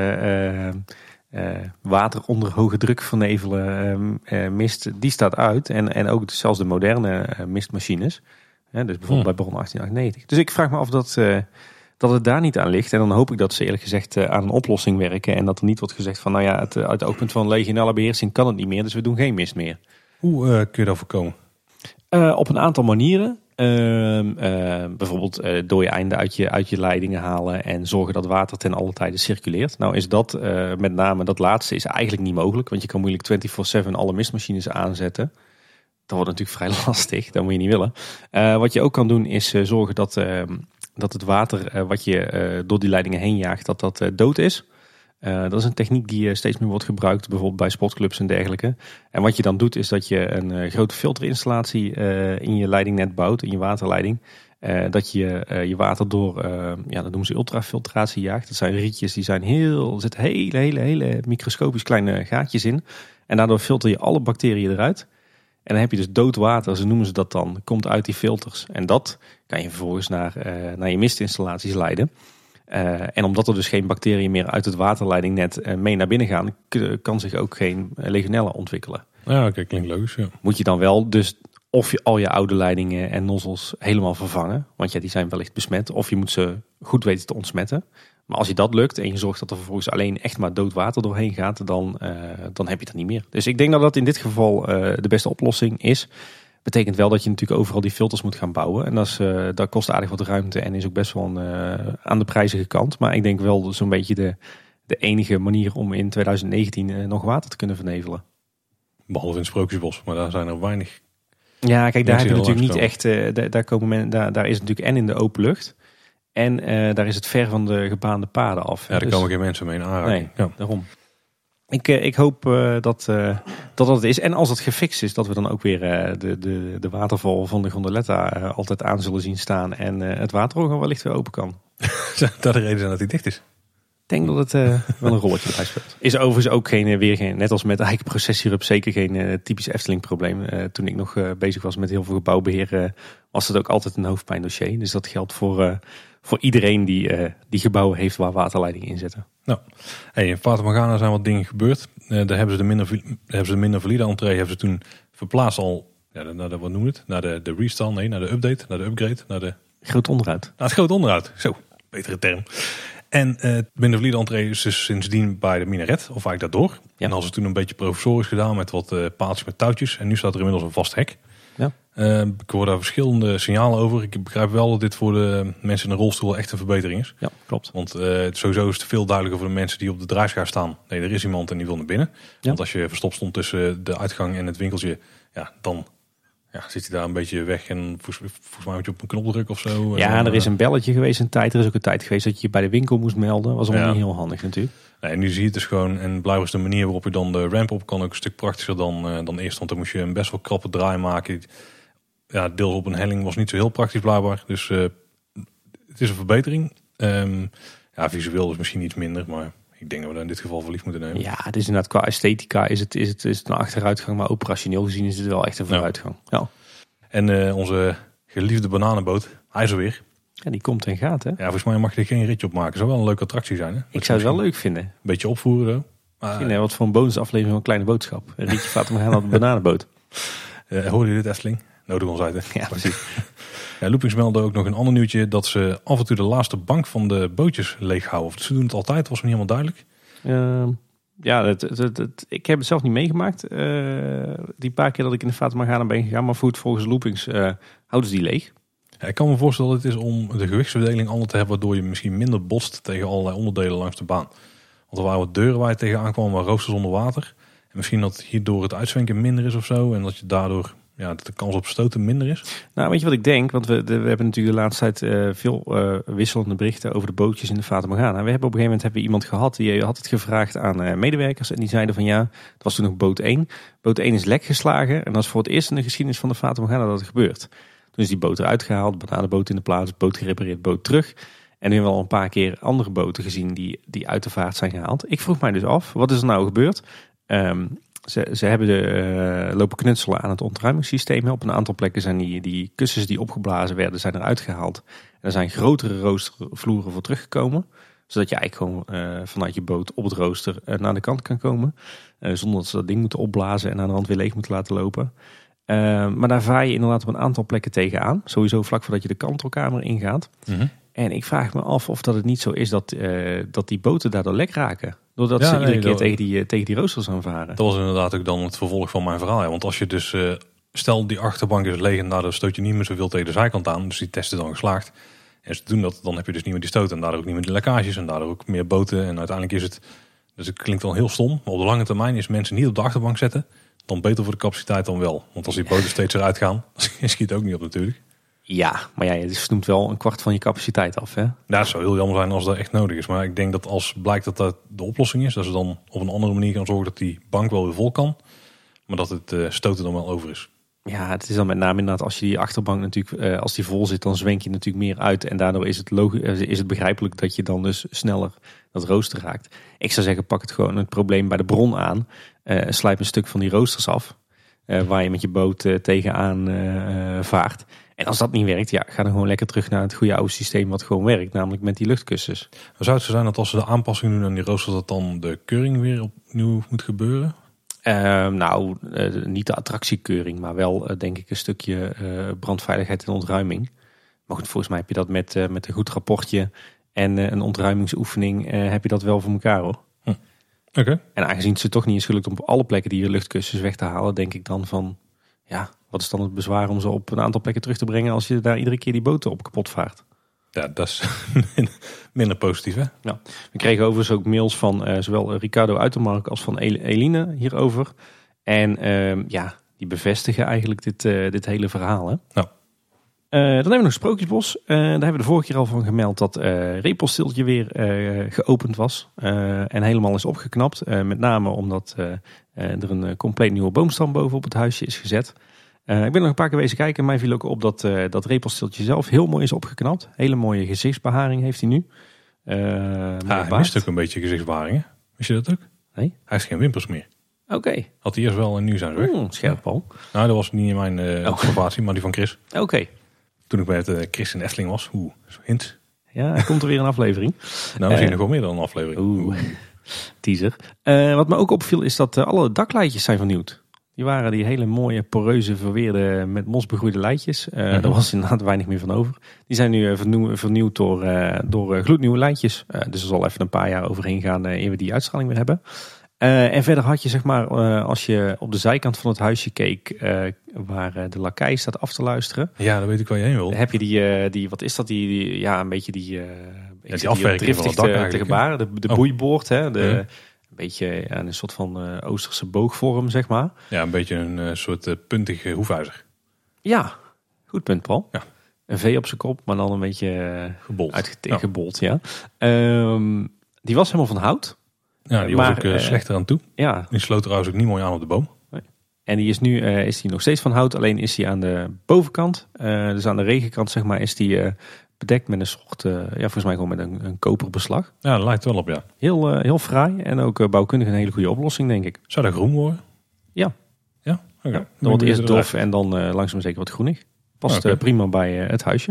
uh, uh, uh, water onder hoge druk vernevelen uh, uh, mist, die staat uit. En, en ook zelfs de moderne uh, mistmachines. Ja, dus bijvoorbeeld Hmm. bij Baron achttien achtennegentig. Dus ik vraag me af dat, uh, dat het daar niet aan ligt. En dan hoop ik dat ze eerlijk gezegd uh, aan een oplossing werken. En dat er niet wordt gezegd van, nou ja, het, uit het oogpunt van Legionella beheersing kan het niet meer. Dus we doen geen mist meer. Hoe uh, kun je dat voorkomen? Uh, op een aantal manieren. Uh, uh, bijvoorbeeld uh, door je einde uit je, uit je leidingen halen en zorgen dat water ten alle tijde circuleert. Nou is dat, uh, met name dat laatste, is eigenlijk niet mogelijk. Want je kan moeilijk vierentwintig zeven alle mistmachines aanzetten. Dat wordt natuurlijk vrij lastig, dat moet je niet willen. Uh, wat je ook kan doen is uh, zorgen dat, uh, dat het water uh, wat je uh, door die leidingen heen jaagt, dat dat uh, dood is. Uh, dat is een techniek die uh, steeds meer wordt gebruikt, bijvoorbeeld bij sportclubs en dergelijke. En wat je dan doet is dat je een uh, grote filterinstallatie uh, in je leidingnet bouwt, in je waterleiding. Uh, dat je uh, je water door, uh, ja, dat noemen ze ultrafiltratie jaagt. Dat zijn rietjes, die zijn heel, er zitten hele, hele, hele microscopisch kleine gaatjes in. En daardoor filter je alle bacteriën eruit. En dan heb je dus dood water, zo noemen ze dat dan, komt uit die filters. En dat kan je vervolgens naar, uh, naar je mistinstallaties leiden. Uh, en omdat er dus geen bacteriën meer uit het waterleidingnet uh, mee naar binnen gaan, k- kan zich ook geen Legionella ontwikkelen. Ja, oké, klinkt logisch. Ja. Moet je dan wel dus of je al je oude leidingen en nozzels helemaal vervangen, want ja, die zijn wellicht besmet, of je moet ze goed weten te ontsmetten. Maar als je dat lukt en je zorgt dat er vervolgens alleen echt maar dood water doorheen gaat, dan, uh, dan heb je dat niet meer. Dus ik denk dat dat in dit geval uh, de beste oplossing is. Betekent wel dat je natuurlijk overal die filters moet gaan bouwen. En dat, is, uh, dat kost aardig wat ruimte en is ook best wel een, uh, aan de prijzige kant. Maar ik denk wel zo'n beetje de, de enige manier om in twintig negentien uh, nog water te kunnen vernevelen. Behalve in het Sprookjesbos, maar daar zijn er weinig. Ja, kijk, daar heb je natuurlijk niet langskomen. echt. Uh, daar, daar, komen men, daar, daar is het natuurlijk en in de open lucht. En uh, daar is het ver van de gebaande paden af. Ja, daar Dus- komen geen mensen mee in aanraking. Nee, Ja. daarom. Ik, uh, ik hoop uh, dat, uh, dat dat het is. En als het gefixt is, dat we dan ook weer uh, de, de, de waterval van de gondoletta uh, altijd aan zullen zien staan. En uh, het waterorgaan wellicht weer open kan. Zou dat de reden zijn dat hij dicht is? Ik denk dat het uh, wel een rolletje erbij speelt. Is overigens ook geen, uh, weer geen, net als met eigen processyrup, zeker geen uh, typisch Efteling probleem. Uh, toen ik nog uh, bezig was met heel veel gebouwbeheer, uh, was het ook altijd een hoofdpijndossier. Dus dat geldt voor, uh, voor iedereen die, uh, die gebouwen heeft waar waterleidingen in zitten. Nou, hey, in Fata Morgana zijn wat dingen gebeurd. Uh, daar hebben ze de minder, hebben ze de minder valide entree hebben ze toen verplaatst al ja, naar de, wat noem je het? Naar de, de restyle, nee, naar de update, naar de upgrade, naar de... Groot onderhoud. Naar het groot onderhoud, zo, betere term. En uh, minder valide entree is dus sindsdien bij de minaret, of eigenlijk daardoor. Ja. En als ze toen een beetje provisorisch gedaan met wat uh, paaltjes met touwtjes. En nu staat er inmiddels een vast hek. Ja. Uh, ik hoor daar verschillende signalen over. Ik begrijp wel dat dit voor de mensen in een rolstoel echt een verbetering is. Ja, klopt. Want uh, sowieso is het veel duidelijker voor de mensen die op de draaischaar staan. Nee, er is iemand en die wil naar binnen. Ja. Want als je verstopt stond tussen de uitgang en het winkeltje, ja, dan ja, zit hij daar een beetje weg. En volgens, volgens mij moet je op een knop drukken of zo. Ja, en, er is een belletje geweest een tijd. Er is ook een tijd geweest dat je je bij de winkel moest melden. Was allemaal ja. niet heel handig natuurlijk. Nee, en nu zie je het dus gewoon. En blijkbaar is de manier waarop je dan de ramp op kan ook een stuk praktischer dan, uh, dan eerst. Want dan moest je een best wel krappe draai maken. Ja, deels op een helling was niet zo heel praktisch blijkbaar. Dus uh, het is een verbetering. Um, ja, visueel is misschien iets minder, maar ik denk dat we dat in dit geval voor lief moeten nemen. Ja, het is inderdaad qua esthetica is het, is het, is het een achteruitgang, maar operationeel gezien is het wel echt een vooruitgang. Ja. Ja. En uh, onze geliefde bananenboot, hij is er weer. Ja, die komt en gaat, hè? Ja, volgens mij mag je er geen ritje op maken. Zou wel een leuke attractie zijn, hè? Ik zou het wel leuk vinden. Een beetje opvoeren, zo. Maar, misschien uh, wat voor een bonusaflevering van een kleine boodschap. Een ritje Fata Morgana op de bananenboot. Uh, hoorde je dit, Efteling? Nodig ons uit, hè? Ja, precies. Ja, Loopings meldde ook nog een ander nieuwtje dat ze af en toe de laatste bank van de bootjes leeghouden. Of ze doen het altijd, was me niet helemaal duidelijk. Uh, ja, het, het, het, het, ik heb het zelf niet meegemaakt. Uh, die paar keer dat ik in de Fata Morgana ben gegaan. Maar goed, volgens Loopings uh, houden ze die leeg. Ja, ik kan me voorstellen dat het is om de gewichtsverdeling anders te hebben. Waardoor je misschien minder botst tegen allerlei onderdelen langs de baan. Want er waren wat deuren waar je tegenaan kwam, waar roosters onder water. En misschien dat hierdoor het uitzwenken minder is of zo. En dat je daardoor... Ja, dat de kans op stoten minder is. Nou, weet je wat ik denk? Want we, de, we hebben natuurlijk de laatste tijd uh, veel uh, wisselende berichten over de bootjes in de Fata Morgana. We hebben op een gegeven moment hebben we iemand gehad die had het gevraagd aan uh, medewerkers. En die zeiden van ja, het was toen nog boot één. Boot één is lek geslagen. En dat is voor het eerst in de geschiedenis van de Fata Morgana dat het gebeurt. Toen is die boot eruit gehaald, bananenboot in de plaats, boot gerepareerd, boot terug. En nu hebben we al een paar keer andere boten gezien die, die uit de vaart zijn gehaald. Ik vroeg mij dus af, wat is er nou gebeurd? Um, Ze, ze hebben de, uh, lopen knutselen aan het ontruimingssysteem. Op een aantal plekken zijn die, die kussens die opgeblazen werden, zijn eruit gehaald. En er zijn grotere roostervloeren voor teruggekomen. Zodat je eigenlijk gewoon uh, vanuit je boot op het rooster uh, naar de kant kan komen. Uh, zonder dat ze dat ding moeten opblazen en aan de rand weer leeg moeten laten lopen. Uh, maar daar vaar je inderdaad op een aantal plekken tegenaan. Sowieso vlak voordat je de kantelkamer ingaat. Mm-hmm. En ik vraag me af of dat het niet zo is dat, uh, dat die boten daardoor lek raken. Doordat ja, ze iedere nee, keer dat, tegen, die, tegen die roosters aanvaren. Dat was inderdaad ook dan het vervolg van mijn verhaal. Ja. Want als je dus, uh, stel die achterbank is leeg en daardoor stoot je niet meer zoveel tegen de zijkant aan. Dus die testen dan geslaagd. En als ze doen dat, dan heb je dus niet meer die stoot. En daardoor ook niet meer de lekkages en daardoor ook meer boten. En uiteindelijk is het, dus het klinkt dan heel stom. Maar op de lange termijn is mensen niet op de achterbank zetten. Dan beter voor de capaciteit dan wel. Want als die boten steeds eruit gaan, dan schiet het ook niet op natuurlijk. Ja, maar ja, je snoemt wel een kwart van je capaciteit af, hè? Ja, het zou heel jammer zijn als dat echt nodig is. Maar ik denk dat als blijkt dat dat de oplossing is, dat ze dan op een andere manier gaan zorgen dat die bank wel weer vol kan. Maar dat het uh, stoten dan wel over is. Ja, het is dan met name inderdaad als je die achterbank natuurlijk, uh, als die vol zit, dan zwenk je natuurlijk meer uit. En daardoor is het, logisch, is het begrijpelijk dat je dan dus sneller dat rooster raakt. Ik zou zeggen, pak het gewoon het probleem bij de bron aan. Uh, slijp een stuk van die roosters af. Uh, waar je met je boot uh, tegenaan uh, vaart. En als dat niet werkt, ja, ga dan gewoon lekker terug naar het goede oude systeem wat gewoon werkt. Namelijk met die luchtkussens. Zou het zo zijn dat als ze de aanpassing doen aan die rooster, dat dan de keuring weer opnieuw moet gebeuren? Uh, nou, uh, niet de attractiekeuring, maar wel uh, denk ik een stukje uh, brandveiligheid en ontruiming. Maar goed, volgens mij heb je dat met, uh, met een goed rapportje en uh, een ontruimingsoefening uh, heb je dat wel voor elkaar, hoor. Hm. Oké. Okay. En aangezien het ze toch niet is gelukt om op alle plekken die luchtkussens weg te halen, denk ik dan van, ja, wat is dan het bezwaar om ze op een aantal plekken terug te brengen als je daar iedere keer die boten op kapot vaart? Ja, dat is minder positief, hè? Ja. We kregen overigens ook mails van uh, zowel Ricardo Uitermark als van Eline hierover. En uh, ja, die bevestigen eigenlijk dit, uh, dit hele verhaal, hè? Ja. Uh, dan hebben we nog Sprookjesbos. Uh, daar hebben we de vorige keer al van gemeld dat uh, Repelsteeltje weer uh, geopend was. Uh, en helemaal is opgeknapt. Uh, met name omdat uh, uh, er een uh, compleet nieuwe boomstam boven op het huisje is gezet. Uh, ik ben nog een paar keer wezen kijken. Mij viel ook op dat, uh, dat Repelsteeltje zelf heel mooi is opgeknapt. Hele mooie gezichtsbeharing heeft hij nu. Uh, ah, hij mist ook een beetje gezichtsbeharing, hè? Wist je dat ook? Nee. Hij heeft geen wimpers meer. Oké. Okay. Had hij eerst wel en nu zijn ze weg. Mm, scherp al. Nou, dat was niet in mijn uh, oh. observatie, maar die van Chris. Oké. Okay. Toen ik met uh, Chris in Efteling was. Oeh, hint. Ja, er komt er weer een aflevering. Nou, misschien uh, nog wel meer dan een aflevering. Oeh, teaser. Uh, wat me ook opviel is dat uh, alle dakleidjes zijn vernieuwd. Die waren die hele mooie, poreuze, verweerde, met mos begroeide leidjes. Uh, mm-hmm. Daar was inderdaad weinig meer van over. Die zijn nu uh, vernieuw, vernieuwd door, uh, door uh, gloednieuwe leidjes. Uh, dus er zal even een paar jaar overheen gaan uh, eer we die uitstraling weer hebben. Uh, en verder had je, zeg maar, uh, als je op de zijkant van het huisje keek, uh, waar uh, de lakai staat af te luisteren. Ja, dan weet ik waar je heen wil. Heb je die, uh, die wat is dat, die, die ja, een beetje die, uh, ja, die afwerking van het dak te, te gebaren. De, de oh. boeiboord, hè, de... Ja. Een beetje ja, een soort van uh, Oosterse boogvorm, zeg maar. Ja, een beetje een uh, soort uh, puntige hoefijzer. Ja, goed punt, Paul. Ja. Een V op zijn kop, maar dan een beetje uh, gebold. Uitgebold, ja. ja. Um, die was helemaal van hout. Ja, die maar, was ook uh, slechter aan toe. Ja. Die sloot trouwens ook niet mooi aan op de boom. Nee. En die is nu uh, is die nog steeds van hout, alleen is die aan de bovenkant. Uh, dus aan de regenkant, zeg maar, is die... Uh, bedekt met een soort, uh, ja, volgens mij gewoon met een, een koperbeslag. Ja, dat lijkt wel op, ja. Heel, uh, heel fraai en ook uh, bouwkundig een hele goede oplossing, denk ik. Zou dat groen worden? Ja. Ja? Oké. Okay. Ja, dan wordt eerst dof en dan uh, langzaam zeker wat groenig. Past okay. uh, prima bij uh, het huisje.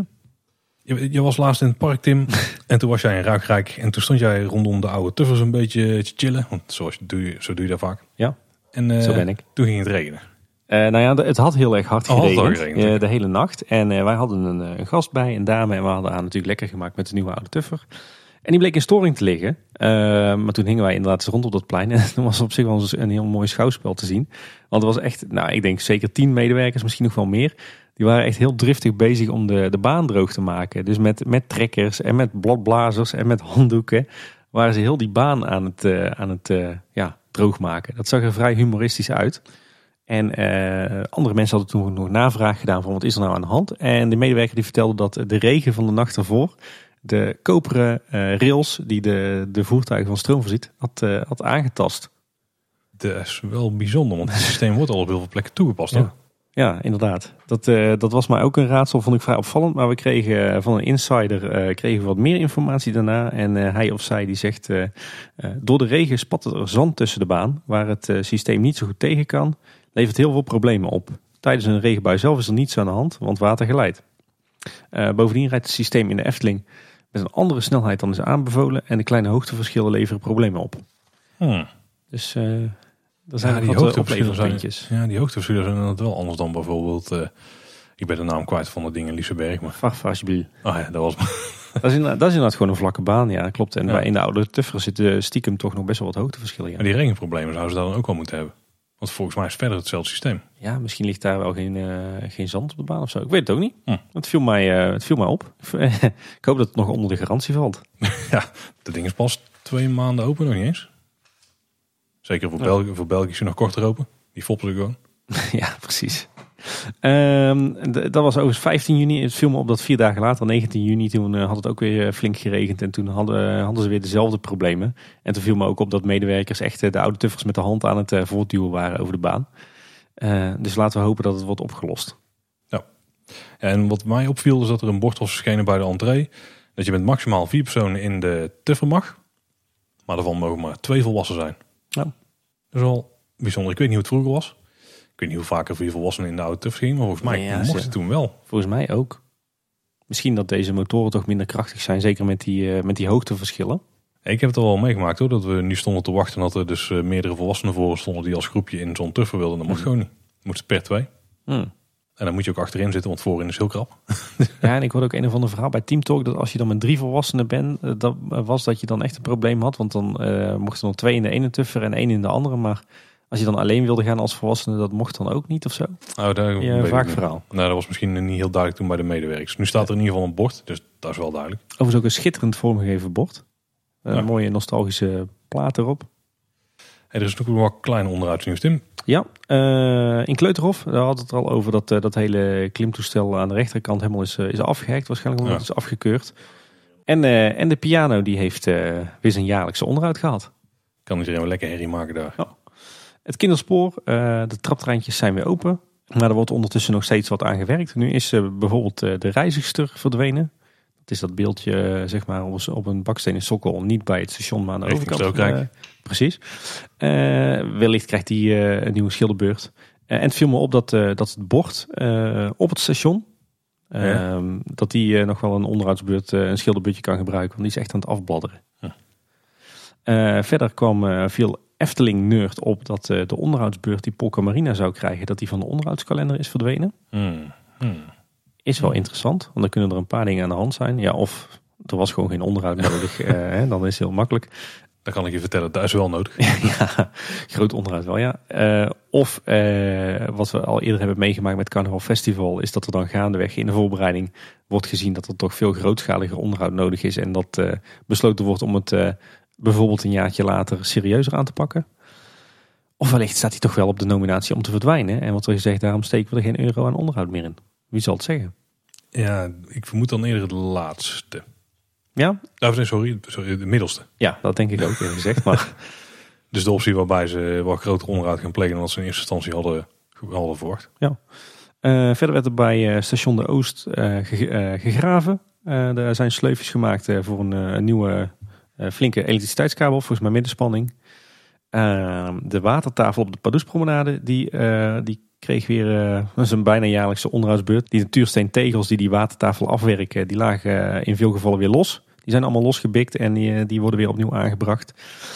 Je, je was laatst in het park, Tim, en toen was jij in Ruigrijk. En toen stond jij rondom de oude tuffers een beetje te chillen. Want zoals doe je, zo doe je dat vaak. Ja, en, uh, zo ben ik. Toen ging het regenen. Uh, nou ja, het had heel erg hard oh, geregend, geregend uh, de hele nacht. En uh, wij hadden een, een gast bij, een dame. En we hadden haar natuurlijk lekker gemaakt met de nieuwe oude tuffer. En die bleek in storing te liggen. Uh, maar toen hingen wij inderdaad rond op dat plein. En toen was op zich wel een heel mooi schouwspel te zien. Want er was echt, nou ik denk zeker tien medewerkers, misschien nog wel meer. Die waren echt heel driftig bezig om de, de baan droog te maken. Dus met, met trekkers en met bladblazers en met handdoeken... waren ze heel die baan aan het, uh, aan het uh, ja, droogmaken. Dat zag er vrij humoristisch uit. En uh, andere mensen hadden toen nog navraag gedaan van wat is er nou aan de hand. En de medewerker die vertelde dat de regen van de nacht ervoor... de koperen uh, rails die de, de voertuigen van stroom voorziet, had, uh, had aangetast. Dat is wel bijzonder, want het systeem wordt al op heel veel plekken toegepast. Ja, ja inderdaad. Dat, uh, dat was mij ook een raadsel, vond ik vrij opvallend. Maar we kregen uh, van een insider uh, kregen we wat meer informatie daarna. En uh, hij of zij die zegt, uh, uh, door de regen spatte er zand tussen de baan, waar het uh, systeem niet zo goed tegen kan. Levert heel veel problemen op. Tijdens een regenbui zelf is er niets aan de hand, want water geleidt. Uh, bovendien rijdt het systeem in de Efteling met een andere snelheid dan is aanbevolen. En de kleine hoogteverschillen leveren problemen op. Hmm. Dus uh, er zijn ja, die wat hoogteverschillen zijn, ja, die hoogteverschillen zijn inderdaad wel anders dan bijvoorbeeld... Uh, ik ben de naam kwijt van dat ding in Liseberg. Maar... Vaartvaartjebiel. Oh ja, dat was... dat, is inderdaad, dat is inderdaad gewoon een vlakke baan, ja, klopt. En ja. bij in de oude Tuffer zitten stiekem toch nog best wel wat hoogteverschillen. Ja. Maar die regenproblemen zouden ze dan ook wel moeten hebben. Want volgens mij is het verder hetzelfde systeem. Ja, misschien ligt daar wel geen, uh, geen zand op de baan of zo. Ik weet het ook niet. Hm. Het, viel mij, uh, het viel mij op. Ik hoop dat het nog onder de garantie valt. Ja, dat ding is pas twee maanden open, nog niet eens. Zeker voor, ja. België, voor Belgische nog korter open. Die foppen ze gewoon. Ja, precies. Um, dat was overigens vijftien juni. Het viel me op dat vier dagen later, negentien juni, toen uh, had het ook weer flink geregend. En toen hadden, hadden ze weer dezelfde problemen. En toen viel me ook op dat medewerkers echt uh, de oude tuffers met de hand aan het uh, voortduwen waren over de baan. Uh, dus laten we hopen dat het wordt opgelost. Ja. En wat mij opviel is dat er een bord was verschenen bij de entree. Dat je met maximaal vier personen in de tuffer mag. Maar daarvan mogen maar twee volwassen zijn. Ja. Dat is wel bijzonder. Ik weet niet hoe het vroeger was. Ik weet niet hoe vaak er vier volwassenen in de oude tuffers gingen. Maar volgens mij ja, mocht het toen wel. Volgens mij ook. Misschien dat deze motoren toch minder krachtig zijn. Zeker met die, uh, met die hoogteverschillen. Ik heb het al wel meegemaakt hoor. Dat we nu stonden te wachten. Dat er dus uh, meerdere volwassenen voor stonden die als groepje in zo'n tuffer wilden. Dat mocht mm. gewoon niet. Dat moest per twee. Mm. En dan moet je ook achterin zitten, want voorin is heel krap. Ja, en ik hoorde ook een of ander verhaal bij Team Talk. Dat als je dan met drie volwassenen bent, dat was dat je dan echt een probleem had. Want dan uh, mochten er nog twee in de ene tuffer en één in de andere. Maar als je dan alleen wilde gaan als volwassene, dat mocht dan ook niet of zo. Oh, daar ja, vaak verhaal. Nou, dat was misschien niet heel duidelijk toen bij de medewerkers. Nu staat er in ieder geval een bord, dus dat is wel duidelijk. Overigens ook een schitterend vormgegeven bord. Een ja. mooie nostalgische plaat erop. Hey, er is natuurlijk wel klein onderhoudsnieuws, Tim. Ja, uh, in Kleuterhof, daar had het er al over dat uh, dat hele klimtoestel aan de rechterkant helemaal is, uh, is afgehakt. Waarschijnlijk omdat ja. het is afgekeurd. En, uh, en de piano die heeft uh, weer zijn jaarlijkse onderhoud gehad. Kan iedereen wel lekker herrie maken daar. Ja. Het kinderspoor, uh, de traptreintjes zijn weer open. Maar er wordt ondertussen nog steeds wat aan gewerkt. Nu is uh, bijvoorbeeld uh, de reizigster verdwenen. Het is dat beeldje zeg maar op een bakstenen sokkel. Niet bij het station, maar aan de overkant. Uh, precies. Uh, wellicht krijgt hij uh, een nieuwe schilderbeurt. Uh, en het viel me op dat, uh, dat het bord uh, op het station Uh, ja. Dat die uh, nog wel een onderhoudsbeurt, uh, een schilderbeurtje kan gebruiken. Want die is echt aan het afbladderen. Ja. Uh, verder kwam uh, veel Efteling-nerd op dat uh, de onderhoudsbeurt die Polka Marina zou krijgen, dat die van de onderhoudskalender is verdwenen. Hmm. Hmm. Is wel hmm. interessant, want dan kunnen er een paar dingen aan de hand zijn. Ja, of er was gewoon geen onderhoud nodig. uh, hè, dan is het heel makkelijk. Dan kan ik je vertellen, dat is wel nodig. Ja, groot onderhoud wel, ja. Uh, of uh, wat we al eerder hebben meegemaakt met Carnaval Festival, is dat er dan gaandeweg in de voorbereiding wordt gezien dat er toch veel grootschaliger onderhoud nodig is. En dat uh, besloten wordt om het uh, bijvoorbeeld een jaartje later serieuzer aan te pakken. Of wellicht staat hij toch wel op de nominatie om te verdwijnen. En wat er gezegd, daarom steken we er geen euro aan onderhoud meer in. Wie zal het zeggen? Ja, ik vermoed dan eerder de laatste. Ja? Oh, sorry, sorry, de middelste. Ja, dat denk ik ook eerlijk gezegd. Maar... Dus de optie waarbij ze wat groter onderhoud gaan plegen dan wat ze in eerste instantie hadden, hadden verwacht. Ja. Uh, verder werd er bij uh, station de Oost uh, ge, uh, gegraven. Uh, er zijn sleufjes gemaakt uh, voor een, uh, een nieuwe uh, flinke elektriciteitskabel, volgens mij middenspanning. Uh, de watertafel op de Pardoespromenade, die, uh, die kreeg weer uh, dat is een bijna jaarlijkse onderhoudsbeurt. Die natuursteentegels die die watertafel afwerken, die lagen uh, in veel gevallen weer los. Die zijn allemaal losgebikt en die, die worden weer opnieuw aangebracht.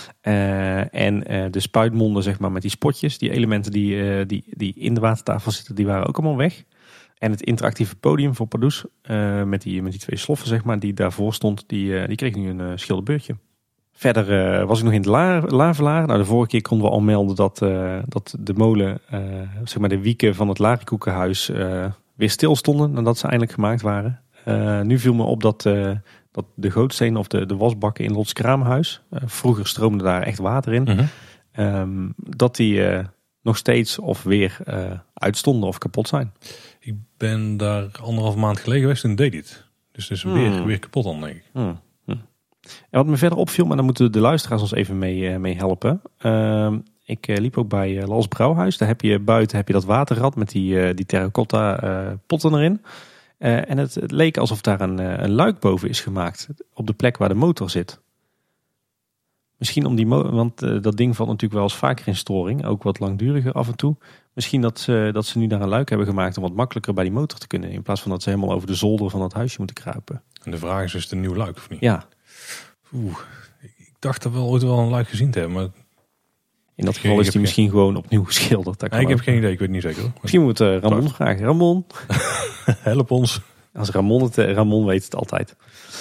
Uh, en uh, de spuitmonden, zeg maar, met die spotjes, die elementen die, uh, die, die in de watertafel zitten, die waren ook allemaal weg. En het interactieve podium voor Pardoes, uh, met, die, met die twee sloffen, zeg maar, die daarvoor stond, die, uh, die kreeg nu een uh, schilderbeurtje. Verder uh, was ik nog in de La- Lavelaar. Nou, de vorige keer konden we al melden dat, uh, dat de molen, uh, zeg maar de wieken van het Larikoekenhuis uh, weer stil stonden nadat ze eindelijk gemaakt waren. Uh, nu viel me op dat, uh, dat de gootstenen of de, de wasbakken in Lots Kraamhuis, uh, vroeger stroomde daar echt water in, mm-hmm. um, dat die uh, nog steeds of weer uh, uitstonden of kapot zijn. Ik ben daar anderhalf maand geleden geweest en deed dit. Dus het is hmm. weer, weer kapot dan, denk ik. Hmm. En wat me verder opviel, maar daar moeten de luisteraars ons even mee, mee helpen. Uh, ik uh, liep ook bij uh, Lals Brouwhuis. Daar heb je buiten heb je dat waterrad met die, uh, die terracotta uh, potten erin. Uh, en het, het leek alsof daar een, uh, een luik boven is gemaakt. Op de plek waar de motor zit. Misschien om die motor, want uh, dat ding valt natuurlijk wel eens vaker in storing. Ook wat langduriger af en toe. Misschien dat ze, dat ze nu daar een luik hebben gemaakt om wat makkelijker bij die motor te kunnen. In plaats van dat ze helemaal over de zolder van dat huisje moeten kruipen. En de vraag is, is het een nieuw luik of niet? Ja. Oeh, ik dacht dat we ooit wel een luik gezien te hebben. Maar in dat geval is die misschien geen... gewoon opnieuw geschilderd. Nee, ik heb geen idee, ik weet niet zeker. Misschien moet uh, Ramon Toch? vragen. Ramon, help ons. Als Ramon het, uh, Ramon weet het altijd.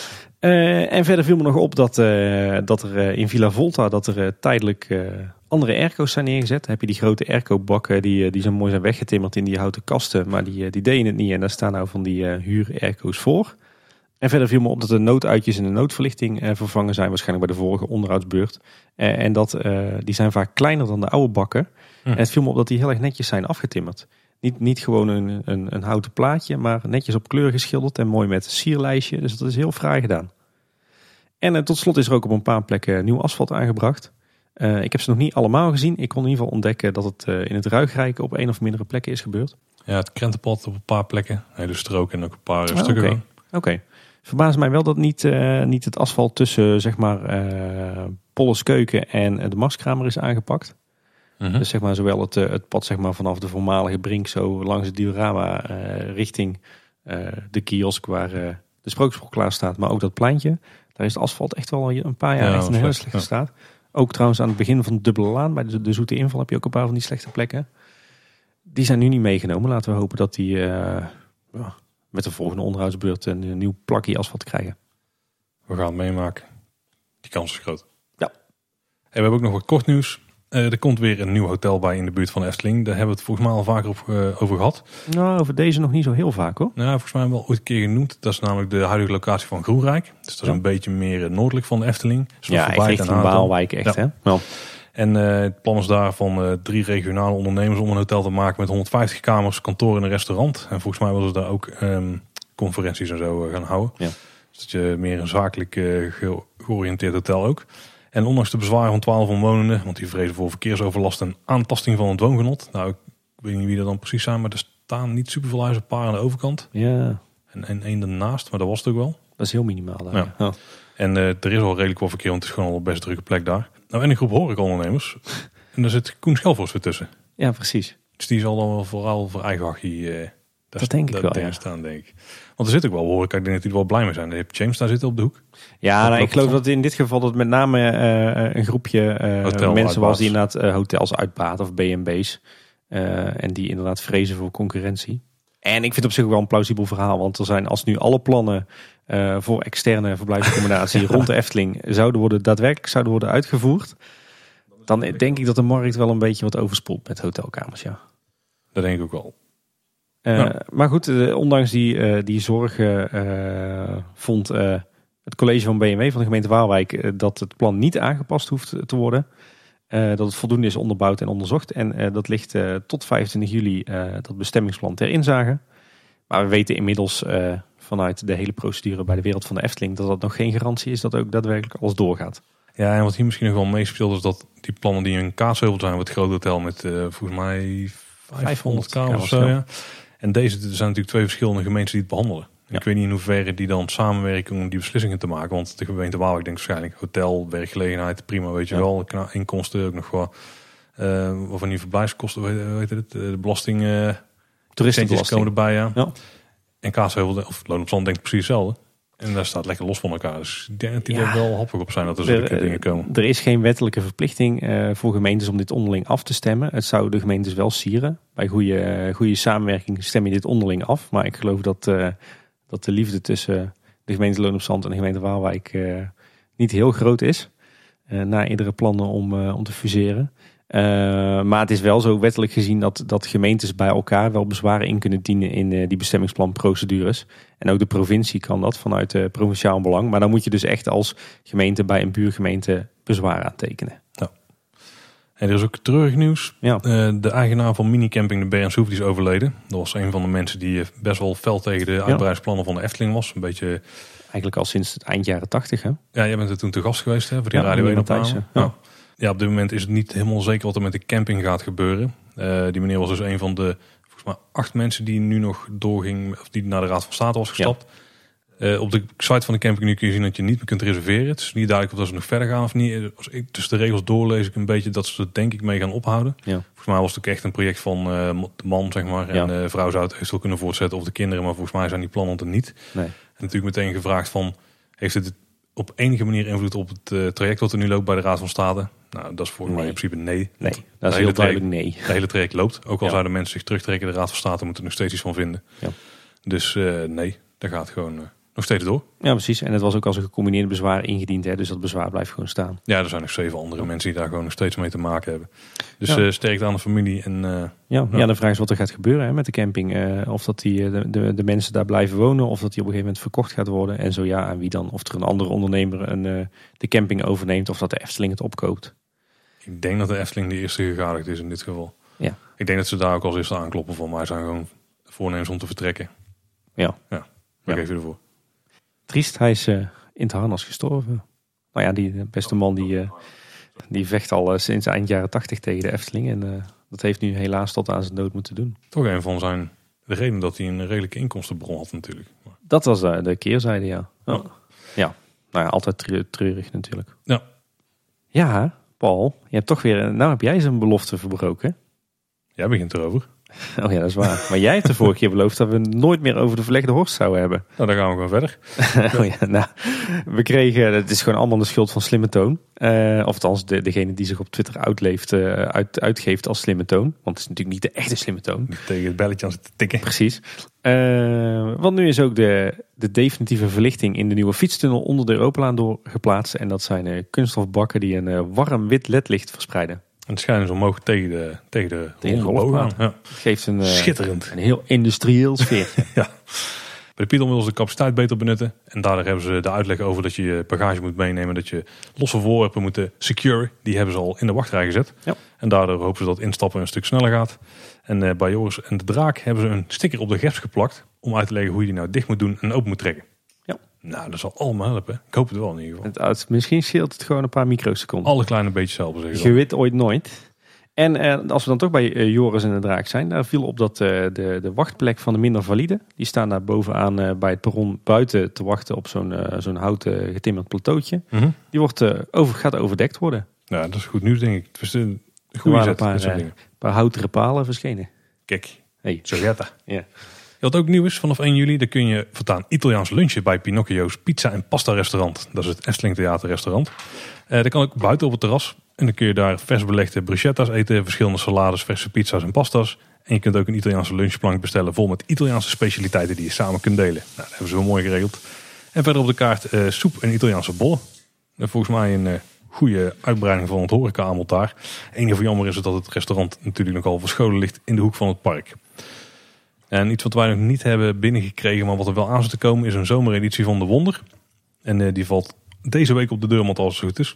Uh, en verder viel me nog op dat, uh, dat er uh, in Villa Volta dat er uh, tijdelijk uh, andere airco's zijn neergezet. Dan heb je die grote airco-bakken die, uh, die zo mooi zijn weggetimmerd in die houten kasten. Maar die, uh, die deden het niet en daar staan nou van die uh, huur-airco's voor. En verder viel me op dat de nooduitjes en de noodverlichting uh, vervangen zijn. Waarschijnlijk bij de vorige onderhoudsbeurt. Uh, en dat, uh, die zijn vaak kleiner dan de oude bakken. Hm. En het viel me op dat die heel erg netjes zijn afgetimmerd. Niet, niet gewoon een, een, een houten plaatje, maar netjes op kleur geschilderd. En mooi met sierlijstje. Dus dat is heel fraai gedaan. En uh, tot slot is er ook op een paar plekken nieuw asfalt aangebracht. Uh, ik heb ze nog niet allemaal gezien. Ik kon in ieder geval ontdekken dat het uh, in het Ruigrijke op één of meerdere plekken is gebeurd. Ja, het krentenpad op een paar plekken. Hele strook en ook een paar uh, stukken. Oké. Okay. Okay. Verbaast mij wel dat niet, uh, niet het asfalt tussen zeg maar uh, Polles Keuken en de Marskramer is aangepakt. Uh-huh. Dus zeg maar zowel het, het pad zeg maar vanaf de voormalige Brink zo langs het diorama uh, richting uh, de kiosk waar uh, de Sprookjesbroek klaar staat. Maar ook dat pleintje, daar is het asfalt echt wel een paar jaar ja, echt in een hele slechte ja. staat. Ook trouwens aan het begin van de dubbele laan, bij de, de Zoete Inval heb je ook een paar van die slechte plekken. Die zijn nu niet meegenomen. Laten we hopen dat die... Uh, ja, met de volgende onderhoudsbeurt een nieuw plakje asfalt krijgen. We gaan het meemaken. Die kans is groot. Ja. En we hebben ook nog wat kort nieuws. Uh, er komt weer een nieuw hotel bij in de buurt van Efteling. Daar hebben we het volgens mij al vaker op, uh, over gehad. Nou, over deze nog niet zo heel vaak hoor. Nou, volgens mij hebben we al ooit een keer genoemd. Dat is namelijk de huidige locatie van Groenrijk. Dus dat is ja. een beetje meer noordelijk van de Efteling. Dus ja, echt richting Waalwijk echt ja. hè? Wel. En uh, het plan is daar van uh, drie regionale ondernemers om een hotel te maken met honderdvijftig kamers, kantoor en een restaurant. En volgens mij willen ze daar ook um, conferenties en zo uh, gaan houden. Ja. Dus dat je meer een zakelijk uh, ge- georiënteerd hotel ook. En ondanks de bezwaren van twaalf omwonenden, want die vrezen voor verkeersoverlast en aantasting van het woongenot. Nou, ik weet niet wie dat dan precies zijn, maar er staan niet superveel huizen, een paar aan de overkant. Ja. En, en één ernaast, maar dat was het ook wel. Dat is heel minimaal daar. Ja. Ja. En uh, er is al redelijk wat verkeer, want het is gewoon al een best drukke plek daar. Nou, en een groep horecaondernemers. En daar zit Koen Schelvorst weer tussen. Ja, precies. Dus die zal dan wel vooral voor eigen hachje uh, Dat, dat denk ik dat wel, denk ja. staan, denk ik. Want er zit ook wel horeca, ik denk dat die er wel blij mee zijn. Je hebt James daar zitten op de hoek. Ja, nou, ik geloof van? dat in dit geval dat met name uh, een groepje uh, mensen was die inderdaad uh, hotels uitbaten of B en B's. Uh, en die inderdaad vrezen voor concurrentie. En ik vind het op zich wel een plausibel verhaal. Want er zijn, als nu alle plannen uh, voor externe verblijfsaccommodatie rond de Efteling zouden worden, daadwerkelijk zouden worden uitgevoerd. Dan denk ik dat de markt wel een beetje wat overspoelt met hotelkamers, ja. Dat denk ik ook wel. Uh, ja. Maar goed, uh, ondanks die, uh, die zorgen uh, vond uh, het college van B en W van de gemeente Waalwijk uh, dat het plan niet aangepast hoeft te worden. Uh, dat het voldoende is onderbouwd en onderzocht. En uh, dat ligt uh, tot vijfentwintig juli uh, dat bestemmingsplan ter inzage. Maar we weten inmiddels uh, vanuit de hele procedure bij de Wereld van de Efteling dat dat nog geen garantie is dat ook daadwerkelijk alles doorgaat. Ja, en wat hier misschien nog wel meespeelt is dat die plannen die in Kaatsheuvel zijn, wat groot hotel met uh, volgens mij vijfhonderd kamers of zo. Ja. En deze er zijn natuurlijk twee verschillende gemeenten die het behandelen. Ja. Ik weet niet in hoeverre die dan samenwerken om die beslissingen te maken. Want de gemeente Waalwijk denkt waarschijnlijk hotel, werkgelegenheid, prima, weet je ja. wel. Inkomsten ook nog wel. Uh, waarvan die verblijfskosten, weet, weet het, de belasting, uh, toeristenbelasting komen erbij. Ja. Ja. En Kaatsheuvel of Loon op Zand denkt precies hetzelfde. En daar staat lekker los van elkaar. Dus ik denk dat die ja. er wel happig op zijn dat er zulke dingen komen. Er is geen wettelijke verplichting uh, voor gemeentes om dit onderling af te stemmen. Het zou de gemeentes wel sieren. Bij goede, uh, goede samenwerking stem je dit onderling af. Maar ik geloof dat, uh, dat de liefde tussen de gemeente Loon op Zand en de gemeente Waalwijk uh, niet heel groot is. Uh, na eerdere plannen om, uh, om te fuseren. Uh, maar het is wel zo wettelijk gezien dat, dat gemeentes bij elkaar wel bezwaren in kunnen dienen in uh, die bestemmingsplanprocedures. En ook de provincie kan dat vanuit uh, provinciaal belang. Maar dan moet je dus echt als gemeente bij een buurgemeente bezwaar aantekenen. Ja. En er is ook treurig nieuws. Ja. Uh, de eigenaar van minicamping de Bernshoef die is overleden. Dat was een van de mensen die best wel fel tegen de uitbreidingsplannen van de Efteling was. Een beetje... Eigenlijk al sinds het eind jaren tachtig, hè? Ja, jij bent er toen te gast geweest, hè? Voor die ja, Radio één opname. Ja. Ja. Ja, op dit moment is het niet helemaal zeker wat er met de camping gaat gebeuren. Uh, die meneer was dus een van de volgens mij acht mensen die nu nog doorging, of die naar de Raad van State was gestapt. Ja. Uh, op de site van de camping nu kun je zien dat je niet meer kunt reserveren. Het is niet duidelijk of dat ze nog verder gaan of niet. Als ik tussen de regels doorlees ik een beetje dat ze het denk ik mee gaan ophouden. Ja. Volgens mij was het ook echt een project van uh, de man, zeg maar. Ja. En de vrouw zou het eventueel kunnen voortzetten of de kinderen. Maar volgens mij zijn die plannen er niet. Nee. En natuurlijk meteen gevraagd van, heeft het op enige manier invloed op het uh, traject wat er nu loopt bij de Raad van State? Nou, dat is volgens mij in principe nee. Nee, dat is heel duidelijk nee. Het hele traject loopt. Ook al ja. zouden mensen zich terugtrekken, de Raad van State moet er nog steeds iets van vinden. Ja. Dus uh, nee, dat gaat gewoon uh, nog steeds door. Ja, precies. En het was ook als een gecombineerde bezwaar ingediend. Hè, dus dat bezwaar blijft gewoon staan. Ja, er zijn nog zeven andere ja. mensen die daar gewoon nog steeds mee te maken hebben. Dus ja. uh, sterkte aan de familie. En, uh, ja, ja. ja, de vraag is wat er gaat gebeuren hè, met de camping. Uh, of dat die, de, de, de mensen daar blijven wonen. Of dat die op een gegeven moment verkocht gaat worden. En zo ja, aan wie dan. Of er een andere ondernemer een, uh, de camping overneemt. Of dat de Efteling het opkoopt. Ik denk dat de Efteling de eerste gegadigd is in dit geval. Ja. Ik denk dat ze daar ook als eerste aankloppen van. Maar zijn gewoon voornemens om te vertrekken. Ja. Ja, daar geef je ervoor. Triest, hij is uh, in het harnas gestorven. Nou ja, die beste man die, uh, die vecht al uh, sinds eind jaren tachtig tegen de Efteling. En uh, dat heeft nu helaas tot aan zijn dood moeten doen. Toch een van zijn de reden dat hij een redelijke inkomstenbron had natuurlijk. Maar... Dat was uh, de keerzijde, ja. Oh. Ja. Ja, nou ja, altijd treurig natuurlijk. Ja. Ja, Paul, je hebt toch weer... Nou heb jij zijn belofte verbroken. Jij begint erover. Oh ja, dat is waar. Maar jij hebt de vorige keer beloofd dat we nooit meer over de verlegde Horst zouden hebben. Nou, dan gaan we gewoon verder. oh ja, nou, we kregen... Het is gewoon allemaal de schuld van Slimme Toon. Uh, of althans, de, degene die zich op Twitter uitleeft, uh, uit, uitgeeft als Slimme Toon. Want het is natuurlijk niet de echte Slimme Toon. Niet tegen het belletje aan zitten tikken. Precies. Uh, want nu is ook de, de definitieve verlichting in de nieuwe fietstunnel onder de Europalaan doorgeplaatst. En dat zijn uh, kunststofbakken die een uh, warm wit ledlicht verspreiden. En het schijnen ze omhoog tegen de, tegen de, tegen de golfbaan. Ja. Het geeft een, uh, schitterend. Een heel industrieel sfeertje. Ja. Bij de Piedel willen ze de capaciteit beter benutten. En daardoor hebben ze de uitleg over dat je je bagage moet meenemen. Dat je losse voorwerpen moet securen. Die hebben ze al in de wachtrij gezet. Ja. En daardoor hopen ze dat instappen een stuk sneller gaat. En uh, bij Joris en de Draak hebben ze een sticker op de geps geplakt. Om uit te leggen hoe je die nou dicht moet doen en open moet trekken. Ja. Nou, dat zal allemaal helpen. Ik hoop het wel in ieder geval. Het, misschien scheelt het gewoon een paar microseconden. Alle kleine beetjes helpen. Zeg je weet ooit nooit. En eh, als we dan toch bij uh, Joris en de Draak zijn, daar viel op dat uh, de, de wachtplek van de minder valide, die staan daar bovenaan uh, bij het perron buiten te wachten op zo'n uh, zo'n houten getimmerd plateautje. Mm-hmm. Die wordt, uh, over, gaat overdekt worden. Ja, dat is goed nieuws denk ik. Het is een goede zet. Een paar, uh, paar houten palen verschenen. Kijk, hey. Zo gaat dat. Ja. Wat ook nieuw is, vanaf één juli, dan kun je voortaan Italiaans lunchen bij Pinocchio's Pizza en Pasta Restaurant. Dat is het Efteling Theater restaurant. Uh, dat kan ook buiten op het terras. En dan kun je daar vers belegde bruschetta's eten, verschillende salades, verse pizza's en pasta's. En je kunt ook een Italiaanse lunchplank bestellen vol met Italiaanse specialiteiten die je samen kunt delen. Nou, dat hebben ze wel mooi geregeld. En verder op de kaart uh, soep en Italiaanse bollen. Uh, volgens mij een uh, goede uitbreiding van het horeca-aanbod daar. Het enige jammer is dat het restaurant natuurlijk nogal verscholen ligt in de hoek van het park. En iets wat wij nog niet hebben binnengekregen, maar wat er wel aan zit te komen, is een zomereditie van De Wonder. En uh, die valt deze week op de deurmat als het goed is.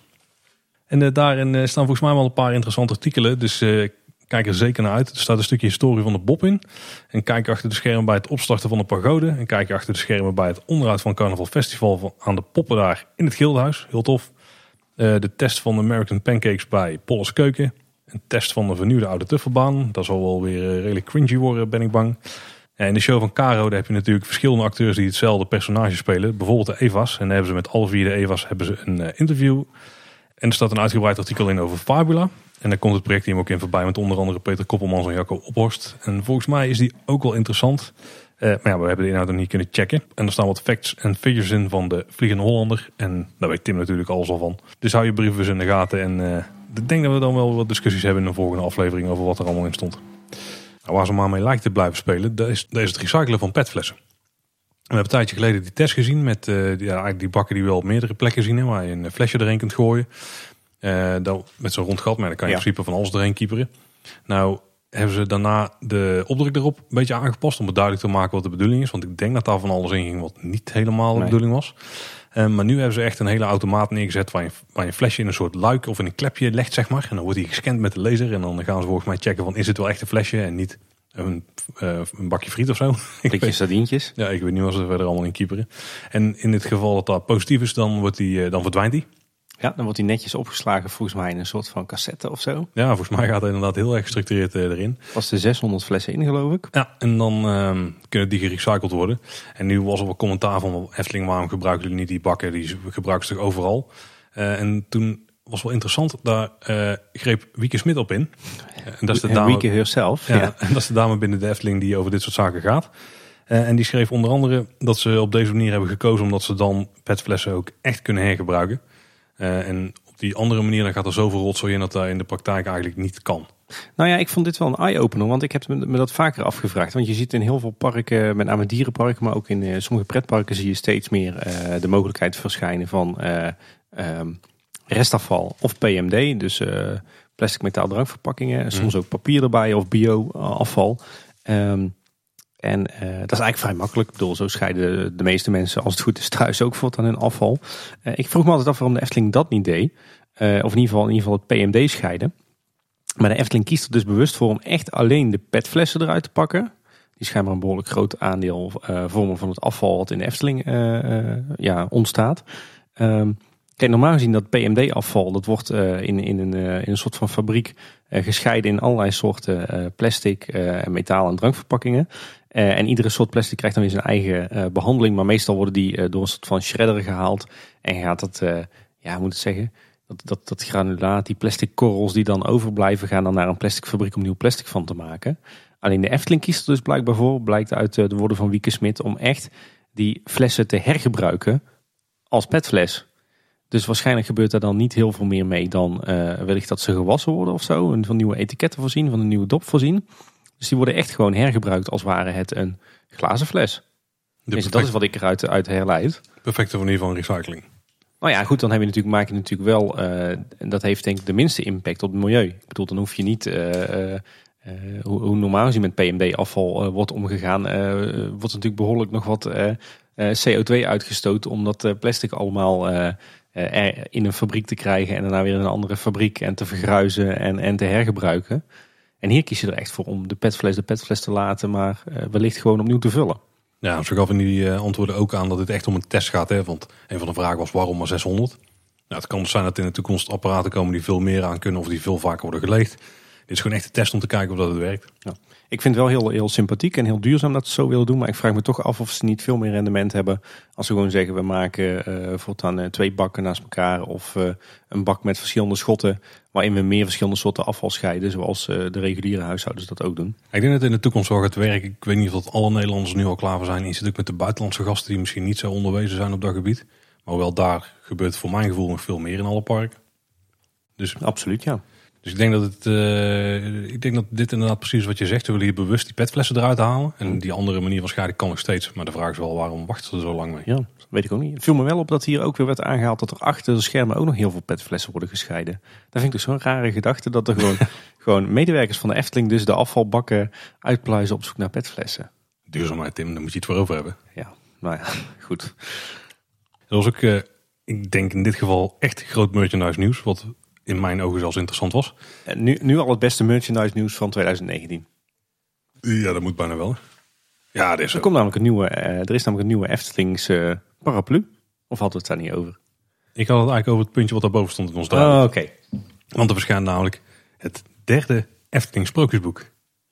En uh, daarin uh, staan volgens mij wel een paar interessante artikelen. Dus uh, kijk er zeker naar uit. Er staat een stukje historie van de Bob in. En kijk achter de schermen bij het opstarten van de pagode. En kijk achter de schermen bij het onderhoud van het Carnaval Festival van, aan de poppen daar in het Gildenhuis. Heel tof. Uh, de test van de American Pancakes bij Polles Keuken. Een test van de vernieuwde oude Tuffelbaan. Dat zal wel weer uh, redelijk cringy worden, ben ik bang. Ja, in de show van Caro daar heb je natuurlijk verschillende acteurs die hetzelfde personage spelen. Bijvoorbeeld de Eva's. En dan hebben ze met alle vier de Eva's hebben ze een uh, interview. En er staat een uitgebreid artikel in over Fabula. En daar komt het projectteam ook in voorbij met onder andere Peter Koppelmans en Jacco Ophorst. En volgens mij is die ook wel interessant. Uh, maar ja, we hebben de inhoud nog niet kunnen checken. En er staan wat facts en figures in van de Vliegende Hollander. En daar weet Tim natuurlijk alles al van. Dus hou je brieven in de gaten. En uh, ik denk dat we dan wel wat discussies hebben in de volgende aflevering over wat er allemaal in stond. Nou, waar ze maar mee lijkt te blijven spelen, dat is, dat is het recyclen van petflessen. We hebben een tijdje geleden die test gezien met uh, die, ja, eigenlijk die bakken die we wel op meerdere plekken zien. Hè, waar je een flesje erin kunt gooien. Uh, dat, met zo'n rond gat, maar dan kan je ja. in principe van alles erin kieperen. Nou hebben ze daarna de opdruk erop een beetje aangepast om het duidelijk te maken wat de bedoeling is. Want ik denk dat daar van alles in ging wat niet helemaal de nee. bedoeling was. Uh, maar nu hebben ze echt een hele automaat neergezet waar je, waar je een flesje in een soort luik of in een klepje legt, zeg maar. En dan wordt die gescand met de laser en dan gaan ze volgens mij checken van is het wel echt een flesje en niet een, uh, een bakje friet of zo. Beetje sardientjes. Ja, ik weet niet wat ze verder allemaal in kieperen. En in het geval dat dat positief is, dan, wordt die, uh, dan verdwijnt die. Ja, dan wordt die netjes opgeslagen volgens mij in een soort van cassette of zo. Ja, volgens mij gaat het inderdaad heel erg gestructureerd uh, erin. Was er zeshonderd flessen in, geloof ik. Ja, en dan uh, kunnen die gerecycled worden. En nu was er wel commentaar van Efteling, waarom gebruiken jullie niet die bakken? Die gebruiken ze toch overal? Uh, en toen was wel interessant, daar uh, greep Wieke Smit op in. En dat is de dame, Wieke herself. Ja, ja. En dat is de dame binnen de Efteling die over dit soort zaken gaat. Uh, en die schreef onder andere dat ze op deze manier hebben gekozen omdat ze dan petflessen ook echt kunnen hergebruiken. Uh, en op die andere manier dan gaat er zoveel rotzooi in dat dat in de praktijk eigenlijk niet kan. Nou ja, ik vond dit wel een eye-opener, want ik heb me dat vaker afgevraagd. Want je ziet in heel veel parken, met name dierenparken, maar ook in uh, sommige pretparken zie je steeds meer uh, de mogelijkheid verschijnen van uh, um, restafval of P M D. Dus uh, plastic metaal drankverpakkingen, soms ook papier erbij of bio-afval. Um, En uh, dat is eigenlijk vrij makkelijk. Ik bedoel, zo scheiden de meeste mensen, als het goed is, thuis ook voort aan hun afval. Uh, ik vroeg me altijd af waarom de Efteling dat niet deed. Uh, of in ieder geval, in ieder geval het P M D scheiden. Maar de Efteling kiest er dus bewust voor om echt alleen de petflessen eruit te pakken. Die schijnbaar een behoorlijk groot aandeel uh, vormen van het afval wat in de Efteling uh, uh, ja, ontstaat. Um, Kijk, normaal gezien dat P M D-afval, dat wordt uh, in, in, een, uh, in een soort van fabriek uh, gescheiden in allerlei soorten uh, plastic, uh, metaal en drankverpakkingen. Uh, en iedere soort plastic krijgt dan weer zijn eigen uh, behandeling. Maar meestal worden die uh, door een soort van shredder gehaald. En gaat dat, uh, ja, hoe moet ik zeggen, dat, dat, dat granulaat, die plastic korrels die dan overblijven, gaan dan naar een plastic fabriek om nieuw plastic van te maken. Alleen de Efteling kiest er dus blijkbaar voor, blijkt uit uh, de woorden van Wieke Smit, om echt die flessen te hergebruiken als petfles. Dus waarschijnlijk gebeurt daar dan niet heel veel meer mee dan uh, wellicht dat ze gewassen worden of zo. En van nieuwe etiketten voorzien, van een nieuwe dop voorzien. Dus die worden echt gewoon hergebruikt als ware het een glazen fles. Dus dat is wat ik eruit uit herleid. Perfecte manier van recycling. Nou ja, goed, dan heb je natuurlijk, maak je natuurlijk wel, uh, dat heeft denk ik de minste impact op het milieu. Ik bedoel, dan hoef je niet, uh, uh, uh, hoe, hoe normaal gezien met P M D-afval uh, wordt omgegaan, uh, wordt natuurlijk behoorlijk nog wat uh, uh, C O twee uitgestoten om dat uh, plastic allemaal uh, uh, in een fabriek te krijgen en daarna weer in een andere fabriek en te vergruizen en, en te hergebruiken. En hier kies je er echt voor om de petfles de petfles te laten, maar uh, wellicht gewoon opnieuw te vullen. Ja, ze gaf in die uh, antwoorden ook aan dat het echt om een test gaat. Hè? Want een van de vragen was waarom maar zeshonderd? Nou, het kan dus zijn dat in de toekomst apparaten komen die veel meer aan kunnen of die veel vaker worden geleegd. Dit is gewoon echt een test om te kijken of dat het werkt. Ja. Ik vind het wel heel, heel sympathiek en heel duurzaam dat ze zo willen doen. Maar ik vraag me toch af of ze niet veel meer rendement hebben. Als ze gewoon zeggen, we maken uh, voortaan uh, twee bakken naast elkaar. Of uh, een bak met verschillende schotten. Waarin we meer verschillende soorten afval scheiden. Zoals uh, de reguliere huishoudens dat ook doen. Ik denk dat het in de toekomst wel gaat werken. Ik weet niet of dat alle Nederlanders nu al klaar voor zijn. Je zit ook met de buitenlandse gasten die misschien niet zo onderwezen zijn op dat gebied. Maar hoewel daar gebeurt voor mijn gevoel nog veel meer in alle parken. Dus absoluut, ja. Dus ik denk dat het, uh, ik denk dat dit inderdaad precies wat je zegt. We willen hier bewust die petflessen eruit halen. En die andere manier waarschijnlijk kan nog steeds. Maar de vraag is wel, waarom wachten ze er zo lang mee? Ja, dat weet ik ook niet. Het viel me wel op dat hier ook weer werd aangehaald dat er achter de schermen ook nog heel veel petflessen worden gescheiden. Dat vind ik dus zo'n rare gedachte dat er gewoon, gewoon medewerkers van de Efteling dus de afvalbakken uitpluizen op zoek naar petflessen. Duurzaamheid, Tim, daar moet je het voor over hebben. Ja, nou ja, goed. Dat was ook, uh, ik denk in dit geval echt groot merchandise nieuws. Wat in mijn ogen zelfs interessant was. En nu, nu al het beste merchandise nieuws van twintig negentien. Ja, dat moet bijna wel. Ja, dat is er, komt namelijk een nieuwe, uh, er is namelijk een nieuwe Eftelings uh, paraplu. Of hadden we het daar niet over? Ik had het eigenlijk over het puntje wat daarboven stond in ons draaiboek. Oh, oké. Okay. Want er verschijnt namelijk het derde Efteling sprookjesboek.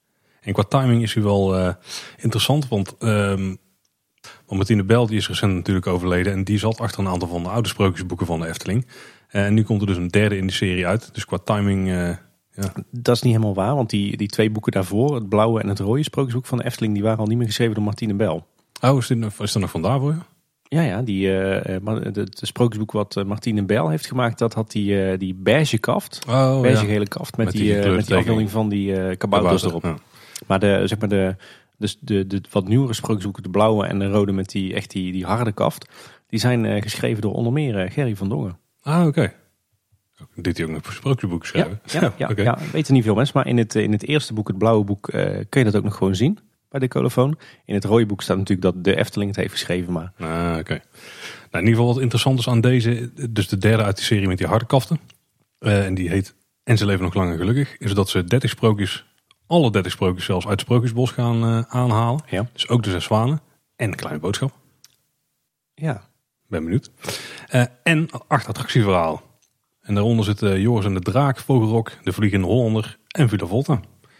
En qua timing is hij wel uh, interessant. Want um, Martine Bijl die is recent natuurlijk overleden. En die zat achter een aantal van de oude sprookjesboeken van de Efteling. Uh, en nu komt er dus een derde in de serie uit. Dus qua timing... Uh, ja. Dat is niet helemaal waar. Want die, die twee boeken daarvoor, het blauwe en het rode sprookjesboek van de Efteling, die waren al niet meer geschreven door Martine Bijl. Oh, is, dit, is dat nog vandaar voor je? Ja, ja. Die, uh, het sprookjesboek wat Martine Bijl heeft gemaakt, dat had die, uh, die beige kaft. Oh, beige ja. gele kaft met, met die, die, uh, met die afbeelding van die uh, kabouters erop. Ja. Maar de, zeg maar de, de, de, de wat nieuwere sprookjesboeken, de blauwe en de rode met die, echt die, die harde kaft, die zijn uh, geschreven door onder meer uh, Gerry van Dongen. Ah, oké. Okay. Dit hij ook nog een sprookjesboek schrijven? Ja, ja, ja, okay. ja, weten niet veel mensen. Maar in het, in het eerste boek, het blauwe boek, uh, kun je dat ook nog gewoon zien bij de colofoon. In het rode boek staat natuurlijk dat de Efteling het heeft geschreven. Maar... Ah, oké. Okay. Nou, in ieder geval wat interessant is aan deze, dus de derde uit die serie met die harde kaften. Uh, en die heet En ze leven nog lang en gelukkig. Is dat ze dertig sprookjes, alle dertig sprookjes zelfs uit het Sprookjesbos gaan uh, aanhalen. Ja. Dus ook de zes zwanen en een kleine boodschap. Ja. Ben benieuwd. Uh, en acht attractieverhalen. En daaronder zitten Joris en de Draak, Vogelrok, De Vliegende Hollander en Villa Volta.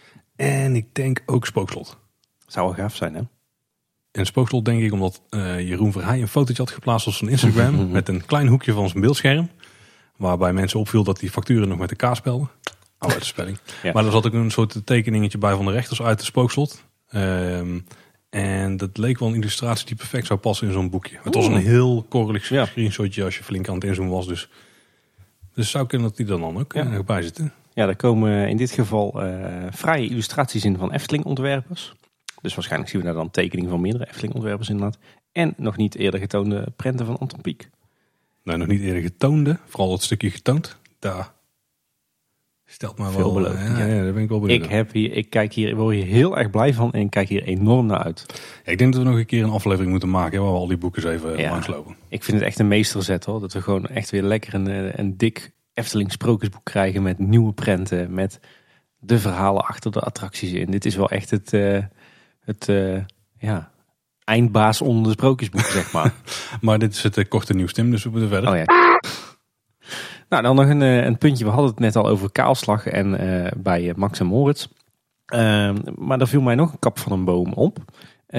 En ik denk ook Spookslot. Zou wel gaaf zijn, hè? En Spookslot denk ik omdat uh, Jeroen Verheij een fotootje had geplaatst op zijn Instagram. met een klein hoekje van zijn beeldscherm. Waarbij mensen opviel dat die facturen nog met de K spelden. Oh, uit de spelling. Ja. Maar er zat ook een soort tekeningetje bij van de rechters uit de Spookslot. Um, en dat leek wel een illustratie die perfect zou passen in zo'n boekje. Het was een heel korrelig ja. screenshotje als je flink aan het inzoomen was. Dus, dus zou kunnen dat die er dan ook ja. bij zitten. Ja, daar komen in dit geval uh, fraaie illustraties in van Efteling ontwerpers. Dus waarschijnlijk zien we daar dan tekeningen van meerdere Efteling ontwerpers inderdaad. En nog niet eerder getoonde prenten van Anton Pieck. Nee, nog niet eerder getoonde. Vooral dat stukje getoond. Daar stelt me wel... Veel ja, ja, ja, daar ben ik wel benieuwd. Ik, heb hier, ik kijk hier, ik word hier heel erg blij van en ik kijk hier enorm naar uit. Ja, ik denk dat we nog een keer een aflevering moeten maken waar we al die boeken eens even ja, langslopen. Ik vind het echt een meesterzet hoor. Dat we gewoon echt weer lekker een, een dik Efteling sprookjesboek krijgen met nieuwe prenten. Met de verhalen achter de attracties in. Dit is wel echt het, uh, het uh, ja, eindbaas onder de sprookjesboeken, zeg maar. Maar dit is het uh, korte nieuws, Tim, dus we moeten verder. Oh ja. Nou, dan nog een, een puntje. We hadden het net al over Kaalslag en uh, bij uh, Max en Moritz. Uh, maar daar viel mij nog een kap van een boom op. Uh,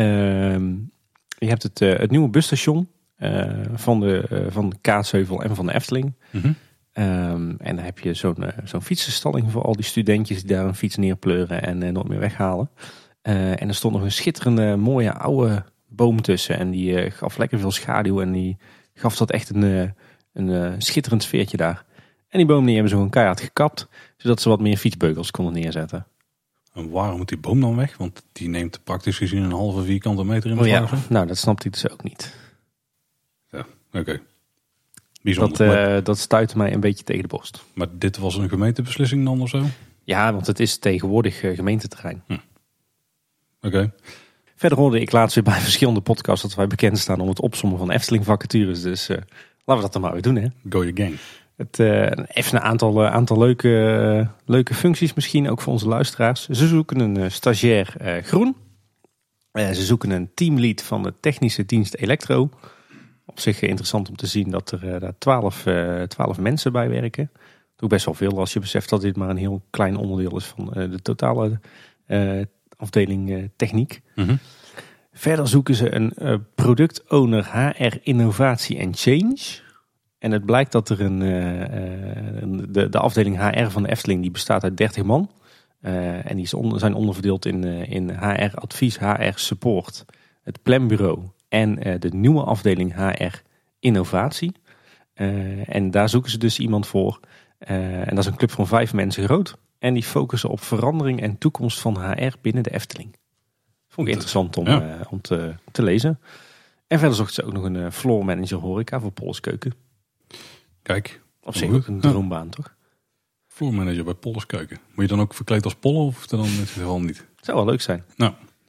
je hebt het, uh, het nieuwe busstation uh, van, de, uh, van de Kaatsheuvel en van de Efteling. Mm-hmm. Um, en dan heb je zo'n, uh, zo'n fietsenstalling voor al die studentjes die daar een fiets neerpleuren en uh, nooit meer weghalen. Uh, en er stond nog een schitterende, mooie oude boom tussen. En die uh, gaf lekker veel schaduw en die gaf dat echt een, uh, een uh, schitterend sfeertje daar. En die boom die hebben ze gewoon keihard gekapt, zodat ze wat meer fietsbeugels konden neerzetten. En waarom moet die boom dan weg? Want die neemt praktisch gezien een halve vierkante meter in de oh, ja. vlag. Nou, dat snapt hij dus ook niet. Ja, oké. Okay. Bijzonder. Dat, uh, maar, dat stuitte mij een beetje tegen de borst. Maar dit was een gemeentebeslissing dan of zo? Ja, want het is tegenwoordig uh, gemeenteterrein. Hm. Oké. Okay. Verder hoorde ik laatst weer bij verschillende podcasts dat wij bekend staan om het opsommen van Efteling vacatures. Dus uh, laten we dat dan maar weer doen, hè? Go your gang. Het, uh, even een aantal, uh, aantal leuke, uh, leuke functies misschien ook voor onze luisteraars. Ze zoeken een uh, stagiair uh, groen. Uh, ze zoeken een teamlead van de technische dienst elektro. Op zich interessant om te zien dat er uh, daar twaalf, uh, twaalf mensen bij werken. Ook best wel veel als je beseft dat dit maar een heel klein onderdeel is van uh, de totale uh, afdeling uh, techniek. Mm-hmm. Verder zoeken ze een uh, product owner H R innovatie en change. En het blijkt dat er een, uh, uh, de, de afdeling H R van de Efteling die bestaat uit dertig man. Uh, en die is onder, zijn onderverdeeld in, uh, in H R advies, H R support, het planbureau en uh, de nieuwe afdeling H R innovatie. Uh, en daar zoeken ze dus iemand voor. Uh, en dat is een club van vijf mensen groot. En die focussen op verandering en toekomst van H R binnen de Efteling. Vond ik interessant om, ja. uh, om te, te lezen. En verder zochten ze ook nog een uh, floor manager horeca voor Polleskeuken. Kijk. Op zich ook een droombaan, ja. toch? Floor manager bij Polleskeuken. Moet je dan ook verkleed als Polle of dan in dit geval niet? Zou wel leuk zijn. Nou.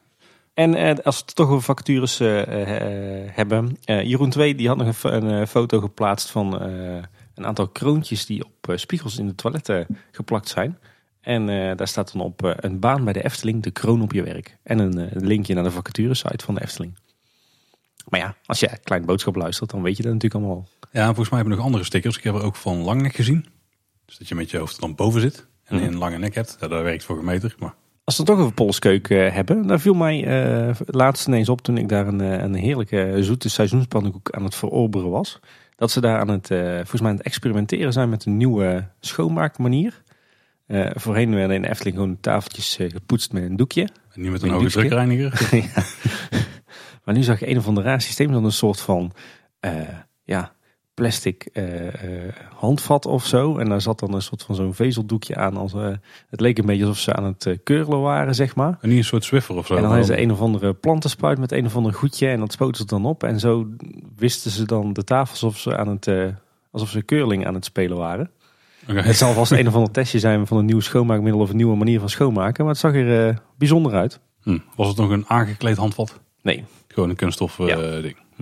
En uh, als we het toch over vacatures uh, uh, hebben. Uh, Jeroen twee die had nog een, een uh, foto geplaatst van uh, een aantal kroontjes die op uh, spiegels in de toiletten geplakt zijn. En uh, daar staat dan op uh, een baan bij de Efteling, de kroon op je werk. En een uh, linkje naar de vacaturesite van de Efteling. Maar ja, als je Klein Boodschap luistert, dan weet je dat natuurlijk allemaal al. Ja, volgens mij hebben we nog andere stickers. Ik heb er ook van Langnek gezien. Dus dat je met je hoofd er dan boven zit en mm. een lange nek hebt. Ja, dat werkt voor een meter. Maar... Als we het toch over Polleskeuken hebben, dan viel mij uh, laatst ineens op toen ik daar een, een heerlijke zoete seizoenspannenkoek aan het verorberen was. Dat ze daar aan het, uh, volgens mij aan het experimenteren zijn met een nieuwe schoonmaakmanier. Uh, voorheen werden in de Efteling gewoon tafeltjes uh, gepoetst met een doekje. En niet met een hoge drukreiniger. Ja. Maar nu zag je een of ander raar systeem, dan een soort van uh, ja, plastic uh, uh, handvat of zo. En daar zat dan een soort van zo'n vezeldoekje aan. Als, uh, het leek een beetje alsof ze aan het uh, keurlen waren, zeg maar. En niet een soort Swiffer of zo. En dan hadden ze een of andere plantenspuit met een of ander goedje. En dat spoten ze dan op. En zo wisten ze dan de tafels alsof ze, aan het, uh, alsof ze curling aan het spelen waren. Okay. Het zal vast een of ander testje zijn van een nieuw schoonmaakmiddel of een nieuwe manier van schoonmaken. Maar het zag er uh, bijzonder uit. Hm. Was het nog een aangekleed handvat? Nee. Gewoon een kunststof uh, ja. ding. Hm.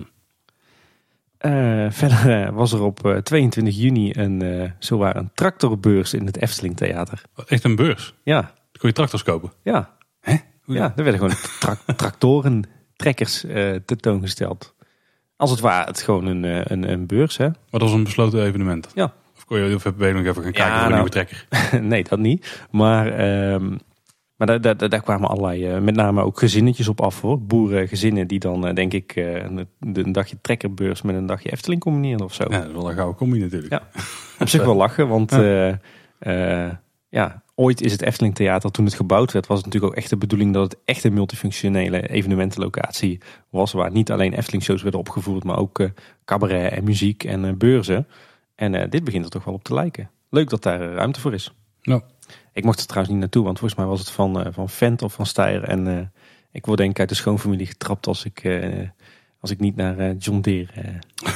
Uh, verder uh, was er op uh, tweeëntwintig juni een, uh, zowaar een tractorbeurs in het Efteling Theater. Echt een beurs? Ja. Dan kon je tractors kopen? Ja. Hè? Hoe ja, er werden gewoon tra- tractoren, trekkers uh, tentoongesteld. Als het ware het gewoon een, uh, een, een beurs. Hè? Maar dat was een besloten evenement? Ja. Of kon je of heb je nog even gaan kijken ja, naar nou, een nieuwe trekker? Nee, dat niet. Maar... Um, Maar daar, daar, daar kwamen allerlei, uh, met name ook gezinnetjes op af hoor. Boerengezinnen die dan uh, denk ik uh, een, een dagje trekkerbeurs met een dagje Efteling combineren of zo. Ja, dat is wel een gouden combi natuurlijk. Ja, op zich wel lachen, want ja. Uh, uh, ja, ooit is het Efteling Theater, toen het gebouwd werd, was het natuurlijk ook echt de bedoeling dat het echt een multifunctionele evenementenlocatie was. Waar niet alleen Efteling shows werden opgevoerd, maar ook uh, cabaret en muziek en uh, beurzen. En uh, dit begint er toch wel op te lijken. Leuk dat daar uh, ruimte voor is. Ja. Ik mocht er trouwens niet naartoe, want volgens mij was het van, uh, van Vent of van Steyr. En uh, ik word denk ik uit de schoonfamilie getrapt als ik, uh, als ik niet naar uh, John Deere uh,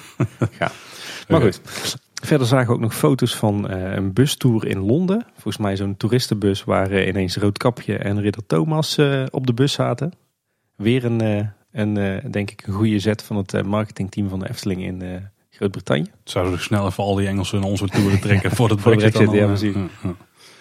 ga. Maar okay. Goed, verder zagen we ook nog foto's van uh, een bustour in Londen. Volgens mij zo'n toeristenbus waar uh, ineens Roodkapje en Ridder Thomas uh, op de bus zaten. Weer een, uh, een uh, denk ik een goede zet van het uh, marketingteam van de Efteling in uh, Groot-Brittannië. Zouden we snel even al die Engelsen in onze toeren trekken voor het Brexit. Brexit Ja, precies. Ja, ja.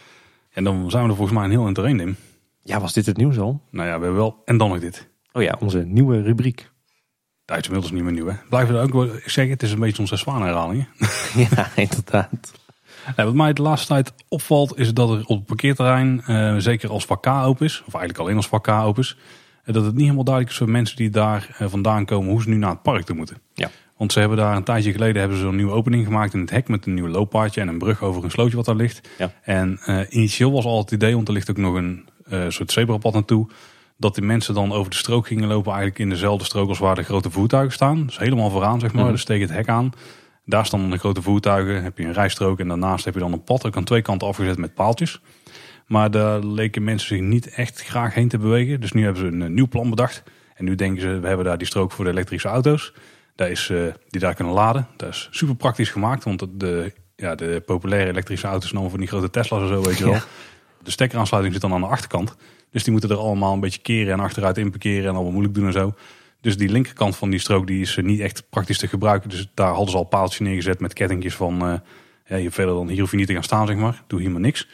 En dan zijn we er volgens mij een heel eind doorheen, Dim. Ja, was dit het nieuws al? Nou ja, we hebben wel. En dan nog dit. Oh ja, onze nieuwe rubriek. Dat is inmiddels niet meer nieuw, hè? Blijven we ook wel zeggen, het is een beetje onze zwaanherhalingen. Ja, inderdaad. Ja, wat mij de laatste tijd opvalt, is dat er op het parkeerterrein, uh, zeker als vak K open is, of eigenlijk alleen als vak K open is, uh, dat het niet helemaal duidelijk is voor mensen die daar uh, vandaan komen, hoe ze nu naar het park toe moeten. Ja. Want ze hebben daar een tijdje geleden hebben ze een nieuwe opening gemaakt in het hek met een nieuw looppaadje en een brug over een slootje wat daar ligt. Ja. En uh, initieel was al het idee, want er ligt ook nog een uh, soort zebrapad naartoe, dat die mensen dan over de strook gingen lopen eigenlijk in dezelfde strook als waar de grote voertuigen staan. Dus helemaal vooraan, zeg maar. Mm-hmm. Dus tegen het hek aan. Daar staan dan de grote voertuigen, heb je een rijstrook en daarnaast heb je dan een pad. Dat aan twee kanten afgezet met paaltjes. Maar daar leken mensen zich niet echt graag heen te bewegen. Dus nu hebben ze een nieuw plan bedacht. En nu denken ze, we hebben daar die strook voor de elektrische auto's. Daar is, uh, die daar kunnen laden. Dat is super praktisch gemaakt. Want de, ja, de populaire elektrische auto's zijn van die grote Tesla's en zo, weet je wel. Ja. De stekkeraansluiting zit dan aan de achterkant. Dus die moeten er allemaal een beetje keren en achteruit inparkeren en allemaal moeilijk doen en zo. Dus die linkerkant van die strook die is niet echt praktisch te gebruiken. Dus daar hadden ze al paaltjes neergezet met kettingjes van... Uh, ja, je verder dan hier hoef je niet te gaan staan, zeg maar. Doe hier maar niks.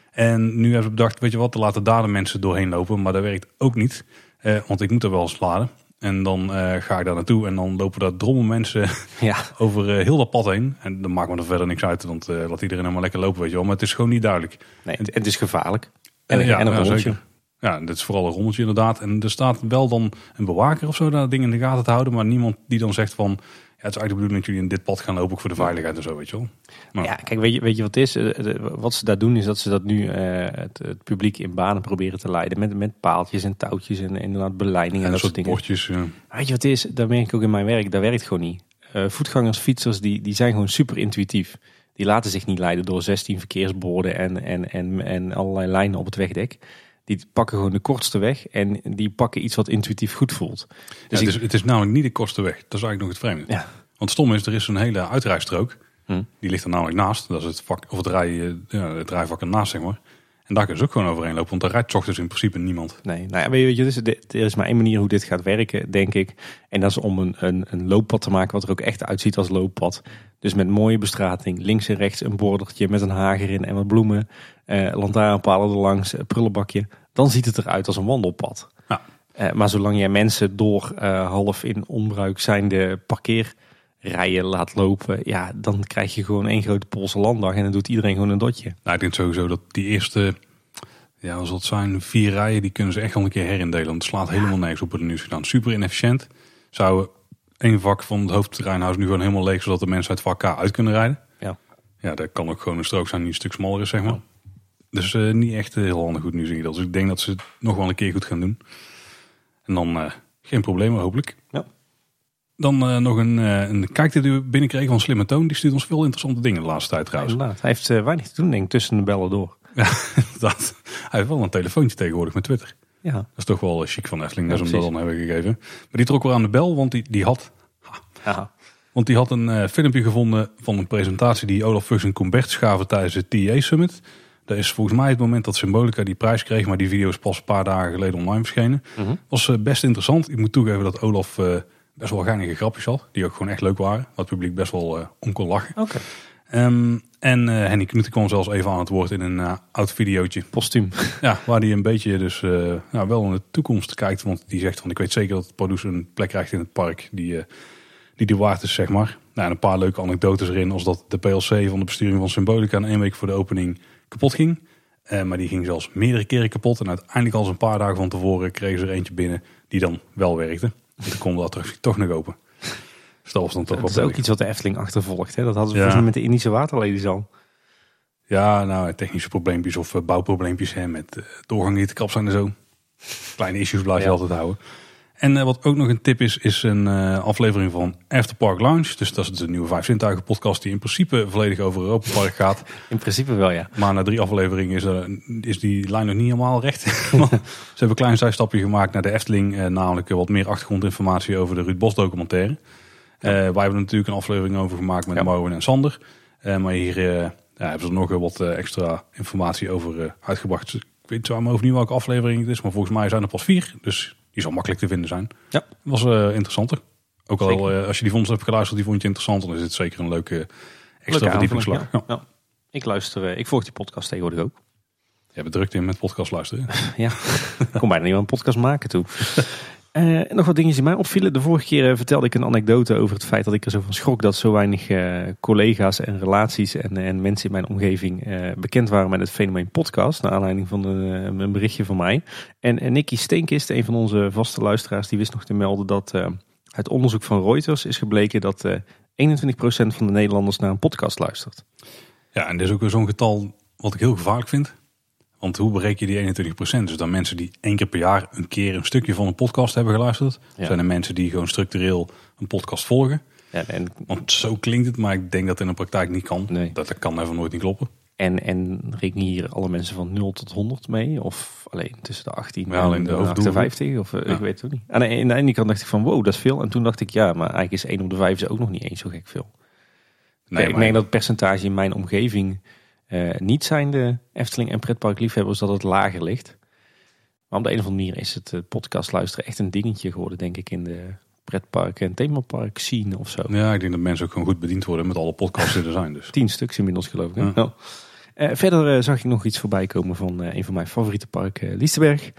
En nu hebben ze bedacht, weet je wat, te laten daar de mensen doorheen lopen. Maar dat werkt ook niet. Uh, want ik moet er wel eens laden. En dan uh, ga ik daar naartoe en dan lopen daar drommel mensen ja. over uh, heel dat pad heen. En dan maakt me er verder niks uit, want uh, laat iedereen helemaal lekker lopen, weet je wel. Maar het is gewoon niet duidelijk. Nee, het, het is gevaarlijk. En, uh, ja, en een ja, rommeltje. Zeker. Ja, dit is vooral een rommeltje inderdaad. En er staat wel dan een bewaker of zo dat ding in de gaten te houden. Maar niemand die dan zegt van... Ja, het is eigenlijk de bedoeling dat jullie in dit pad gaan lopen, ook voor de veiligheid en zo, weet je wel. Maar, ja, kijk, weet je, weet je wat het is? Wat ze daar doen is dat ze dat nu uh, het, het publiek in banen proberen te leiden. Met, met paaltjes en touwtjes en, en inderdaad beleidingen en, en dat soort dingen. Bordjes, ja. Weet je wat het is? Dat merk ik ook in mijn werk. Dat werkt gewoon niet. Uh, voetgangers, fietsers, die, die zijn gewoon super intuïtief. Die laten zich niet leiden door zestien verkeersborden en, en, en, en allerlei lijnen op het wegdek. Die pakken gewoon de kortste weg en die pakken iets wat intuïtief goed voelt. Dus ja, ik... het, is, het is namelijk niet de kortste weg. Dat is eigenlijk nog het vreemde. Ja. Want stom is, er is een hele uitrijstrook. Hm. Die ligt er namelijk naast. Dat is het vak, of het, rij, ja, het rijvak ernaast, zeg maar. En daar kunnen ze ook gewoon overheen lopen, want daar rijdt 's ochtends in principe niemand. Nee, nou ja, weet je, dus er is maar één manier hoe dit gaat werken, denk ik. En dat is om een, een, een looppad te maken wat er ook echt uitziet als looppad. Dus met mooie bestrating, links en rechts een bordertje met een haag erin en wat bloemen. Eh, lantaarnpalen erlangs, een prullenbakje. Dan ziet het eruit als een wandelpad. Ja. Uh, maar zolang jij mensen door uh, half in onbruik zijnde parkeerrijen laat lopen, ja, dan krijg je gewoon één grote Poolse landdag en dan doet iedereen gewoon een dotje. Nou, ik denk sowieso dat die eerste, ja, wat zal het zijn, vier rijen, die kunnen ze echt wel een keer herindelen. Want het slaat helemaal nergens op wat er nu is gedaan. Super inefficiënt. Zou één vak van het hoofdterreinhuis nu gewoon helemaal leeg, zodat de mensen uit vak K uit kunnen rijden. Ja. Ja, dat kan ook gewoon een strook zijn die een stuk smaller is, zeg maar. Ja. Dus uh, niet echt heel handig goed nu zie je dat. Dus ik denk dat ze het nog wel een keer goed gaan doen. En dan uh, geen probleem, hopelijk. Ja. Dan uh, nog een, uh, een kijktip die we binnenkregen van Slimme Toon. Die stuurt ons veel interessante dingen de laatste tijd trouwens. Ja, inderdaad. Hij heeft uh, weinig te doen, denk ik, tussen de bellen door. Ja, inderdaad. Hij heeft wel een telefoontje tegenwoordig met Twitter. Ja. Dat is toch wel chic van Efteling, dat ja, ze hem dat dan hebben gegeven. Maar die trok wel aan de bel, want die, die had... Ha, want die had een uh, filmpje gevonden van een presentatie die Olaf Fuchs en Koen Bertens gaven tijdens het T A Summit. Dat is volgens mij het moment dat Symbolica die prijs kreeg, maar die video is pas een paar dagen geleden online verschenen. Mm-hmm. Was uh, best interessant. Ik moet toegeven dat Olaf uh, best wel geinige grapjes had, die ook gewoon echt leuk waren. Waar het publiek best wel uh, om kon lachen. Okay. Um, en uh, Henny Knut kwam zelfs even aan het woord in een uh, oud videootje. Postuum. Ja, waar hij een beetje dus uh, nou, wel in de toekomst kijkt. Want die zegt van, ik weet zeker dat Pardoes een plek krijgt in het park die uh, die, die waard is, zeg maar. Nou, en een paar leuke anekdotes erin, als dat de P L C van de besturing van Symbolica in één week voor de opening kapot ging. Uh, maar die ging zelfs meerdere keren kapot. En uiteindelijk al eens een paar dagen van tevoren kregen ze er eentje binnen die dan wel werkte. En toen kon de attractie toch nog open. Dus dat was dan toch dat wel is ook iets wat de Efteling achtervolgt. Hè? Dat hadden ze ja. volgens mij met de Indische waterlelies al. Ja, nou, technische probleempjes of uh, bouwprobleempjes hè, met uh, doorgang die te krap zijn en zo. Kleine issues blijf je ja. altijd houden. En uh, wat ook nog een tip is, is een uh, aflevering van After Park Lounge. Dus dat is de nieuwe Vijf Zintuigen podcast die in principe volledig over Europa Park gaat. In principe wel, ja. Maar na drie afleveringen is, er, is die lijn nog niet helemaal recht. Ze hebben een klein zijstapje gemaakt naar de Efteling. Uh, namelijk uh, wat meer achtergrondinformatie over de Ruud Bos documentaire. Uh, ja. Wij hebben er natuurlijk een aflevering over gemaakt met ja. Marwin en Sander. Uh, maar hier uh, ja, hebben ze er nog wat uh, extra informatie over uh, uitgebracht. Dus ik weet zo over niet welke aflevering het is. Maar volgens mij zijn er pas vier. Dus die zal makkelijk te vinden zijn. Ja. Dat was uh, interessanter. Ook al uh, als je die vondst hebt geluisterd, die vond je interessant. Dan is het zeker een leuke extra verdiepingsslag. Ja. Ja. Ja. Ik luister, uh, ik volg die podcast tegenwoordig ook. Je hebt druk in met podcast luisteren. Ja, ik kom bijna niet aan een podcast maken toe. Uh, nog wat dingen die mij opvielen. De vorige keer uh, vertelde ik een anekdote over het feit dat ik er zo van schrok dat zo weinig uh, collega's en relaties en, en mensen in mijn omgeving uh, bekend waren met het fenomeen podcast. Naar aanleiding van een, een berichtje van mij. En, en Nicky Steenkist, een van onze vaste luisteraars, die wist nog te melden dat uh, uit onderzoek van Reuters is gebleken dat uh, eenentwintig procent van de Nederlanders naar een podcast luistert. Ja, en dit is ook weer zo'n getal wat ik heel gevaarlijk vind. Want hoe bereken je die eenentwintig procent? Dus dan mensen die één keer per jaar een keer een stukje van een podcast hebben geluisterd. Ja. Zijn er mensen die gewoon structureel een podcast volgen. Ja, en, Want zo klinkt het, maar ik denk dat het in de praktijk niet kan. Nee. Dat, dat kan even nooit niet kloppen. En, en reken hier alle mensen van nul tot honderd mee? Of alleen tussen de achttien ja, en de de achtenvijftig? Of, ja. Ik weet het ook niet. Aan de, aan de ene kant dacht ik van wow, dat is veel. En toen dacht ik ja, maar eigenlijk is één op de vijf is ook nog niet eens zo gek veel. Nee, Kijk, ik denk dat het percentage in mijn omgeving... Uh, niet zijn de Efteling en pretparkliefhebbers dat het lager ligt. Maar op de een of andere manier is het uh, podcast luisteren echt een dingetje geworden, denk ik, in de pretpark en themapark scene of zo. Ja, ik denk dat mensen ook gewoon goed bediend worden met alle podcasts die er zijn. Dus. Tien stuks inmiddels geloof ik. Ja. Oh. Uh, verder uh, zag ik nog iets voorbij komen van uh, een van mijn favoriete parken, uh, Liseberg.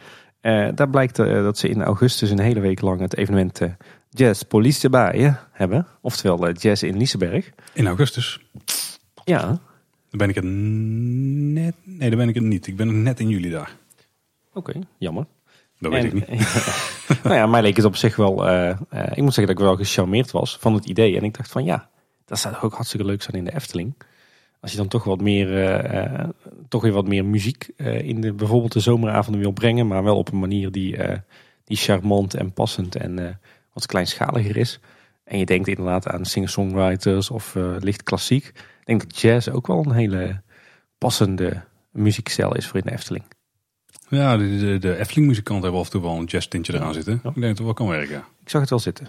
Uh, daar blijkt uh, dat ze in augustus een hele week lang het evenement uh, Jazz Police Baaien hebben. Oftewel uh, Jazz in Liseberg. In augustus? Ja. Dan ben ik het net... Nee, dan ben ik het niet. Ik ben net in juli daar. Oké, okay, jammer. Dat weet en, ik niet. nou ja, mij leek het op zich wel... Uh, uh, ik moet zeggen dat ik wel gecharmeerd was van het idee. En ik dacht van ja, dat zou ook hartstikke leuk zijn in de Efteling. Als je dan toch wat meer, uh, uh, toch weer wat meer muziek uh, in de, bijvoorbeeld de zomeravonden wil brengen. Maar wel op een manier die, uh, die charmant en passend en uh, wat kleinschaliger is. En je denkt inderdaad aan singer-songwriters of uh, licht klassiek. Ik denk dat jazz ook wel een hele passende muziekstijl is voor in de Efteling. Ja, de, de, de Efteling muzikanten hebben af en toe wel een jazz tintje eraan zitten. Ja. Ik denk dat het wel kan werken. Ik zag het wel zitten.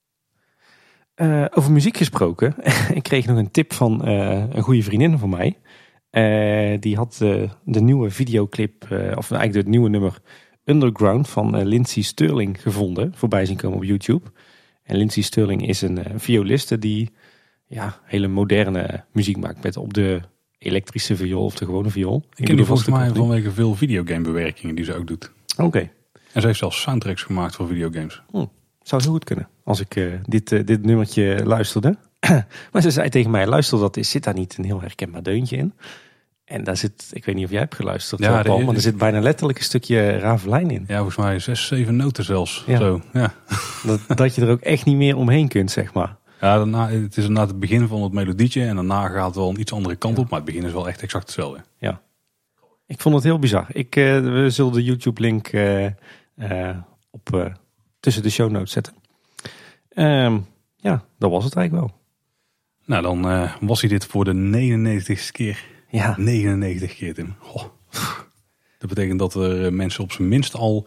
Uh, over muziek gesproken. Ik kreeg nog een tip van uh, een goede vriendin van mij. Uh, die had uh, de nieuwe videoclip, uh, of eigenlijk het nieuwe nummer Underground van uh, Lindsey Stirling gevonden. Voorbij zien komen op YouTube. En Lindsey Stirling is een uh, violiste die ja, hele moderne muziek maakt. Met op de elektrische viool of de gewone viool. Ik ken die volgens mij vanwege veel videogamebewerkingen die ze ook doet. Oké. Okay. En ze heeft zelfs soundtracks gemaakt voor videogames. Hm. Zou heel goed kunnen, als ik uh, dit, uh, dit nummertje luisterde. Maar ze zei tegen mij, luister, dat is, zit daar niet een heel herkenbaar deuntje in? En daar zit, ik weet niet of jij hebt geluisterd, ja, Paul, de, maar er zit bijna letterlijk een stukje Ravelijn in. Ja, volgens mij zes, zeven noten zelfs. Ja. Zo, ja. Dat, dat je er ook echt niet meer omheen kunt, zeg maar. Ja, daarna, het is inderdaad het begin van het melodietje en daarna gaat het wel een iets andere kant op. Maar het begin is wel echt exact hetzelfde. Ja. Ik vond het heel bizar. Ik, uh, we zullen de YouTube-link uh, uh, op... Uh, tussen de show notes zetten. Um, ja, dat was het eigenlijk wel. Nou, dan uh, was hij dit voor de negenennegentigste keer. Ja. negenennegentig keer, Tim. Goh. Dat betekent dat er mensen op zijn minst al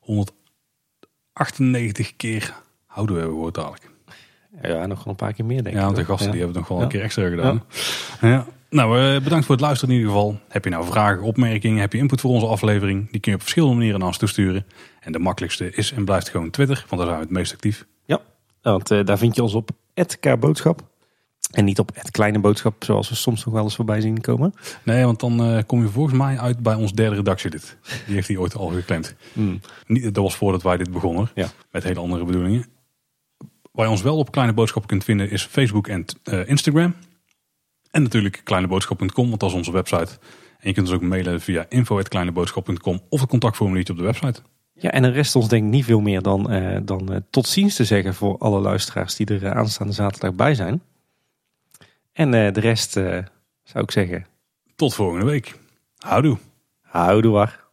honderdachtennegentig keer houden we hebben gehoord dadelijk. Ja, nog wel een paar keer meer, denk ik. Ja, want de gasten ja. die hebben het nog wel ja. een keer extra gedaan. Ja. Ja. Nou, uh, bedankt voor het luisteren in ieder geval. Heb je nou vragen, opmerkingen, heb je input voor onze aflevering? Die kun je op verschillende manieren naar ons toesturen. En de makkelijkste is en blijft gewoon Twitter, want daar zijn we het meest actief. Ja, want uh, daar vind je ons op at kboodschap. En niet op at kleine boodschap, zoals we soms nog wel eens voorbij zien komen. Nee, want dan uh, kom je volgens mij uit bij ons derde redactielid. Die heeft hij ooit al geclaimd. Mm. Niet, dat was voordat wij dit begonnen, ja. Met hele andere bedoelingen. Waar je ons wel op Kleine Boodschap kunt vinden is Facebook en uh, Instagram. En natuurlijk kleineboodschap punt com, want dat is onze website. En je kunt ons ook mailen via info at kleineboodschap punt com of het contactformuliertje op de website. Ja, en er rest ons denk ik niet veel meer dan, uh, dan uh, tot ziens te zeggen voor alle luisteraars die er uh, aanstaande zaterdag bij zijn. En uh, de rest uh, zou ik zeggen... Tot volgende week. Houdoe. Houdoe waar.